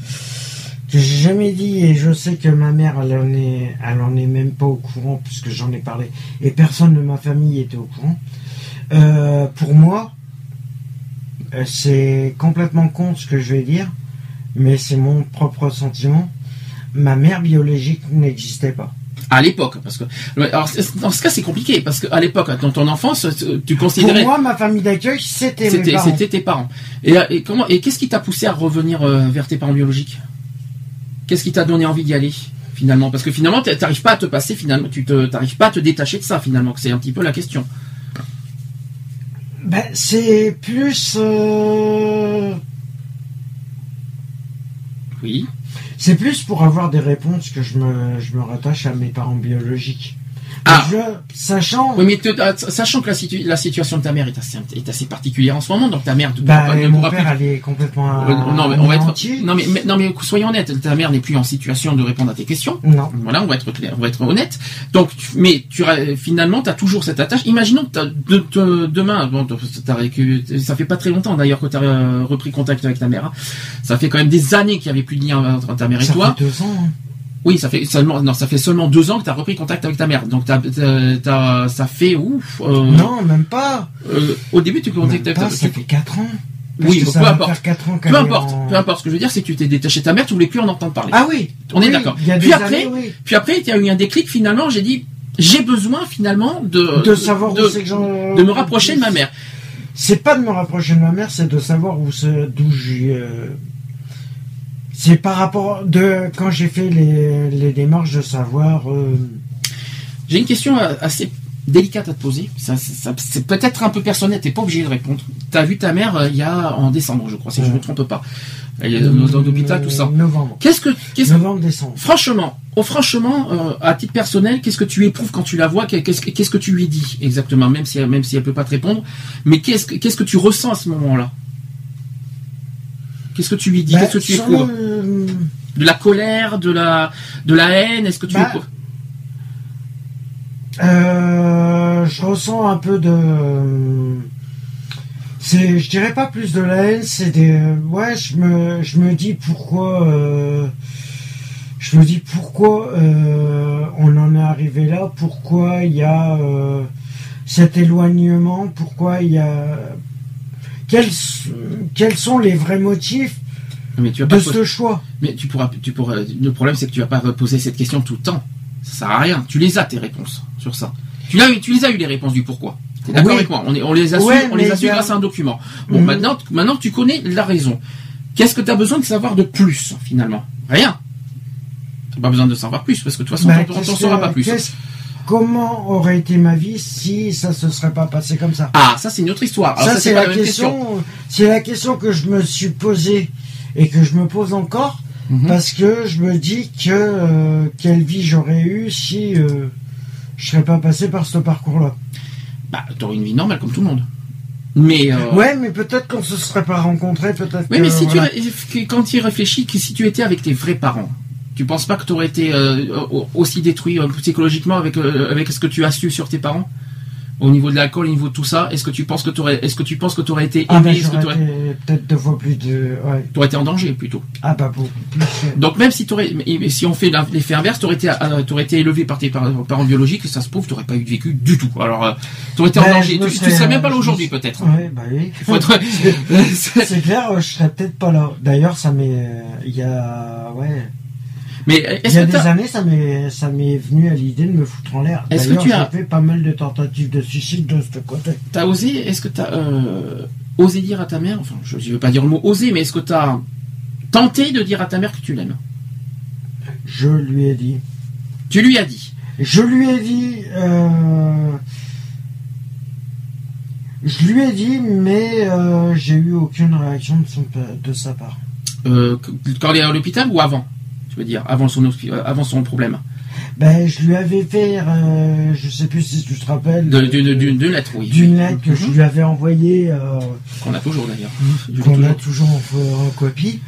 dit, et je sais que ma mère elle en est même pas au courant puisque j'en ai parlé et personne de ma famille était au courant. Pour moi, c'est complètement con ce que je vais dire, mais c'est mon propre sentiment. Ma mère biologique n'existait pas. À l'époque, parce que alors dans ce cas c'est compliqué parce qu'à l'époque, dans ton enfance, tu considérais. Pour moi, ma famille d'accueil, c'était tes parents. Et qu'est-ce qui t'a poussé à revenir vers tes parents biologiques? Qu'est-ce qui t'a donné envie d'y aller finalement? Parce que finalement, t'arrives pas à te passer, finalement, t'arrives pas à te détacher de ça finalement. C'est un petit peu la question. C'est plus. Oui. C'est plus pour avoir des réponses que je me rattache à mes parents biologiques. Sachant. Oui, mais sachant que la situation de ta mère est assez particulière en ce moment, donc ta mère mon père, elle est complètement. Non, mais on va être. Non, mais soyons honnêtes, ta mère n'est plus en situation de répondre à tes questions. Non. Voilà, on va être clair, on va être honnête. Donc, finalement, t'as toujours cette attache. Imaginons que demain, ça fait pas très longtemps d'ailleurs que t'as repris contact avec ta mère. Hein. Ça fait quand même des années qu'il y avait plus de lien entre ta mère et toi. Ça fait 2 ans. Hein. Oui, ça fait seulement 2 ans que tu as repris contact avec ta mère. Donc ça fait ouf. Non, même pas. Au début, tu contactais. Ça fait 4 ans. Oui, peu importe. Peu importe. Ce que je veux dire, c'est que tu t'es détaché de ta mère, tu voulais plus en entendre parler. Ah oui. On est d'accord. Puis après, il y a eu un déclic. Finalement, j'ai dit, j'ai besoin finalement de savoir où c'est que de me rapprocher de ma mère. C'est pas de me rapprocher de ma mère, c'est de savoir d'où c'est par rapport quand j'ai fait les démarches de savoir. J'ai une question assez délicate à te poser. C'est peut-être un peu personnel, t'es pas obligé de répondre. T'as vu ta mère en décembre, je crois, si je me trompe pas. Elle est dans l'hôpital, tout ça. Novembre. Novembre, décembre. Franchement, à titre personnel, qu'est-ce que tu éprouves quand tu la vois? Qu'est-ce que tu lui dis exactement, même si elle peut pas te répondre. Mais qu'est-ce que tu ressens à ce moment-là? Qu'est-ce que tu lui dis? Qu'est-ce que tu éprouves? De la colère, de la haine? Est-ce que tu... Je ressens un peu de... je dirais pas plus de la haine, c'est des... Ouais, je me dis pourquoi... on en est arrivé là, pourquoi il y a cet éloignement, pourquoi il y a... Quels sont les vrais motifs de ce choix? Mais tu pourras. Le problème, c'est que tu vas pas poser cette question tout le temps. Ça sert à rien. Tu les as, tes réponses sur ça. Tu les as eu, les réponses du pourquoi. T'es d'accord avec moi? On les a su grâce à un document. Bon, maintenant que tu connais la raison, qu'est-ce que tu as besoin de savoir de plus, finalement? Rien. T'as pas besoin de savoir plus, parce que de toute façon, on t'en saura pas plus. Comment aurait été ma vie si ça se serait pas passé comme ça? Ah, ça c'est une autre histoire. Alors, ça c'est la question. C'est la question que je me suis posée et que je me pose encore, parce que je me dis que quelle vie j'aurais eu si je serais pas passé par ce parcours-là. Bah, t'aurais une vie normale comme tout le monde. Mais ouais, mais peut-être qu'on se serait pas rencontrés, peut-être. Oui, mais si quand tu y réfléchis, que si tu étais avec tes vrais parents, tu penses pas que tu aurais été aussi détruit psychologiquement avec ce que tu as su sur tes parents, au niveau de l'alcool, au niveau de tout ça? Est-ce que tu penses que tu aurais été aimé? Peut-être 2 fois plus de... Ouais. Tu aurais été en danger plutôt. Ah bah beaucoup plus. Donc même si on fait l'effet inverse, tu aurais été élevé par tes parents biologiques, et ça se prouve, tu n'aurais pas eu de vécu du tout. Alors tu aurais été en danger. Tu serais même pas là aujourd'hui peut-être. Ouais, bah oui. C'est clair, je serais peut-être pas là. D'ailleurs, ça m'est... Il y a... Ouais... Mais il y a des années, ça m'est venu à l'idée de me foutre en l'air. D'ailleurs, j'ai fait pas mal de tentatives de suicide de ce côté. Est-ce que tu as osé dire à ta mère, enfin, je ne veux pas dire le mot oser, mais est-ce que tu as tenté de dire à ta mère que tu l'aimes? Je lui ai dit. Tu lui as dit? Je lui ai dit... Je lui ai dit, mais j'ai eu aucune réaction de sa part. Quand elle est à l'hôpital ou avant? Je veux dire, avant son problème. Ben, je lui avais fait, je sais plus si tu te rappelles. D'une lettre, oui. D'une lettre que je lui avais envoyée. Qu'on a toujours d'ailleurs. Qu'on a toujours en copie.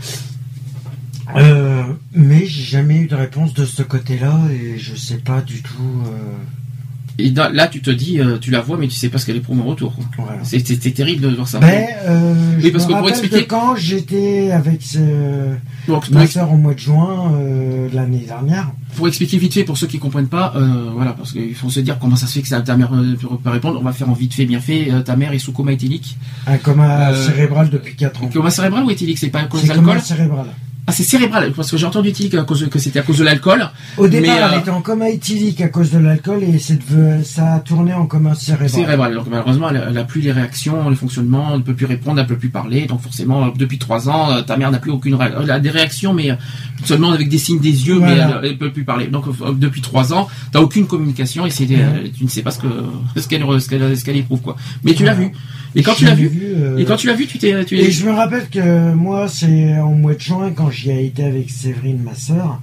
Mais j'ai jamais eu de réponse de ce côté-là et je sais pas du tout. Et là, tu te dis, tu la vois, mais tu sais pas ce qu'elle est pour mon retour. Voilà. C'est terrible de voir ça. Oui, parce que pour expliquer, quand j'étais avec ma soeur au mois de juin l'année dernière. Pour expliquer vite fait pour ceux qui comprennent pas, voilà, parce qu'il faut se dire comment ça se fait que ta mère ne peut pas répondre. On va faire en vite fait, bien fait. Ta mère est sous coma éthylique. Un coma cérébral depuis 4 ans. Coma cérébral ou éthylique? C'est pas à cause de l'alcool? Coma cérébral. Ah, c'est cérébral, parce que j'ai entendu éthylique que c'était à cause de l'alcool. Au départ, elle était en coma éthylique à cause de l'alcool et ça a tourné en coma cérébral. Donc malheureusement, elle n'a plus les réactions, le fonctionnement, elle ne peut plus répondre, elle ne peut plus parler. Donc forcément, depuis 3 ans, ta mère n'a plus aucune réaction. Elle a des réactions, mais seulement avec des signes des yeux, voilà. Mais elle ne peut plus parler. Donc depuis 3 ans, tu n'as aucune communication et tu ne sais pas ce qu'elle éprouve, quoi. Mais tu l'as vu. Et quand tu l'as vu, tu t'es... Et je me rappelle que moi, c'est en mois de juin, quand j'y ai été avec Séverine, ma sœur,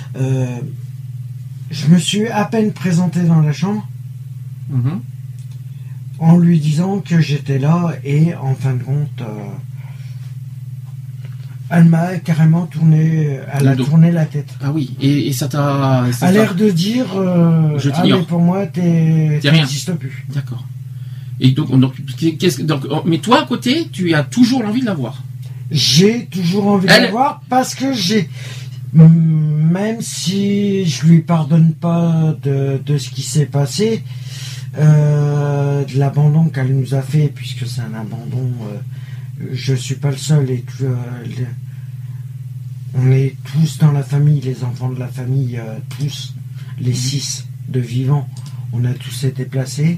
je me suis à peine présenté dans la chambre, en lui disant que j'étais là, et en fin de compte, elle m'a carrément tourné la tête. Ah oui, et ça t'a... À l'air de dire, je t'ignore. Mais pour moi, t'existes plus. D'accord. Et donc, mais toi, à côté, tu as toujours l'envie de la voir. J'ai toujours envie de la voir parce que même si je lui pardonne pas de ce qui s'est passé, de l'abandon qu'elle nous a fait, puisque c'est un abandon, je suis pas le seul et on est tous dans la famille, les enfants de la famille, tous, les 6 de vivants, on a tous été placés.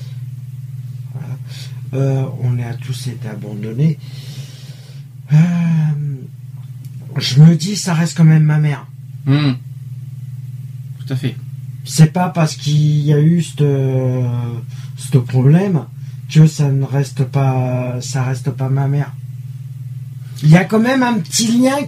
On a tous été abandonnés. Je me dis, ça reste quand même ma mère. Tout à fait. C'est pas parce qu'il y a eu ce problème que ça reste pas ma mère. Il y a quand même un petit lien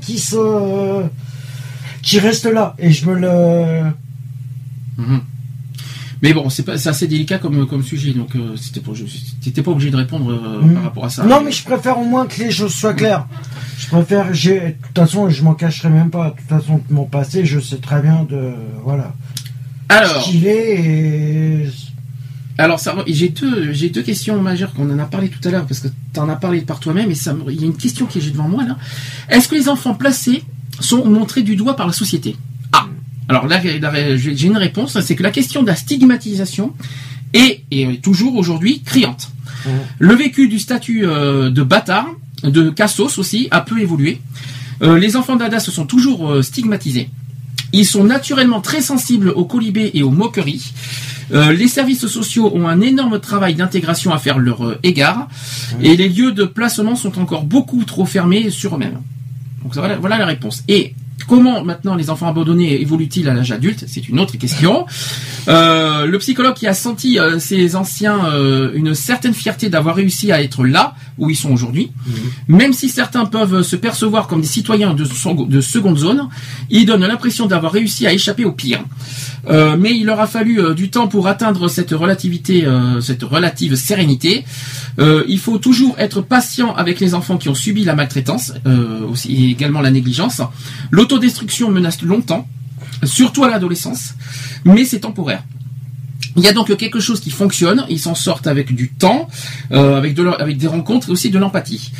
qui reste là, et je me le... Mais bon, c'est assez délicat comme sujet, donc t'étais pas obligé de répondre par rapport à ça. Non, mais je préfère au moins que les choses soient claires. Je préfère, de toute façon, je m'en cacherai même pas. De toute façon, mon passé, je sais très bien Alors, ce qu'il est. Et... Alors, j'ai deux questions majeures qu'on en a parlé tout à l'heure, parce que t'en as parlé par toi-même, et il y a une question qui est devant moi là. Est-ce que les enfants placés sont montrés du doigt par la société? Alors là, j'ai une réponse, c'est que la question de la stigmatisation est toujours aujourd'hui criante. Le vécu du statut de bâtard, de cassos aussi, a peu évolué. Les enfants d'Adas sont toujours stigmatisés. Ils sont naturellement très sensibles aux colibés et aux moqueries. Les services sociaux ont un énorme travail d'intégration à faire leur égard. Et les lieux de placement sont encore beaucoup trop fermés sur eux-mêmes. Donc voilà la réponse. Et comment maintenant les enfants abandonnés évoluent-ils à l'âge adulte? C'est une autre question. Le psychologue qui a senti ces anciens une certaine fierté d'avoir réussi à être là où ils sont aujourd'hui, même si certains peuvent se percevoir comme des citoyens de seconde zone, ils donnent l'impression d'avoir réussi à échapper au pire. Mais il leur a fallu du temps pour atteindre cette relative sérénité. Il faut toujours être patient avec les enfants qui ont subi la maltraitance, aussi également la négligence. L'autodestruction menace longtemps, surtout à l'adolescence, mais c'est temporaire. Il y a donc quelque chose qui fonctionne, ils s'en sortent avec du temps, avec des rencontres et aussi de l'empathie.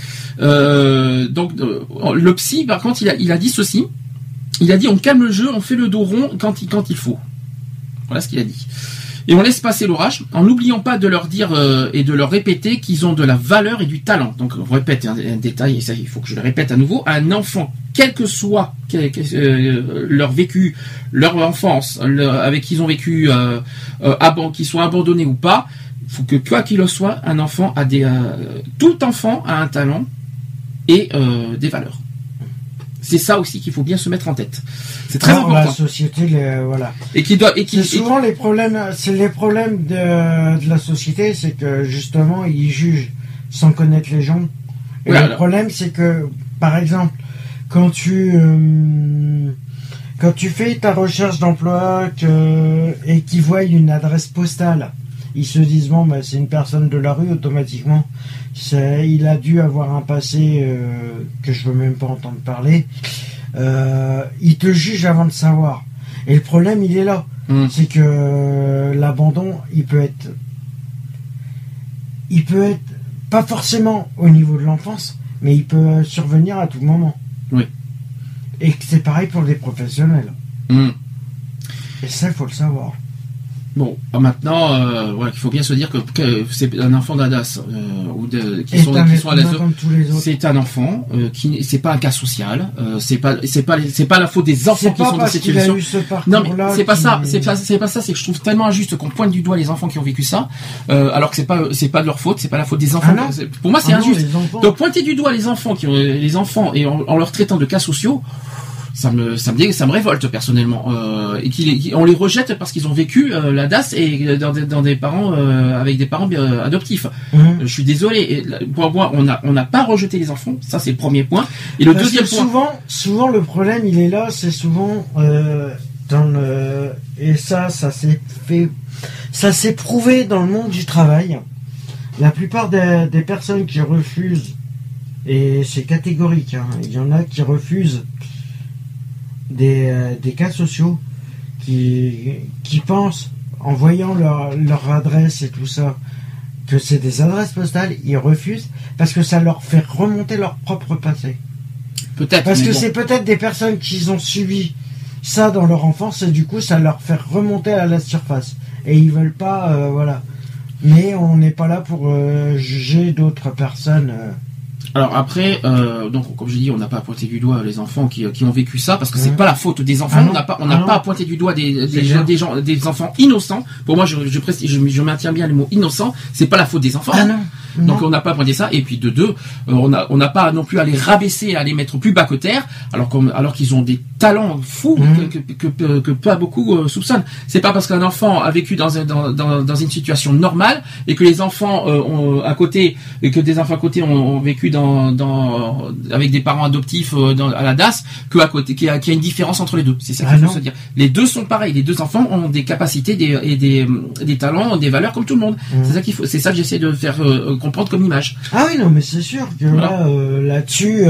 Le psy, par contre, il a dit ceci. Il a dit on calme le jeu, on fait le dos rond quand il faut. Voilà ce qu'il a dit. Et on laisse passer l'orage, en n'oubliant pas de leur dire et de leur répéter qu'ils ont de la valeur et du talent. Donc on répète un détail, et ça il faut que je le répète à nouveau, un enfant, quel que soit leur vécu, leur enfance, avec qui ils ont vécu, qu'ils soient abandonnés ou pas, il faut que quoi qu'il en soit, un enfant tout enfant a un talent et des valeurs. C'est ça aussi qu'il faut bien se mettre en tête. C'est très important. La société, voilà. C'est souvent les problèmes. C'est les problèmes de la société, c'est que justement ils jugent sans connaître les gens. Et le problème, c'est que, par exemple, quand tu fais ta recherche d'emploi et qu'ils voient une adresse postale, ils se disent bon, c'est une personne de la rue automatiquement. Il a dû avoir un passé que je veux même pas entendre parler. Il te juge avant de savoir. Et le problème, il est là. C'est que l'abandon, il peut être pas forcément au niveau de l'enfance, mais il peut survenir à tout moment. Oui. Et c'est pareil pour les professionnels. Et ça, il faut le savoir. Bon, maintenant, il faut bien se dire que c'est un enfant d'Adas qui sont à l'ASE. C'est un enfant c'est pas un cas social. C'est pas la faute des enfants qui sont dans cette situation. Non, mais c'est pas ça. C'est pas ça. C'est que je trouve tellement injuste qu'on pointe du doigt les enfants qui ont vécu ça, alors que c'est pas de leur faute. C'est pas la faute des enfants. Pour moi, c'est injuste. Donc pointer du doigt les enfants et en leur traitant de cas sociaux. Ça me révolte personnellement et on les rejette parce qu'ils ont vécu la DAS et dans des parents avec des parents adoptifs. Je suis désolé. Et pour moi, on n'a pas rejeté les enfants. Ça, c'est le premier point. Et le deuxième point. Souvent le problème, il est là. C'est souvent et ça s'est prouvé dans le monde du travail. La plupart des personnes qui refusent, et c'est catégorique, il y en a qui refusent des cas sociaux qui pensent, en voyant leur adresse et tout ça, que c'est des adresses postales, ils refusent parce que ça leur fait remonter leur propre passé. Peut-être. Parce que c'est peut-être des personnes qui ont subi ça dans leur enfance et du coup ça leur fait remonter à la surface. Et ils veulent pas, voilà. Mais on n'est pas là pour juger d'autres personnes. Alors après, donc comme je dis, on n'a pas à pointer du doigt les enfants qui ont vécu ça parce que c'est pas la faute des enfants. On n'a pas à pointer du doigt des enfants innocents. Pour moi, je maintiens bien le mot innocent. C'est pas la faute des enfants. Donc on n'a pas à pointer ça. Et puis de deux, on n'a pas non plus à les rabaisser, à les mettre plus bas que terre, alors qu'ils ont des talents fous que pas beaucoup soupçonnent. C'est pas parce qu'un enfant a vécu dans une situation normale et que les enfants à côté et que des enfants à côté ont vécu dans avec des parents adoptifs à la DAS que à côté, qu'il y a une différence entre les deux. C'est ça qu'il faut se dire. Les deux sont pareils. Les deux enfants ont des capacités et des talents, des valeurs comme tout le monde. C'est ça que j'essaie de faire comprendre comme image. Ah oui, non, mais c'est sûr que là-dessus,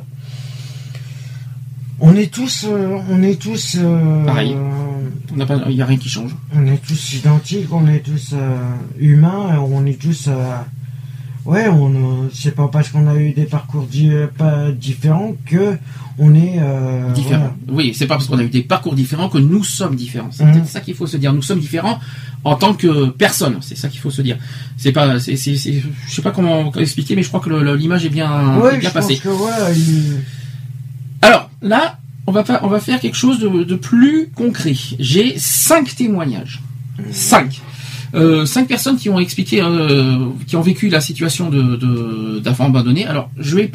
on est tous pareil. Il n'y a rien qui change. On est tous identiques, on est tous humains, on est tous. C'est pas parce qu'on a eu des parcours pas différents que on est différents. Oui, c'est pas parce qu'on a eu des parcours différents que nous sommes différents. C'est peut-être ça qu'il faut se dire. Nous sommes différents en tant que personne. C'est ça qu'il faut se dire. Je sais pas comment expliquer, mais je crois que l'image est bien passée. Alors là, on va faire quelque chose de plus concret. J'ai 5 témoignages. 5 personnes qui ont expliqué, qui ont vécu la situation d'enfants abandonnés. Alors,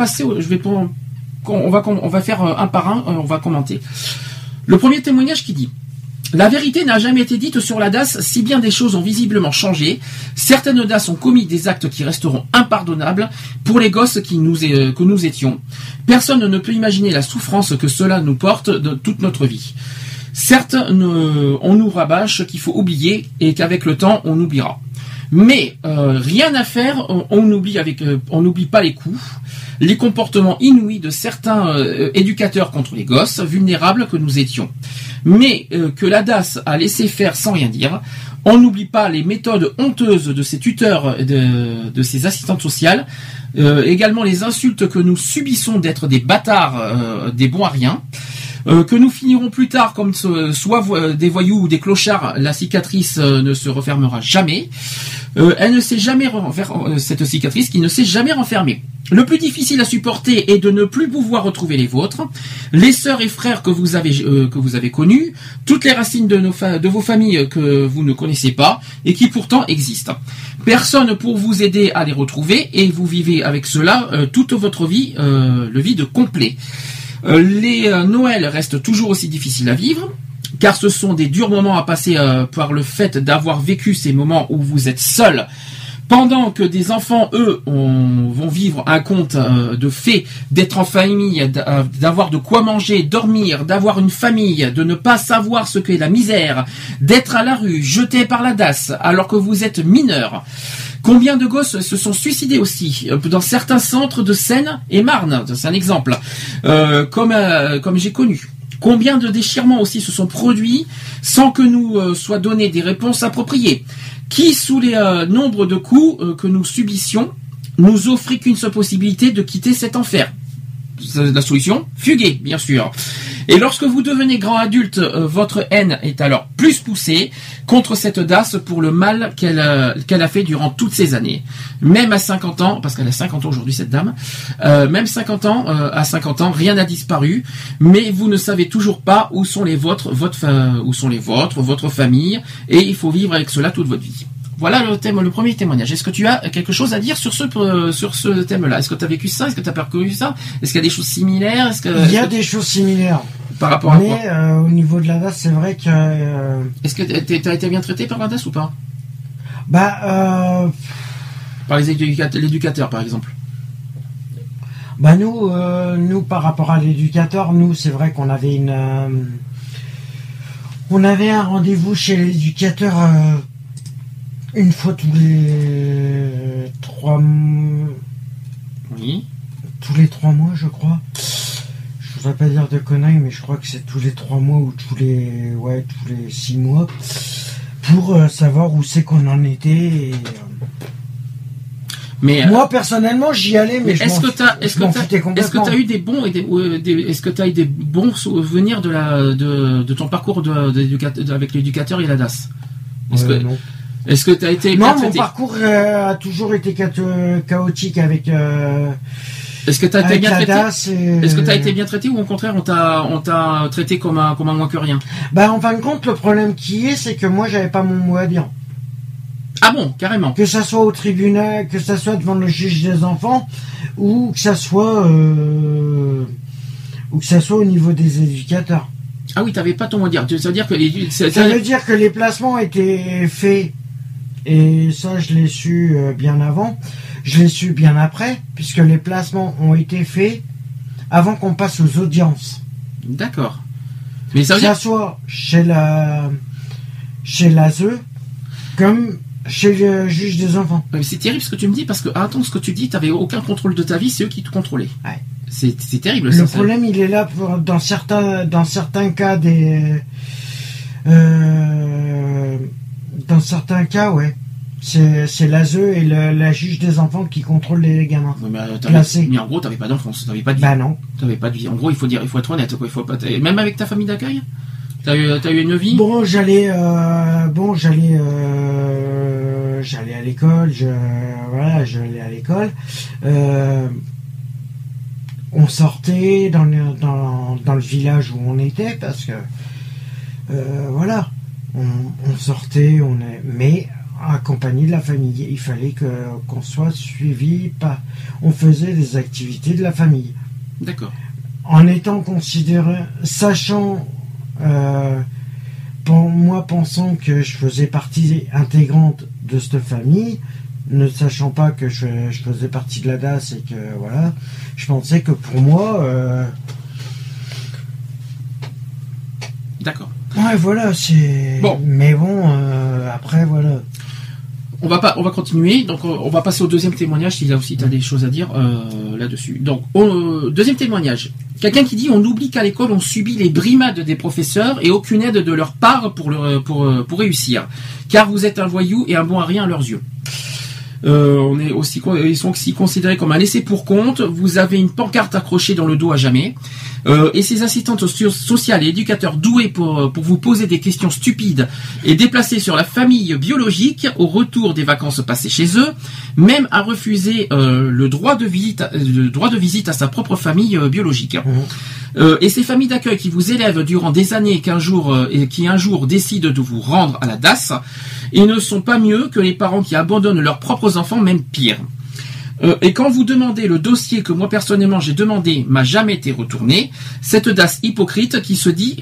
on va faire un par un, on va commenter. Le premier témoignage qui dit: la vérité n'a jamais été dite sur la DAS, si bien des choses ont visiblement changé. Certaines DAS ont commis des actes qui resteront impardonnables pour les gosses que nous étions. Personne ne peut imaginer la souffrance que cela nous porte de toute notre vie. Certes, on nous rabâche qu'il faut oublier et qu'avec le temps, on oubliera. Mais rien à faire, on n'oublie pas les coups, les comportements inouïs de certains éducateurs contre les gosses vulnérables que nous étions. Mais que la DAS a laissé faire sans rien dire. On n'oublie pas les méthodes honteuses de ses tuteurs, de ses assistantes sociales, également les insultes que nous subissons d'être des bâtards, des bons à rien. Que nous finirons plus tard comme soit des voyous ou des clochards, la cicatrice ne se refermera jamais. Elle ne s'est jamais cette cicatrice qui ne s'est jamais renfermée. Le plus difficile à supporter est de ne plus pouvoir retrouver les vôtres, les sœurs et frères que vous avez connus, toutes les racines de vos familles que vous ne connaissez pas et qui pourtant existent. Personne pour vous aider à les retrouver et vous vivez avec cela toute votre vie, le vide complet. Les Noëls restent toujours aussi difficiles à vivre, car ce sont des durs moments à passer par le fait d'avoir vécu ces moments où vous êtes seul, pendant que des enfants, eux, vont vivre un conte de fées, d'être en famille, d'avoir de quoi manger, dormir, d'avoir une famille, de ne pas savoir ce qu'est la misère, d'être à la rue, jeté par la DAS, alors que vous êtes mineur. Combien de gosses se sont suicidés aussi dans certains centres de Seine-et-Marne, c'est un exemple, comme j'ai connu. Combien de déchirements aussi se sont produits sans que nous soient donné des réponses appropriées. Qui, sous les nombres de coups que nous subissions, nous offrit qu'une seule possibilité de quitter cet enfer. La solution, fuguer, bien sûr. Et lorsque vous devenez grand adulte, votre haine est alors plus poussée contre cette DAS pour le mal qu'elle a fait durant toutes ces années. Même à 50 ans, parce qu'elle a 50 ans aujourd'hui cette dame, même 50 ans, à 50 ans, rien n'a disparu, mais vous ne savez toujours pas où sont les vôtres, votre famille, et il faut vivre avec cela toute votre vie. Voilà le premier témoignage. Est-ce que tu as quelque chose à dire sur ce thème-là? Est-ce que tu as vécu ça? Est-ce que tu as parcouru ça? Est-ce qu'il y a des choses similaires? Il y a des choses similaires. Par rapport à quoi? Mais au niveau de la DAS, c'est vrai que... Est-ce que tu as été bien traité par la DAS ou pas? Par l'éducateur, par exemple. Nous, par rapport à l'éducateur, nous, c'est vrai qu'on avait on avait un rendez-vous chez l'éducateur... une fois tous les 3 mois. Oui. Tous les 3 mois, je crois. Je voudrais pas dire de conneries, mais je crois que c'est tous les 3 mois ou tous les 6 mois. Pour savoir où c'est qu'on en était. Mais moi, personnellement, j'y allais, mais est-ce que tu as eu des bons est-ce que tu as eu des bons souvenirs de ton parcours avec l'éducateur et la DAS? Non. Est-ce que tu as été bien traité? Mon parcours a toujours été chaotique avec. Est-ce que tu as été bien traité? Est-ce que tu as été bien traité ou au contraire on t'a traité comme un moins que rien? En fin de compte, le problème c'est que moi j'avais pas mon mot à dire. Ah bon, carrément. Que ça soit au tribunal, que ça soit devant le juge des enfants, ou que ça soit au niveau des éducateurs. Ah oui, t'avais pas ton mot à dire. Ça veut dire que les placements étaient faits. Et ça, je l'ai su bien avant, Je l'ai su bien après, puisque les placements ont été faits avant qu'on passe aux audiences. D'accord. Mais ça veut dire... soit chez l'ASE, comme chez le juge des enfants. Mais c'est terrible ce que tu me dis, parce que, attends, ce que tu dis, tu n'avais aucun contrôle de ta vie, c'est eux qui te contrôlaient. Ouais. C'est terrible. Le problème, il est là pour, dans certains cas dans certains cas, ouais. C'est l'ASE et la juge des enfants qui contrôlent les gamins. Ouais, placés. Mais en gros, t'avais pas d'enfance, t'avais pas de vie. Bah non. T'avais pas de vie. En gros, il faut être honnête, quoi. Il faut pas. Même avec ta famille d'accueil, t'as eu une vie. Bon, j'allais à l'école. J'allais à l'école. On sortait dans le village où on était parce que voilà, on sortait, mais accompagné de la famille. Il fallait qu'on soit suivi on faisait des activités de la famille. D'accord. En étant considéré, sachant, moi pensant que je faisais partie intégrante de cette famille, ne sachant pas que je faisais partie de la DAS et que voilà, je pensais que pour moi, d'accord. Ouais, voilà, c'est bon. Mais bon, après voilà. On va continuer, donc on va passer au deuxième témoignage, si là aussi tu as des choses à dire là-dessus. Donc, deuxième témoignage. Quelqu'un qui dit: on oublie qu'à l'école on subit les brimades des professeurs et aucune aide de leur part pour réussir. Car vous êtes un voyou et un bon à rien à leurs yeux. Ils sont aussi considérés comme un laissé pour compte. Vous avez une pancarte accrochée dans le dos à jamais. Et ces assistantes sociales et éducateurs doués pour vous poser des questions stupides et déplacés sur la famille biologique au retour des vacances passées chez eux, même à refuser le droit de visite à sa propre famille biologique. Et ces familles d'accueil qui vous élèvent durant des années et qui un jour décident de vous rendre à la DAS, et ne sont pas mieux que les parents qui abandonnent leurs propres enfants, même pire. Et quand vous demandez le dossier que moi personnellement j'ai demandé m'a jamais été retourné, cette DAS hypocrite qui se dit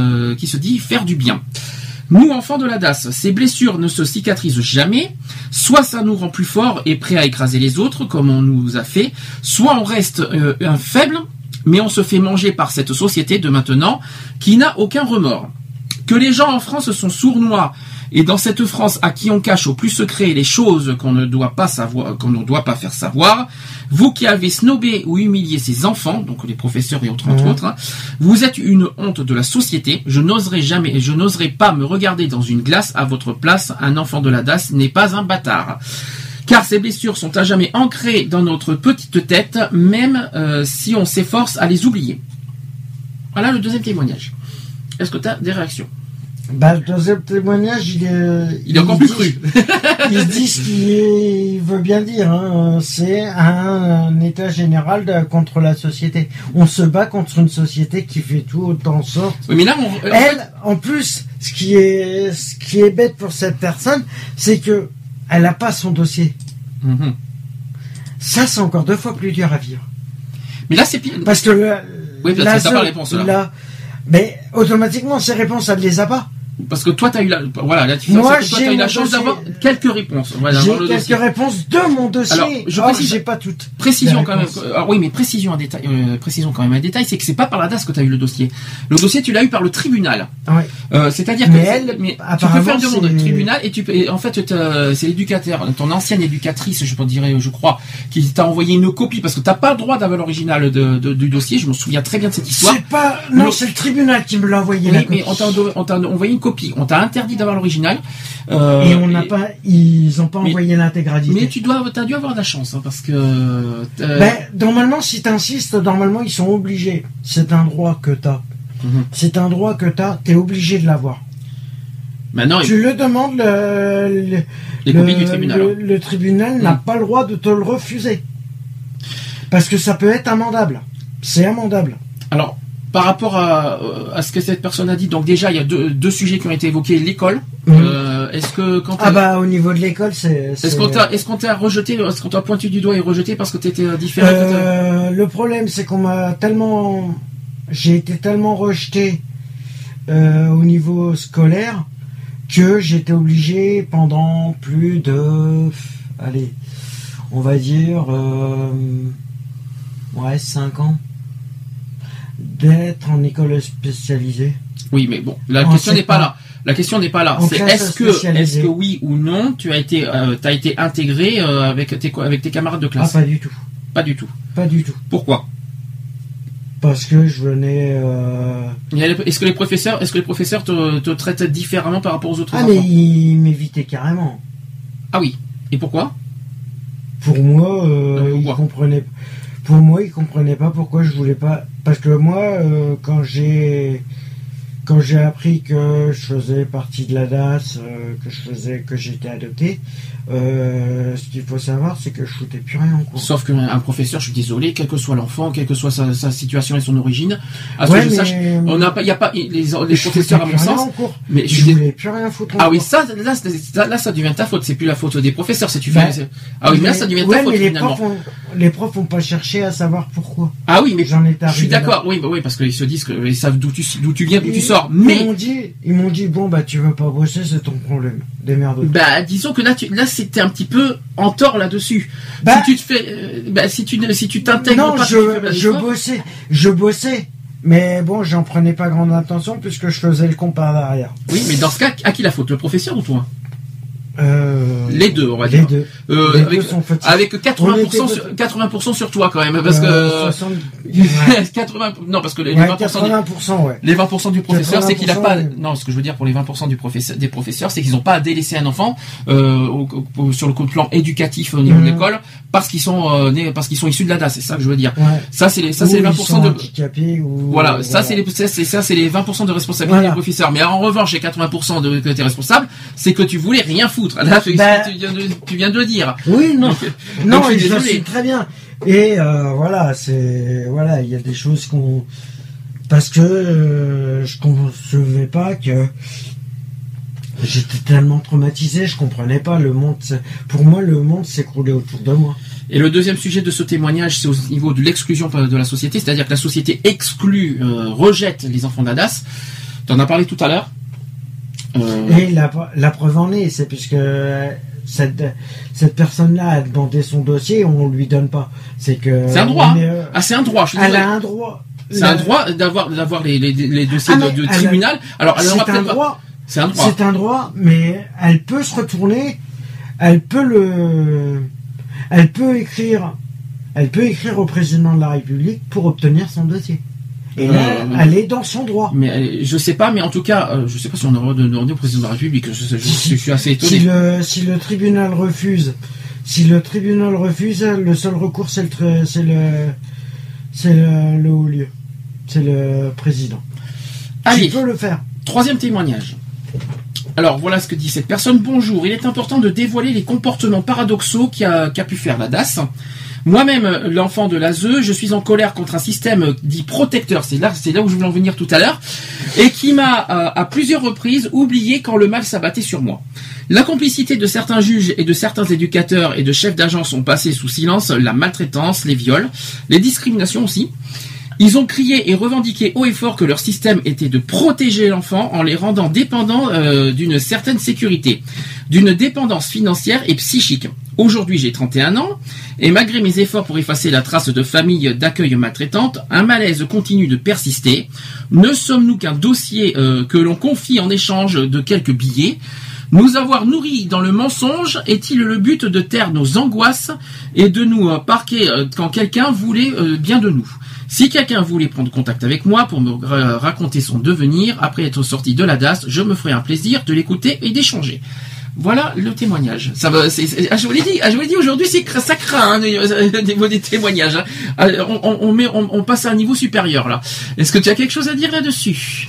faire du bien. Nous, enfants de la DAS, ces blessures ne se cicatrisent jamais. Soit ça nous rend plus forts et prêts à écraser les autres, comme on nous a fait, soit on reste un faible, mais on se fait manger par cette société de maintenant qui n'a aucun remords. Que les gens en France sont sournois, et dans cette France à qui on cache au plus secret les choses qu'on ne doit pas faire savoir, vous qui avez snobé ou humilié ces enfants, donc les professeurs et entre autres, vous êtes une honte de la société. Je n'oserais pas me regarder dans une glace à votre place. Un enfant de la DAS n'est pas un bâtard. Car ces blessures sont à jamais ancrées dans notre petite tête, même si on s'efforce à les oublier. Voilà le deuxième témoignage. Est-ce que tu as des réactions ? Le deuxième témoignage, il est encore plus cru. Il dit ce qu'il veut bien dire. Hein. C'est un état général contre la société. On se bat contre une société qui fait tout en sorte. Oui, mais là, en plus, ce qui est bête pour cette personne, c'est que elle n'a pas son dossier. Mm-hmm. Ça, c'est encore 2 fois plus dur à vivre. Mais là, c'est pire. Parce que oui, parce que t'as pas la réponse là. Mais automatiquement, ces réponses, elle ne les a pas. Parce que toi, tu as eu la chance d'avoir quelques réponses. Voilà, j'ai quelques réponses de mon dossier. Alors, j'ai pas toutes. Précision quand même. Alors, oui, mais précision quand même un détail, c'est que c'est pas par la DAS que tu as eu le dossier. Le dossier, tu l'as eu par le tribunal. Ouais. C'est-à-dire que tu peux faire une demande au tribunal et en fait, c'est l'éducateur, ton ancienne éducatrice, je crois, qui t'a envoyé une copie parce que t'as pas le droit d'avoir l'original du dossier. Je me souviens très bien de cette histoire. C'est le tribunal qui me l'a envoyé. Oui, mais on t'a envoyé une copie. On t'a interdit d'avoir l'original. Ils n'ont pas envoyé l'intégralité. Mais t'as dû avoir de la chance, hein, parce que. Normalement, si t'insistes, normalement, ils sont obligés. C'est un droit que t'as. Mm-hmm. C'est un droit que t'es obligé de l'avoir. Maintenant, tu le demandes, les copies du tribunal. Le tribunal n'a pas le droit de te le refuser. Parce que ça peut être amendable. C'est amendable. Alors, par rapport à ce que cette personne a dit, donc déjà il y a deux sujets qui ont été évoqués. L'école. Est-ce que quand au niveau de l'école, est-ce qu'on t'a rejeté, est-ce qu'on t'a pointé du doigt et rejeté parce que t'étais différent? Le problème, c'est j'ai été tellement rejeté au niveau scolaire que j'étais obligé pendant plus de, on va dire, 5 ans, d'être en école spécialisée. Oui, mais bon, la question n'est pas là. La question n'est pas là. C'est est-ce que oui ou non, tu as été, t'as été intégré avec tes camarades de classe? Ah, pas du tout. Pas du tout. Pas du tout. Pourquoi? Parce que je venais. Est-ce que les professeurs te traitent différemment par rapport aux autres enfants? Ah, mais ils m'évitaient carrément. Ah oui. Et pourquoi? Pour moi, ils comprenaient. Pour moi, ils comprenaient pas pourquoi je voulais pas. Parce que moi, quand j'ai appris que je faisais partie de la DAS, que j'étais adopté, ce qu'il faut savoir, c'est que je foutais plus rien en cours. Sauf qu'un professeur, je suis désolé, quel que soit l'enfant, quelle que soit sa situation et son origine, à ce ouais, que je sache, il n'y a pas les professeurs à mon sens. Mais je voulais plus rien foutre en cours. Ah oui, ça devient ta faute. C'est plus la faute des professeurs. C'est ah oui, mais là, ça devient ta faute. Mais les profs ont pas cherché à savoir pourquoi. Ah oui, mais j'en étais arrivé. Je suis d'accord. Oui, parce qu'ils se disent qu'ils savent d'où tu viens, d'où tu sors. Mais ils m'ont dit bon bah tu veux pas bosser, c'est ton problème. Démerde-toi. Bah disons que là c'était un petit peu en tort là-dessus. Si tu te fais, si tu t'intègres non, pas, je bossais. Mais bon, j'en prenais pas grande attention puisque je faisais le con par derrière. Oui, mais dans ce cas, à qui la faute, le professeur ou toi? Les deux, on va dire. Les deux sont avec 80% sur toi quand même, parce que 60... 80, non, parce que les 20%, ouais. Les 20% du professeur, c'est qu'il a pas, non, ce que je veux dire pour les 20% des professeurs, c'est qu'ils n'ont pas à délaisser un enfant sur le plan éducatif au niveau de l'école, parce qu'ils sont issus de la DAS, c'est ça que je veux dire. Ouais. Ça c'est les 20% de handicapés ou voilà, ça c'est les 20% de responsabilité des professeurs. Mais en revanche, les 80% que tu es responsable, c'est que tu voulais rien foutre. Là, tu viens de le dire. Oui, non. Donc, je suis très bien. Et voilà, il y a des choses parce que je concevais pas que j'étais tellement traumatisé, je comprenais pas le monde. Pour moi, le monde s'écroulait autour de moi. Et le deuxième sujet de ce témoignage, c'est au niveau de l'exclusion de la société, c'est-à-dire que la société exclut, rejette les enfants d'ADAS. Tu en as parlé tout à l'heure. Et la preuve en est, c'est puisque cette personne-là a demandé son dossier, on lui donne pas. C'est un droit. C'est un droit. Elle a un droit. C'est un droit d'avoir les dossiers de tribunal. Alors, c'est un droit. C'est un droit. C'est un droit, mais elle peut se retourner. Elle peut écrire au président de la République pour obtenir son dossier. Et là, elle est dans son droit. Mais je sais pas, mais en tout cas, je sais pas si on a le droit de demander au président de la République. Je suis assez étonné. Si le tribunal refuse, le seul recours c'est le haut lieu, c'est le président. Allez, tu peux le faire. Troisième témoignage. Alors voilà ce que dit cette personne. Bonjour, il est important de dévoiler les comportements paradoxaux qu'a pu faire la DAS. Moi-même, l'enfant de l'ASE, je suis en colère contre un système dit protecteur, c'est là où je voulais en venir tout à l'heure, et qui m'a, à plusieurs reprises, oublié quand le mal s'abattait sur moi. La complicité de certains juges et de certains éducateurs et de chefs d'agence ont passé sous silence la maltraitance, les viols, les discriminations aussi. Ils ont crié et revendiqué haut et fort que leur système était de protéger l'enfant en les rendant dépendants d'une certaine sécurité, d'une dépendance financière et psychique. Aujourd'hui, j'ai 31 ans, et malgré mes efforts pour effacer la trace de famille d'accueil maltraitante, un malaise continue de persister. Ne sommes-nous qu'un dossier que l'on confie en échange de quelques billets ? Nous avoir nourris dans le mensonge est-il le but de taire nos angoisses et de nous parquer quand quelqu'un voulait bien de nous ? Si quelqu'un voulait prendre contact avec moi pour me raconter son devenir après être sorti de la DAS, je me ferai un plaisir de l'écouter et d'échanger. Voilà le témoignage. Ça va, je vous l'ai dit, aujourd'hui, ça craint, des témoignages. Hein. On passe à un niveau supérieur, là. Est-ce que tu as quelque chose à dire là-dessus?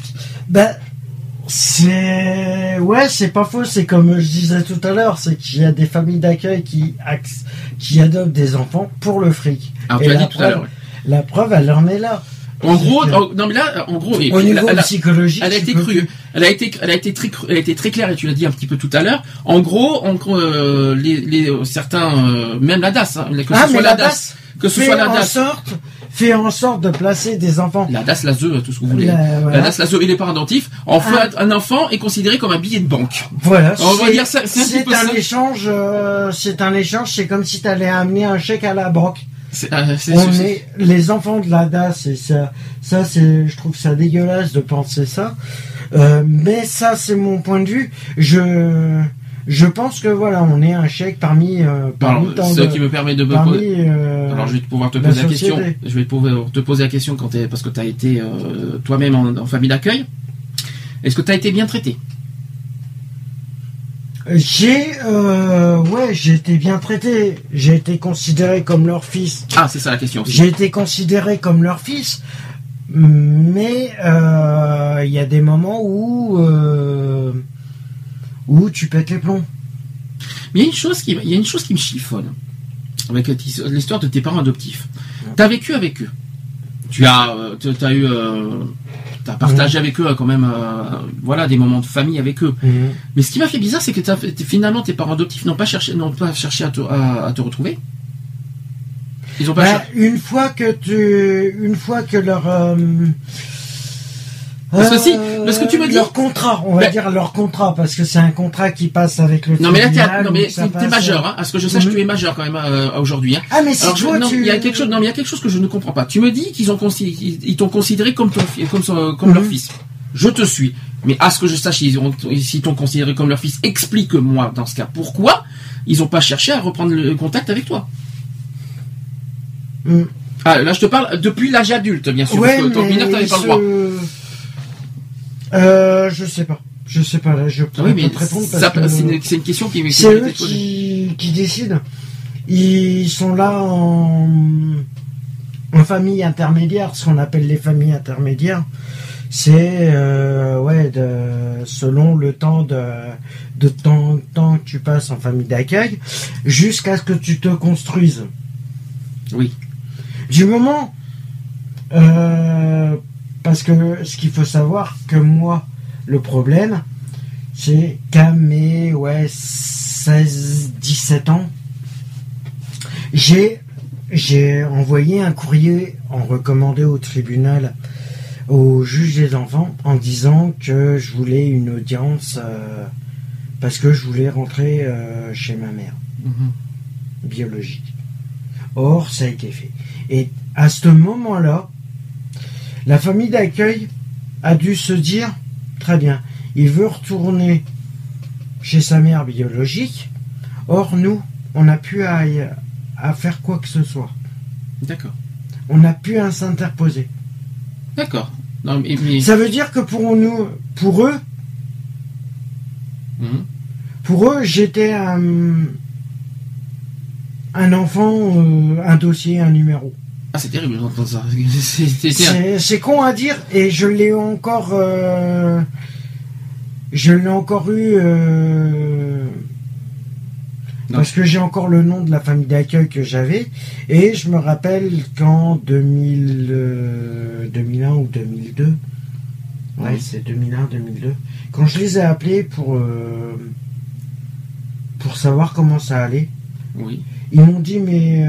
C'est pas faux, c'est comme je disais tout à l'heure, c'est qu'il y a des familles d'accueil qui adoptent des enfants pour le fric. Alors, tu as dit tout à l'heure. La preuve, elle en est là. En gros, au niveau psychologique, elle a été crue. Elle a été très claire et tu l'as dit un petit peu tout à l'heure. En gros, certains, même la DAS, que ce soit la DAS, fait en sorte de placer des enfants. La DAS, la ZE, tout ce que vous voulez. La DAS, la ZE et les parents adoptifs. En fait, un enfant est considéré comme un billet de banque. Voilà. On va dire ça, c'est un échange. C'est un échange. C'est comme si tu allais amener un chèque à la banque. Les enfants de la DAS, et ça, je trouve ça dégueulasse de penser ça. Mais ça, c'est mon point de vue. Je pense que voilà, on est un chèque parmi tant ce qui me permet de alors je vais pouvoir te poser la question. Je vais pouvoir te poser la question parce que tu as été toi-même en famille d'accueil. Est-ce que tu as été bien traité? J'ai été bien traité. J'ai été considéré comme leur fils. Ah, c'est ça la question. J'ai été considéré comme leur fils, mais il y a des moments où tu pètes les plombs. Mais il y a une chose qui me chiffonne avec l'histoire de tes parents adoptifs. T'as vécu avec eux. T'as partagé avec eux quand même, des moments de famille avec eux. Mais ce qui m'a fait bizarre, c'est que finalement tes parents adoptifs n'ont pas cherché à te retrouver. Ils ont pas cherché. Une fois que leur parce que tu me dis leur contrat, on va dire leur contrat, parce que c'est un contrat qui passe avec le tribunal. Non mais t'es majeur, hein. À ce que je sache, tu es majeur quand même aujourd'hui. Hein. Ah mais si il y a quelque chose que je ne comprends pas. Tu me dis qu'ils t'ont considéré comme leur fils. Je te suis. Mais à ce que je sache, s'ils t'ont considéré comme leur fils, explique-moi dans ce cas pourquoi ils n'ont pas cherché à reprendre le contact avec toi. Ah, là je te parle depuis l'âge adulte, bien sûr. Ouais, parce que ton mineur, t'avais pas le droit. Je sais pas là, je pourrais pas te répondre parce que c'est une question qui c'est eux qui décident. Ils sont là en famille intermédiaire, ce qu'on appelle les familles intermédiaires. C'est selon le temps de temps que tu passes en famille d'accueil jusqu'à ce que tu te construises. Oui. Du moment parce que ce qu'il faut savoir, que moi, le problème, c'est qu'à mes 16-17 ans, j'ai envoyé un courrier en recommandé au tribunal, au juge des enfants, en disant que je voulais une audience parce que je voulais rentrer chez ma mère biologique. Or, ça a été fait. Et à ce moment-là, la famille d'accueil a dû se dire, très bien, il veut retourner chez sa mère biologique. Or, nous, on n'a plus à faire quoi que ce soit. D'accord. On n'a plus à s'interposer. D'accord. Non, mais... Ça veut dire que pour eux, j'étais un enfant, un dossier, un numéro. Ah, c'est terrible d'entendre ça. C'est con à dire, et je l'ai encore eu parce que j'ai encore le nom de la famille d'accueil que j'avais, et je me rappelle qu'en 2001 ou 2002, c'est 2001-2002, quand je les ai appelés pour savoir comment ça allait, ils m'ont dit mais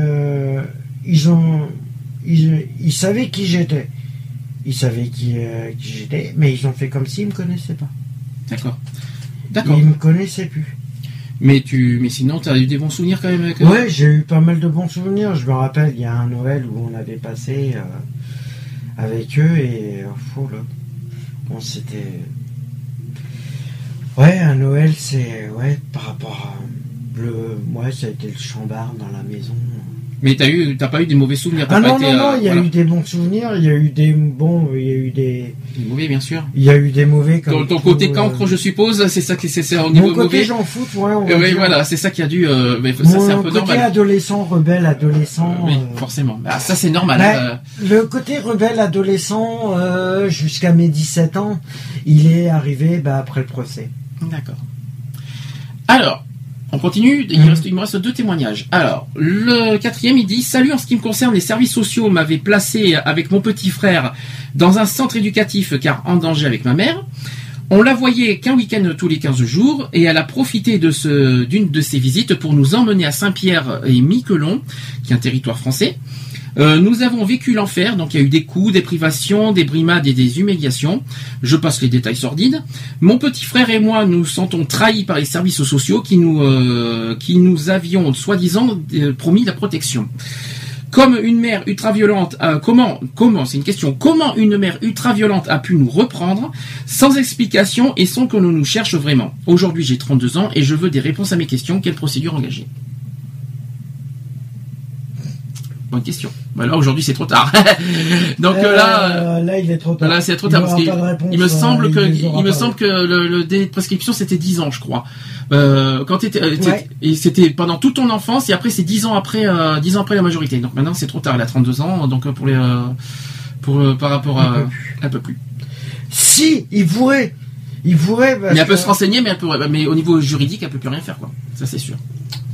ils savaient qui j'étais. Ils savaient qui j'étais, mais ils ont fait comme s'ils me connaissaient pas. D'accord. Ils me connaissaient plus. Mais sinon, tu as eu des bons souvenirs quand même avec eux? Ouais, j'ai eu pas mal de bons souvenirs. Je me rappelle, il y a un Noël où on avait passé avec eux et c'était... Ouais, un Noël, c'est... Ouais, par rapport à... ça a été le chambard dans la maison. Mais t'as pas eu des mauvais souvenirs? Non, il y a eu des bons souvenirs, il y a eu des mauvais, bien sûr. Il y a eu des mauvais comme ton côté cancre, je suppose, c'est ça qui c'est au niveau mon côté mauvais. J'en fous, oui, voilà, c'est ça qui a dû mais ça mon c'est un peu côté normal. rebelle adolescent. Oui, forcément. Ça c'est normal. Le côté rebelle adolescent jusqu'à mes 17 ans, il est arrivé après le procès. D'accord. Alors, on continue, il me reste 2 témoignages. Alors, le 4e, il dit « Salut, en ce qui me concerne, les services sociaux m'avaient placé avec mon petit frère dans un centre éducatif car en danger avec ma mère. On la voyait qu'un week-end tous les 15 jours et elle a profité d'une de ses visites pour nous emmener à Saint-Pierre et Miquelon, qui est un territoire français. Nous avons vécu l'enfer, donc il y a eu des coups, des privations, des brimades et des humiliations. Je passe les détails sordides. Mon petit frère et moi nous sentons trahis par les services sociaux qui nous avions soi-disant promis la protection. Comme une mère ultra-violente, comment une mère ultra-violente a pu nous reprendre sans explication et sans que l'on nous cherche vraiment. Aujourd'hui, j'ai 32 ans et je veux des réponses à mes questions. Quelle procédure engager? Bonne question. Là, aujourd'hui, c'est trop tard. Donc là, il est trop tard. Là, c'est trop tard parce qu'il me semble que le délai de prescription c'était 10 ans, je crois. Quand et c'était pendant toute ton enfance et après c'est 10 ans après la majorité. Donc maintenant c'est trop tard. Elle a 32 ans, donc par rapport à un peu plus. Si il pourrait. Mais elle peut se renseigner, mais au niveau juridique, elle peut plus rien faire, quoi. Ça c'est sûr.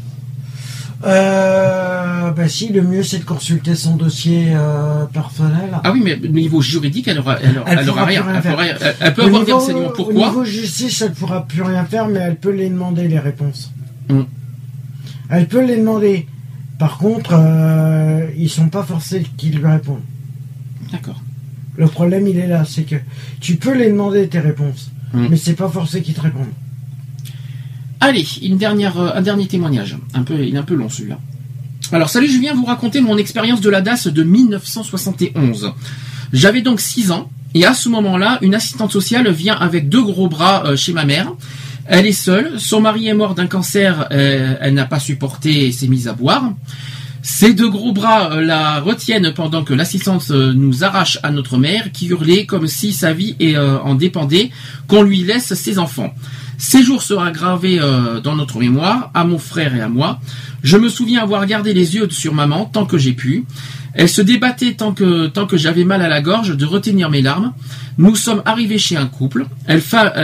Si, le mieux c'est de consulter son dossier personnel. Ah oui, mais au niveau juridique, elle aura rien. Elle peut avoir des renseignements. Pourquoi? Au niveau justice, elle pourra plus rien faire, mais elle peut les demander, les réponses. Elle peut les demander. Par contre, ils sont pas forcés qu'ils lui répondent. D'accord. Le problème, il est là, c'est que tu peux les demander tes réponses, mais c'est pas forcé qu'ils te répondent. Allez, un dernier témoignage. Il est un peu long celui-là. Alors, salut, je viens vous raconter mon expérience de la DAS de 1971. J'avais donc 6 ans, et à ce moment-là, une assistante sociale vient avec 2 gros bras chez ma mère. Elle est seule, son mari est mort d'un cancer, elle n'a pas supporté et s'est mise à boire. Ces 2 gros bras la retiennent pendant que l'assistante nous arrache à notre mère, qui hurlait comme si sa vie en dépendait, qu'on lui laisse ses enfants. Ces jours sera gravé dans notre mémoire, à mon frère et à moi. Je me souviens avoir gardé les yeux sur maman tant que j'ai pu. Elle se débattait tant que j'avais mal à la gorge de retenir mes larmes. Nous sommes arrivés chez un couple. Elle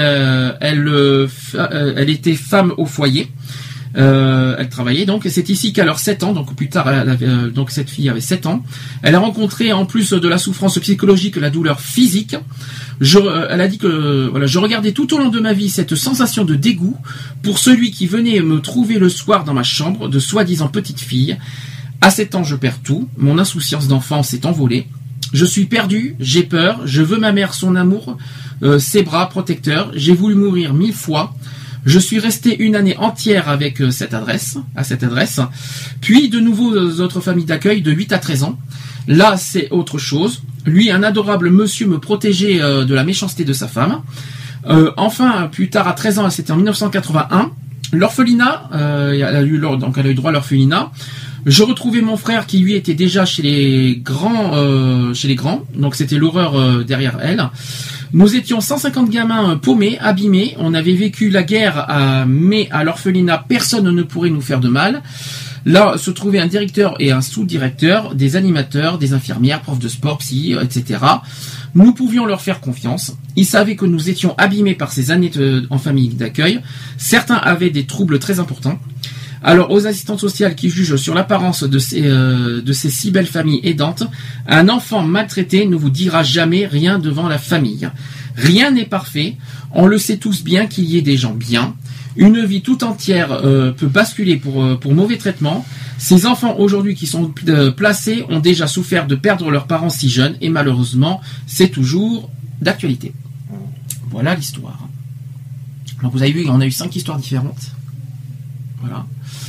était femme au foyer. Elle travaillait donc, et c'est ici qu'à leurs 7 ans, donc plus tard, donc cette fille avait 7 ans, elle a rencontré en plus de la souffrance psychologique la douleur physique. Elle a dit que je regardais tout au long de ma vie cette sensation de dégoût pour celui qui venait me trouver le soir dans ma chambre de soi-disant petite fille. À 7 ans, je perds tout, mon insouciance d'enfant s'est envolée. Je suis perdu, j'ai peur, je veux ma mère, son amour, ses bras protecteurs, j'ai voulu mourir 1000 fois. Je suis resté une année entière avec cette adresse, puis de nouveau autres familles d'accueil de 8 à 13 ans. Là, c'est autre chose. Lui, un adorable monsieur me protégeait de la méchanceté de sa femme. Enfin, plus tard, à 13 ans, c'était en 1981, l'orphelinat, elle a eu droit à l'orphelinat. Je retrouvais mon frère qui, lui, était déjà chez les grands, donc c'était l'horreur derrière elle. Nous étions 150 gamins paumés, abîmés. On avait vécu la guerre, mais à l'orphelinat, personne ne pourrait nous faire de mal. Là se trouvaient un directeur et un sous-directeur, des animateurs, des infirmières, profs de sport, psy, etc. Nous pouvions leur faire confiance. Ils savaient que nous étions abîmés par ces années en famille d'accueil. Certains avaient des troubles très importants. Alors, aux assistantes sociales qui jugent sur l'apparence de ces si belles familles aidantes, un enfant maltraité ne vous dira jamais rien devant la famille. Rien n'est parfait. On le sait tous bien qu'il y ait des gens bien. Une vie tout entière peut basculer pour mauvais traitement. Ces enfants aujourd'hui qui sont placés ont déjà souffert de perdre leurs parents si jeunes et malheureusement, c'est toujours d'actualité. Voilà l'histoire. Donc vous avez vu, on a eu 5 histoires différentes. Voilà.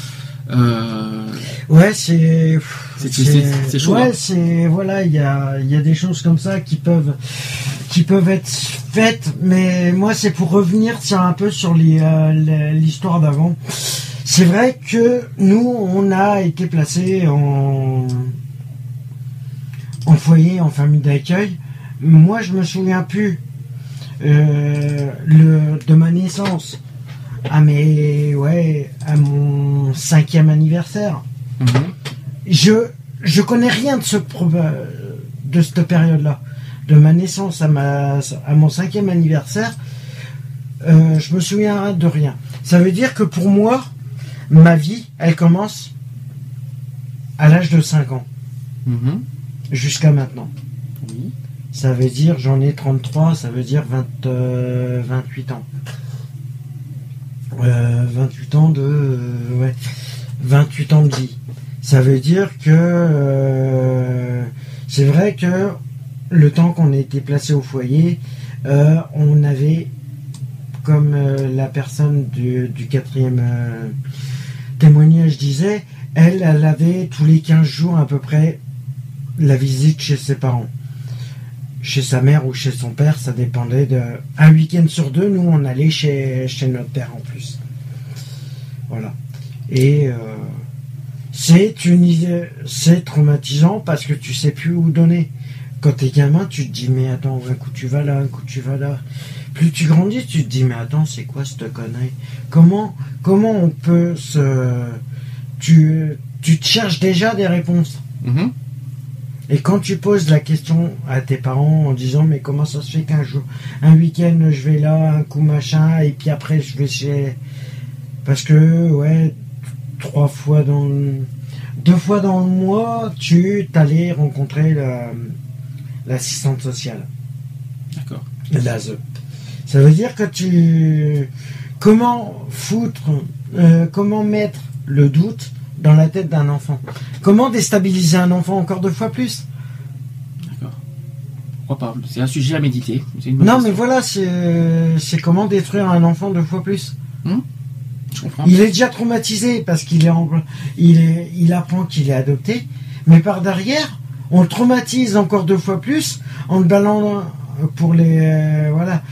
Ouais, c'est chaud. Ouais, c'est voilà, il y a des choses comme ça qui peuvent être faites, mais moi c'est pour revenir un peu sur l'histoire d'avant. C'est vrai que nous on a été placés en foyer, en famille d'accueil. Moi je me souviens plus de ma naissance à mon 5e anniversaire. Je connais rien de cette période-là. De ma naissance à mon 5e anniversaire, je me souviens de rien. Ça veut dire que pour moi, ma vie, elle commence à l'âge de 5 ans. Jusqu'à maintenant. Oui. Ça veut dire, j'en ai 33, ça veut dire 28 ans. 28 ans de vie. Ça veut dire que c'est vrai que le temps qu'on a été placé au foyer, on avait, comme la personne du quatrième témoignage disait, elle avait tous les 15 jours à peu près la visite chez ses parents. Chez sa mère ou chez son père, ça dépendait de... Un week-end sur 2, nous, on allait chez notre père en plus. Voilà. Et c'est traumatisant parce que tu sais plus où donner. Quand t'es gamin, tu te dis, mais attends, un coup tu vas là, un coup tu vas là. Plus tu grandis, tu te dis, mais attends, c'est quoi cette connerie? Comment on peut se... Tu te cherches déjà des réponses. Mm-hmm. Et quand tu poses la question à tes parents en disant, mais comment ça se fait un week-end je vais là, un coup machin, et puis après je vais chez... Parce que, ouais, 2 fois dans le mois, tu t'allais rencontrer l'assistante sociale. D'accord. L'ASE. Ça veut dire que comment mettre le doute dans la tête d'un enfant? Comment déstabiliser un enfant encore 2 fois plus? D'accord. Pourquoi pas? C'est un sujet à méditer. Non, mais voilà, c'est comment détruire un enfant 2 fois plus. Je comprends. Il est déjà traumatisé parce qu'il il apprend qu'il est adopté, mais par derrière, on le traumatise encore 2 fois plus en le balançant pour les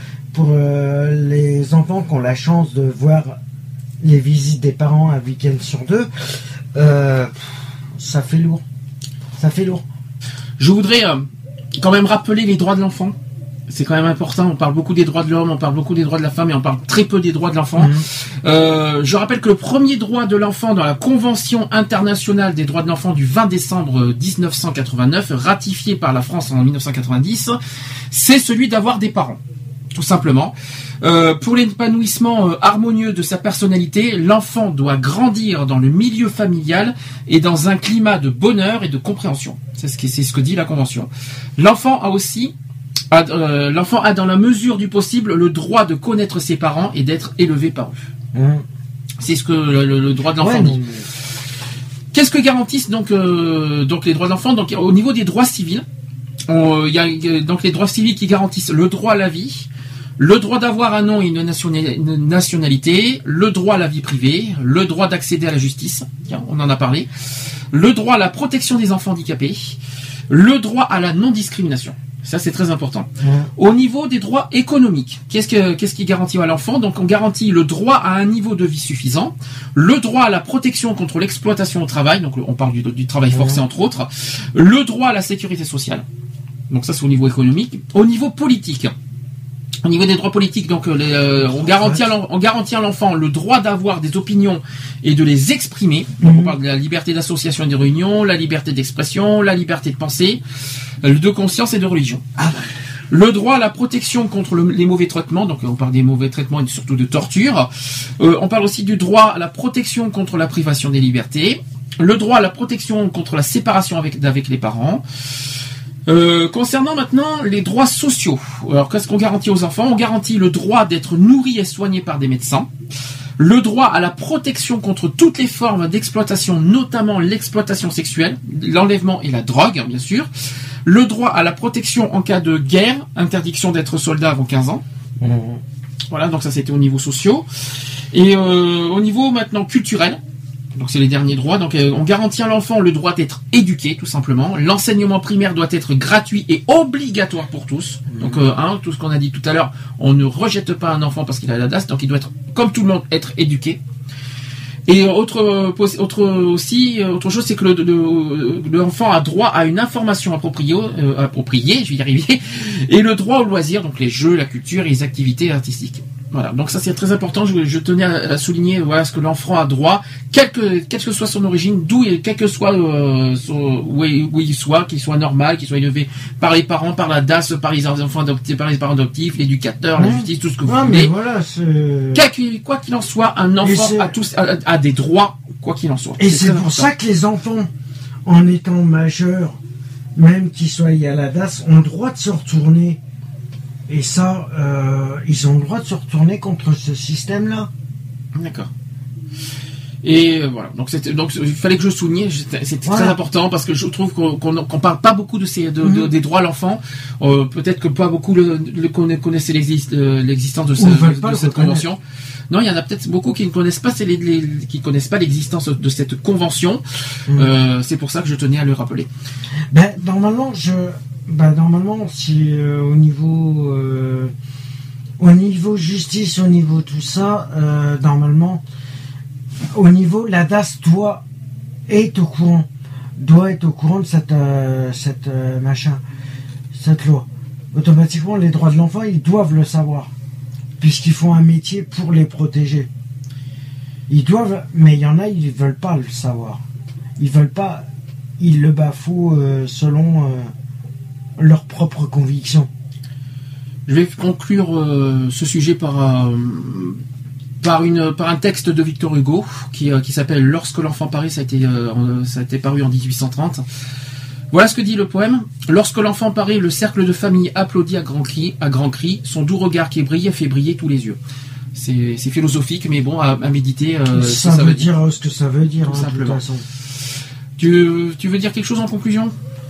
enfants qui ont la chance de voir les visites des parents un week-end sur 2. Ça fait lourd. Je voudrais quand même rappeler les droits de l'enfant. C'est quand même important. On parle beaucoup des droits de l'homme, on parle beaucoup des droits de la femme, et on parle très peu des droits de l'enfant. Je rappelle que le premier droit de l'enfant dans la Convention internationale des droits de l'enfant du 20 décembre 1989, ratifié par la France en 1990, c'est celui d'avoir des parents. Tout simplement. Pour l'épanouissement harmonieux de sa personnalité, l'enfant doit grandir dans le milieu familial et dans un climat de bonheur et de compréhension. C'est ce que dit la Convention. L'enfant a dans la mesure du possible le droit de connaître ses parents et d'être élevé par eux. C'est ce que le droit de l'enfant dit. Qu'est-ce que garantissent donc les droits de l'enfant? Donc au niveau des droits civils, il y a donc les droits civils qui garantissent le droit à la vie, le droit d'avoir un nom et une nationalité, le droit à la vie privée, le droit d'accéder à la justice, on en a parlé, le droit à la protection des enfants handicapés, le droit à la non-discrimination. Ça, c'est très important. Au niveau des droits économiques, qu'est-ce qui garantit à l'enfant? Donc, on garantit le droit à un niveau de vie suffisant, le droit à la protection contre l'exploitation au travail, donc on parle du travail forcé entre autres, le droit à la sécurité sociale. Donc ça, c'est au niveau économique. Au niveau politique, au niveau des droits politiques, donc on garantit à l'enfant le droit d'avoir des opinions et de les exprimer. Donc on parle de la liberté d'association et de réunion, la liberté d'expression, la liberté de pensée, de conscience et de religion. Le droit à la protection contre les mauvais traitements, donc on parle des mauvais traitements et surtout de torture. On parle aussi du droit à la protection contre la privation des libertés, le droit à la protection contre la séparation avec les parents. Concernant maintenant les droits sociaux, alors qu'est-ce qu'on garantit aux enfants? On garantit le droit d'être nourri et soigné par des médecins, le droit à la protection contre toutes les formes d'exploitation, notamment l'exploitation sexuelle, l'enlèvement et la drogue, bien sûr, le droit à la protection en cas de guerre, interdiction d'être soldat avant 15 ans. Voilà, donc ça c'était au niveau social. Et au niveau maintenant culturel, donc c'est les derniers droits. Donc on garantit à l'enfant le droit d'être éduqué, tout simplement. L'enseignement primaire doit être gratuit et obligatoire pour tous. Donc tout ce qu'on a dit tout à l'heure, on ne rejette pas un enfant parce qu'il a la DAS, donc il doit être, comme tout le monde, être éduqué. Et autre chose, c'est que l'enfant a droit à une information appropriée, je vais y arriver, et le droit au loisir, donc les jeux, la culture et les activités artistiques. Voilà, donc ça c'est très important. Je tenais à souligner ce que l'enfant a droit, quelle que soit son origine, quel que soit où il soit, qu'il soit normal, qu'il soit élevé par les parents, par la DAS, par les enfants adoptés, par les parents adoptifs, l'éducateur, la justice, tout ce que vous voulez. Mais voilà, quoi qu'il en soit, un enfant a des droits, quoi qu'il en soit. Et c'est pour ça que les enfants, en étant majeurs, même qu'ils soient à la DAS, ont le droit de se retourner. Et ça, ils ont le droit de se retourner contre ce système-là. D'accord. Et voilà, donc il fallait que je souligne, c'était très important parce que je trouve qu'on parle pas beaucoup de des droits à l'enfant. Peut-être que pas beaucoup connaissaient l'existence de cette convention. Non, il y en a peut-être beaucoup qui ne connaissent pas qui connaissent pas l'existence de cette convention. C'est pour ça que je tenais à le rappeler. Normalement, si au niveau justice, au niveau tout ça, normalement. Au niveau, la DAS doit être au courant de cette loi. Automatiquement, les droits de l'enfant, ils doivent le savoir, puisqu'ils font un métier pour les protéger. Ils doivent, mais il y en a, ils veulent pas le savoir. Ils veulent pas, ils le bafouent selon leurs propres convictions. Je vais conclure ce sujet par un texte de Victor Hugo qui s'appelle Lorsque l'enfant paraît, ça a été paru en 1830. Voilà ce que dit le poème. Lorsque l'enfant paraît, le cercle de famille applaudit à grands cris, son doux regard qui brille fait briller tous les yeux. C'est philosophique, mais bon, à méditer. Ça veut dire ce que ça veut dire, tout simplement. De toute façon. Tu veux dire quelque chose en conclusion?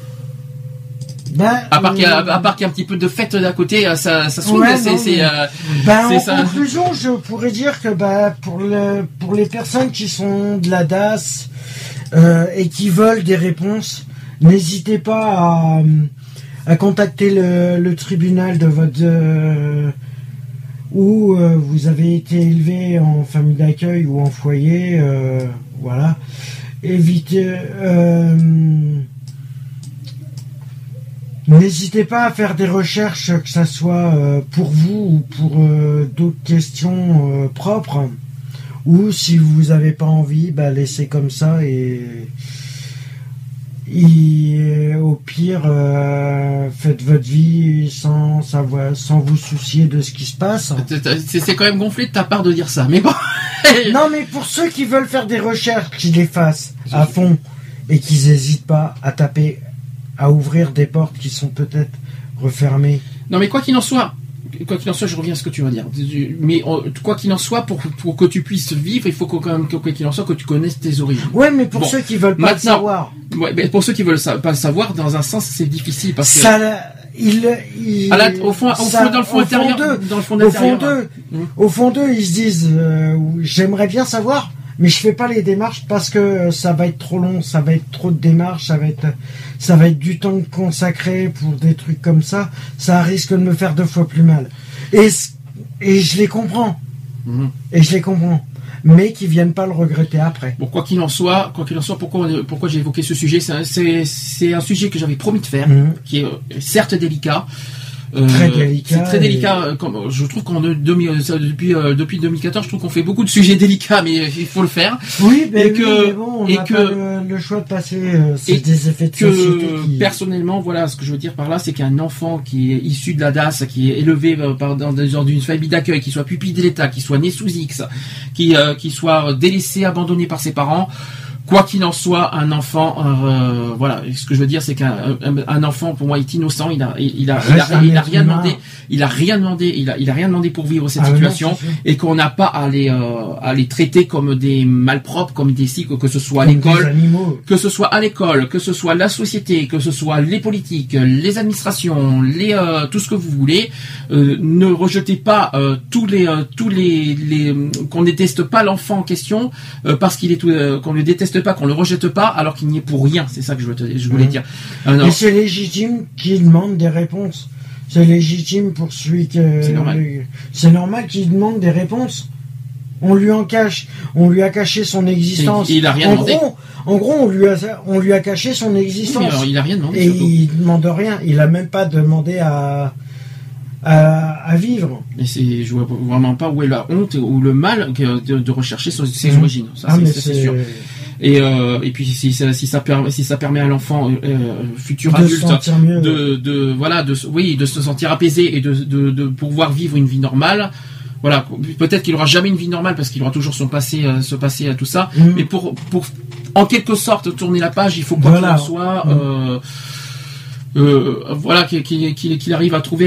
À part qu'il y a un petit peu de fête d'à côté, ça swing. En conclusion, je pourrais dire que pour les personnes qui sont de la DAS et qui veulent des réponses, n'hésitez pas à contacter le tribunal de votre où vous avez été élevé en famille d'accueil ou en foyer. Voilà. Évitez. N'hésitez pas à faire des recherches, que ça soit pour vous ou pour d'autres questions propres. Ou si vous n'avez pas envie, laissez comme ça et au pire, faites votre vie sans vous soucier de ce qui se passe. C'est quand même gonflé de ta part de dire ça, mais bon. Non, mais pour ceux qui veulent faire des recherches, qu'ils les fassent à fond et qu'ils n'hésitent pas à taper, à ouvrir des portes qui sont peut-être refermées. Non, mais quoi qu'il en soit, je reviens à ce que tu vas dire. Mais quoi qu'il en soit, pour que tu puisses vivre, il faut quand même, quoi qu'il en soit, que tu connaisses tes origines. Ouais, mais pour ceux qui veulent pas le savoir. Ouais, mais pour ceux qui veulent pas le savoir, dans un sens, c'est difficile parce que. Au fond d'eux, ils se disent, j'aimerais bien savoir. Mais je fais pas les démarches parce que ça va être trop long, ça va être trop de démarches, ça va être du temps consacré pour des trucs comme ça. Ça risque de me faire 2 fois plus mal. Et je les comprends. Et je les comprends. Mais qu'ils viennent pas le regretter après. Bon, quoi qu'il en soit, pourquoi j'ai évoqué ce sujet, c'est un sujet que j'avais promis de faire, qui est certes délicat. Très délicat. C'est très délicat. Je trouve depuis 2014, je trouve qu'on fait beaucoup de sujets délicats, mais il faut le faire. Oui, mais bon, on n'a pas le choix de passer. C'est des effets de société. Personnellement, voilà, ce que je veux dire par là, c'est qu'un enfant qui est issu de la DAS, qui est élevé dans une famille d'accueil, qui soit pupille de l'État, qui soit né sous X, qui soit délaissé, abandonné par ses parents. Quoi qu'il en soit, un enfant, voilà, ce que je veux dire, c'est qu'un enfant, pour moi, est innocent. Il a rien demandé. Il a rien demandé pour vivre cette situation, et qu'on n'a pas à les traiter comme des malpropres, comme des cycles, que ce soit à l'école, que ce soit la société, que ce soit les politiques, les administrations, tout ce que vous voulez. Ne rejetez pas qu'on déteste pas l'enfant en question parce qu'il est qu'on le déteste pas, qu'on le rejette pas, alors qu'il n'y est pour rien. C'est ça que je voulais dire. Et c'est légitime qu'il demande des réponses. C'est légitime pour celui que... C'est normal qu'il demande des réponses. On lui a caché son existence. Il a rien demandé. En gros, on lui a caché son existence. Oui, alors, il a rien demandé. Et surtout. Il demande rien. Il a même pas demandé à vivre. Et je vois vraiment pas où est la honte ou le mal de rechercher ses origines. Ça, c'est sûr. Et puis si ça permet à l'enfant futur adulte de se sentir apaisé et de pouvoir vivre une vie normale. Voilà, peut-être qu'il aura jamais une vie normale parce qu'il aura toujours son passé, à tout ça. Mais pour en quelque sorte tourner la page, il faut quoi qu'il en soit, qu'il arrive à trouver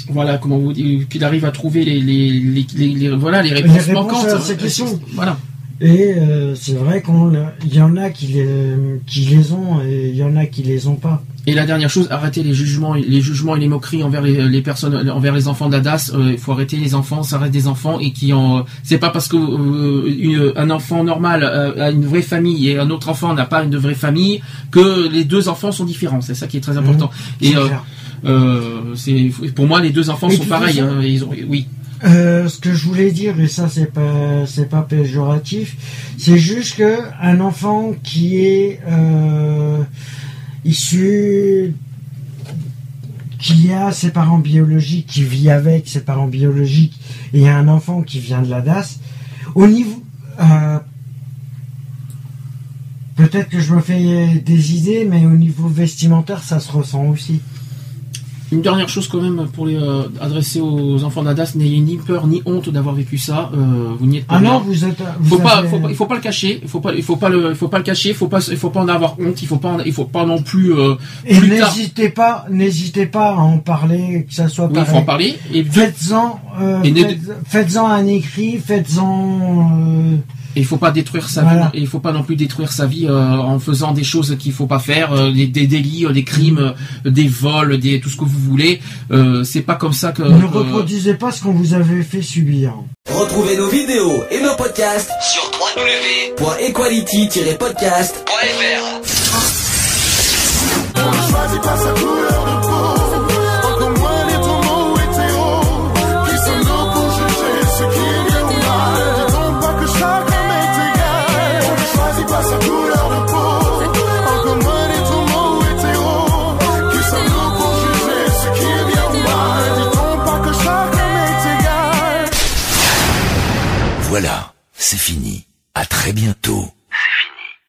qu'il arrive à trouver les réponses manquantes à ces questions. Voilà. Et c'est vrai qu'il y en a qui les ont et il y en a qui les ont pas. Et la dernière chose, arrêtez les jugements et les moqueries envers les personnes, envers les enfants d'Adas. Il faut arrêter les enfants, ça reste des enfants et c'est pas parce que un enfant normal a une vraie famille et un autre enfant n'a pas une vraie famille que les deux enfants sont différents. C'est ça qui est très important. Et pour moi, les deux enfants sont pareils. Oui. Ce que je voulais dire, et ça c'est pas péjoratif, c'est juste que un enfant qui est issu, qui a ses parents biologiques, qui vit avec ses parents biologiques, et un enfant qui vient de la DAS, au niveau peut-être que je me fais des idées, mais au niveau vestimentaire ça se ressent aussi. Une dernière chose quand même pour adresser aux enfants d'Adas, n'ayez ni peur ni honte d'avoir vécu ça. Vous n'y êtes pas. Ah non, vous êtes. Il faut pas le cacher. Il faut pas le cacher. Il faut pas en avoir honte. Il faut pas non plus. Et n'hésitez pas à en parler, que ça soit. Oui, il faut en parler. Et faites-en un écrit, faites-en. Et il faut pas détruire sa vie. Et il faut pas non plus détruire sa vie en faisant des choses qu'il faut pas faire, des délits, des crimes, des vols, tout ce que vous voulez. C'est pas comme ça que. Ne reproduisez pas ce qu'on vous avait fait subir. Retrouvez nos vidéos et nos podcasts sur www.equality-podcast.fr. Voilà, c'est fini. À très bientôt.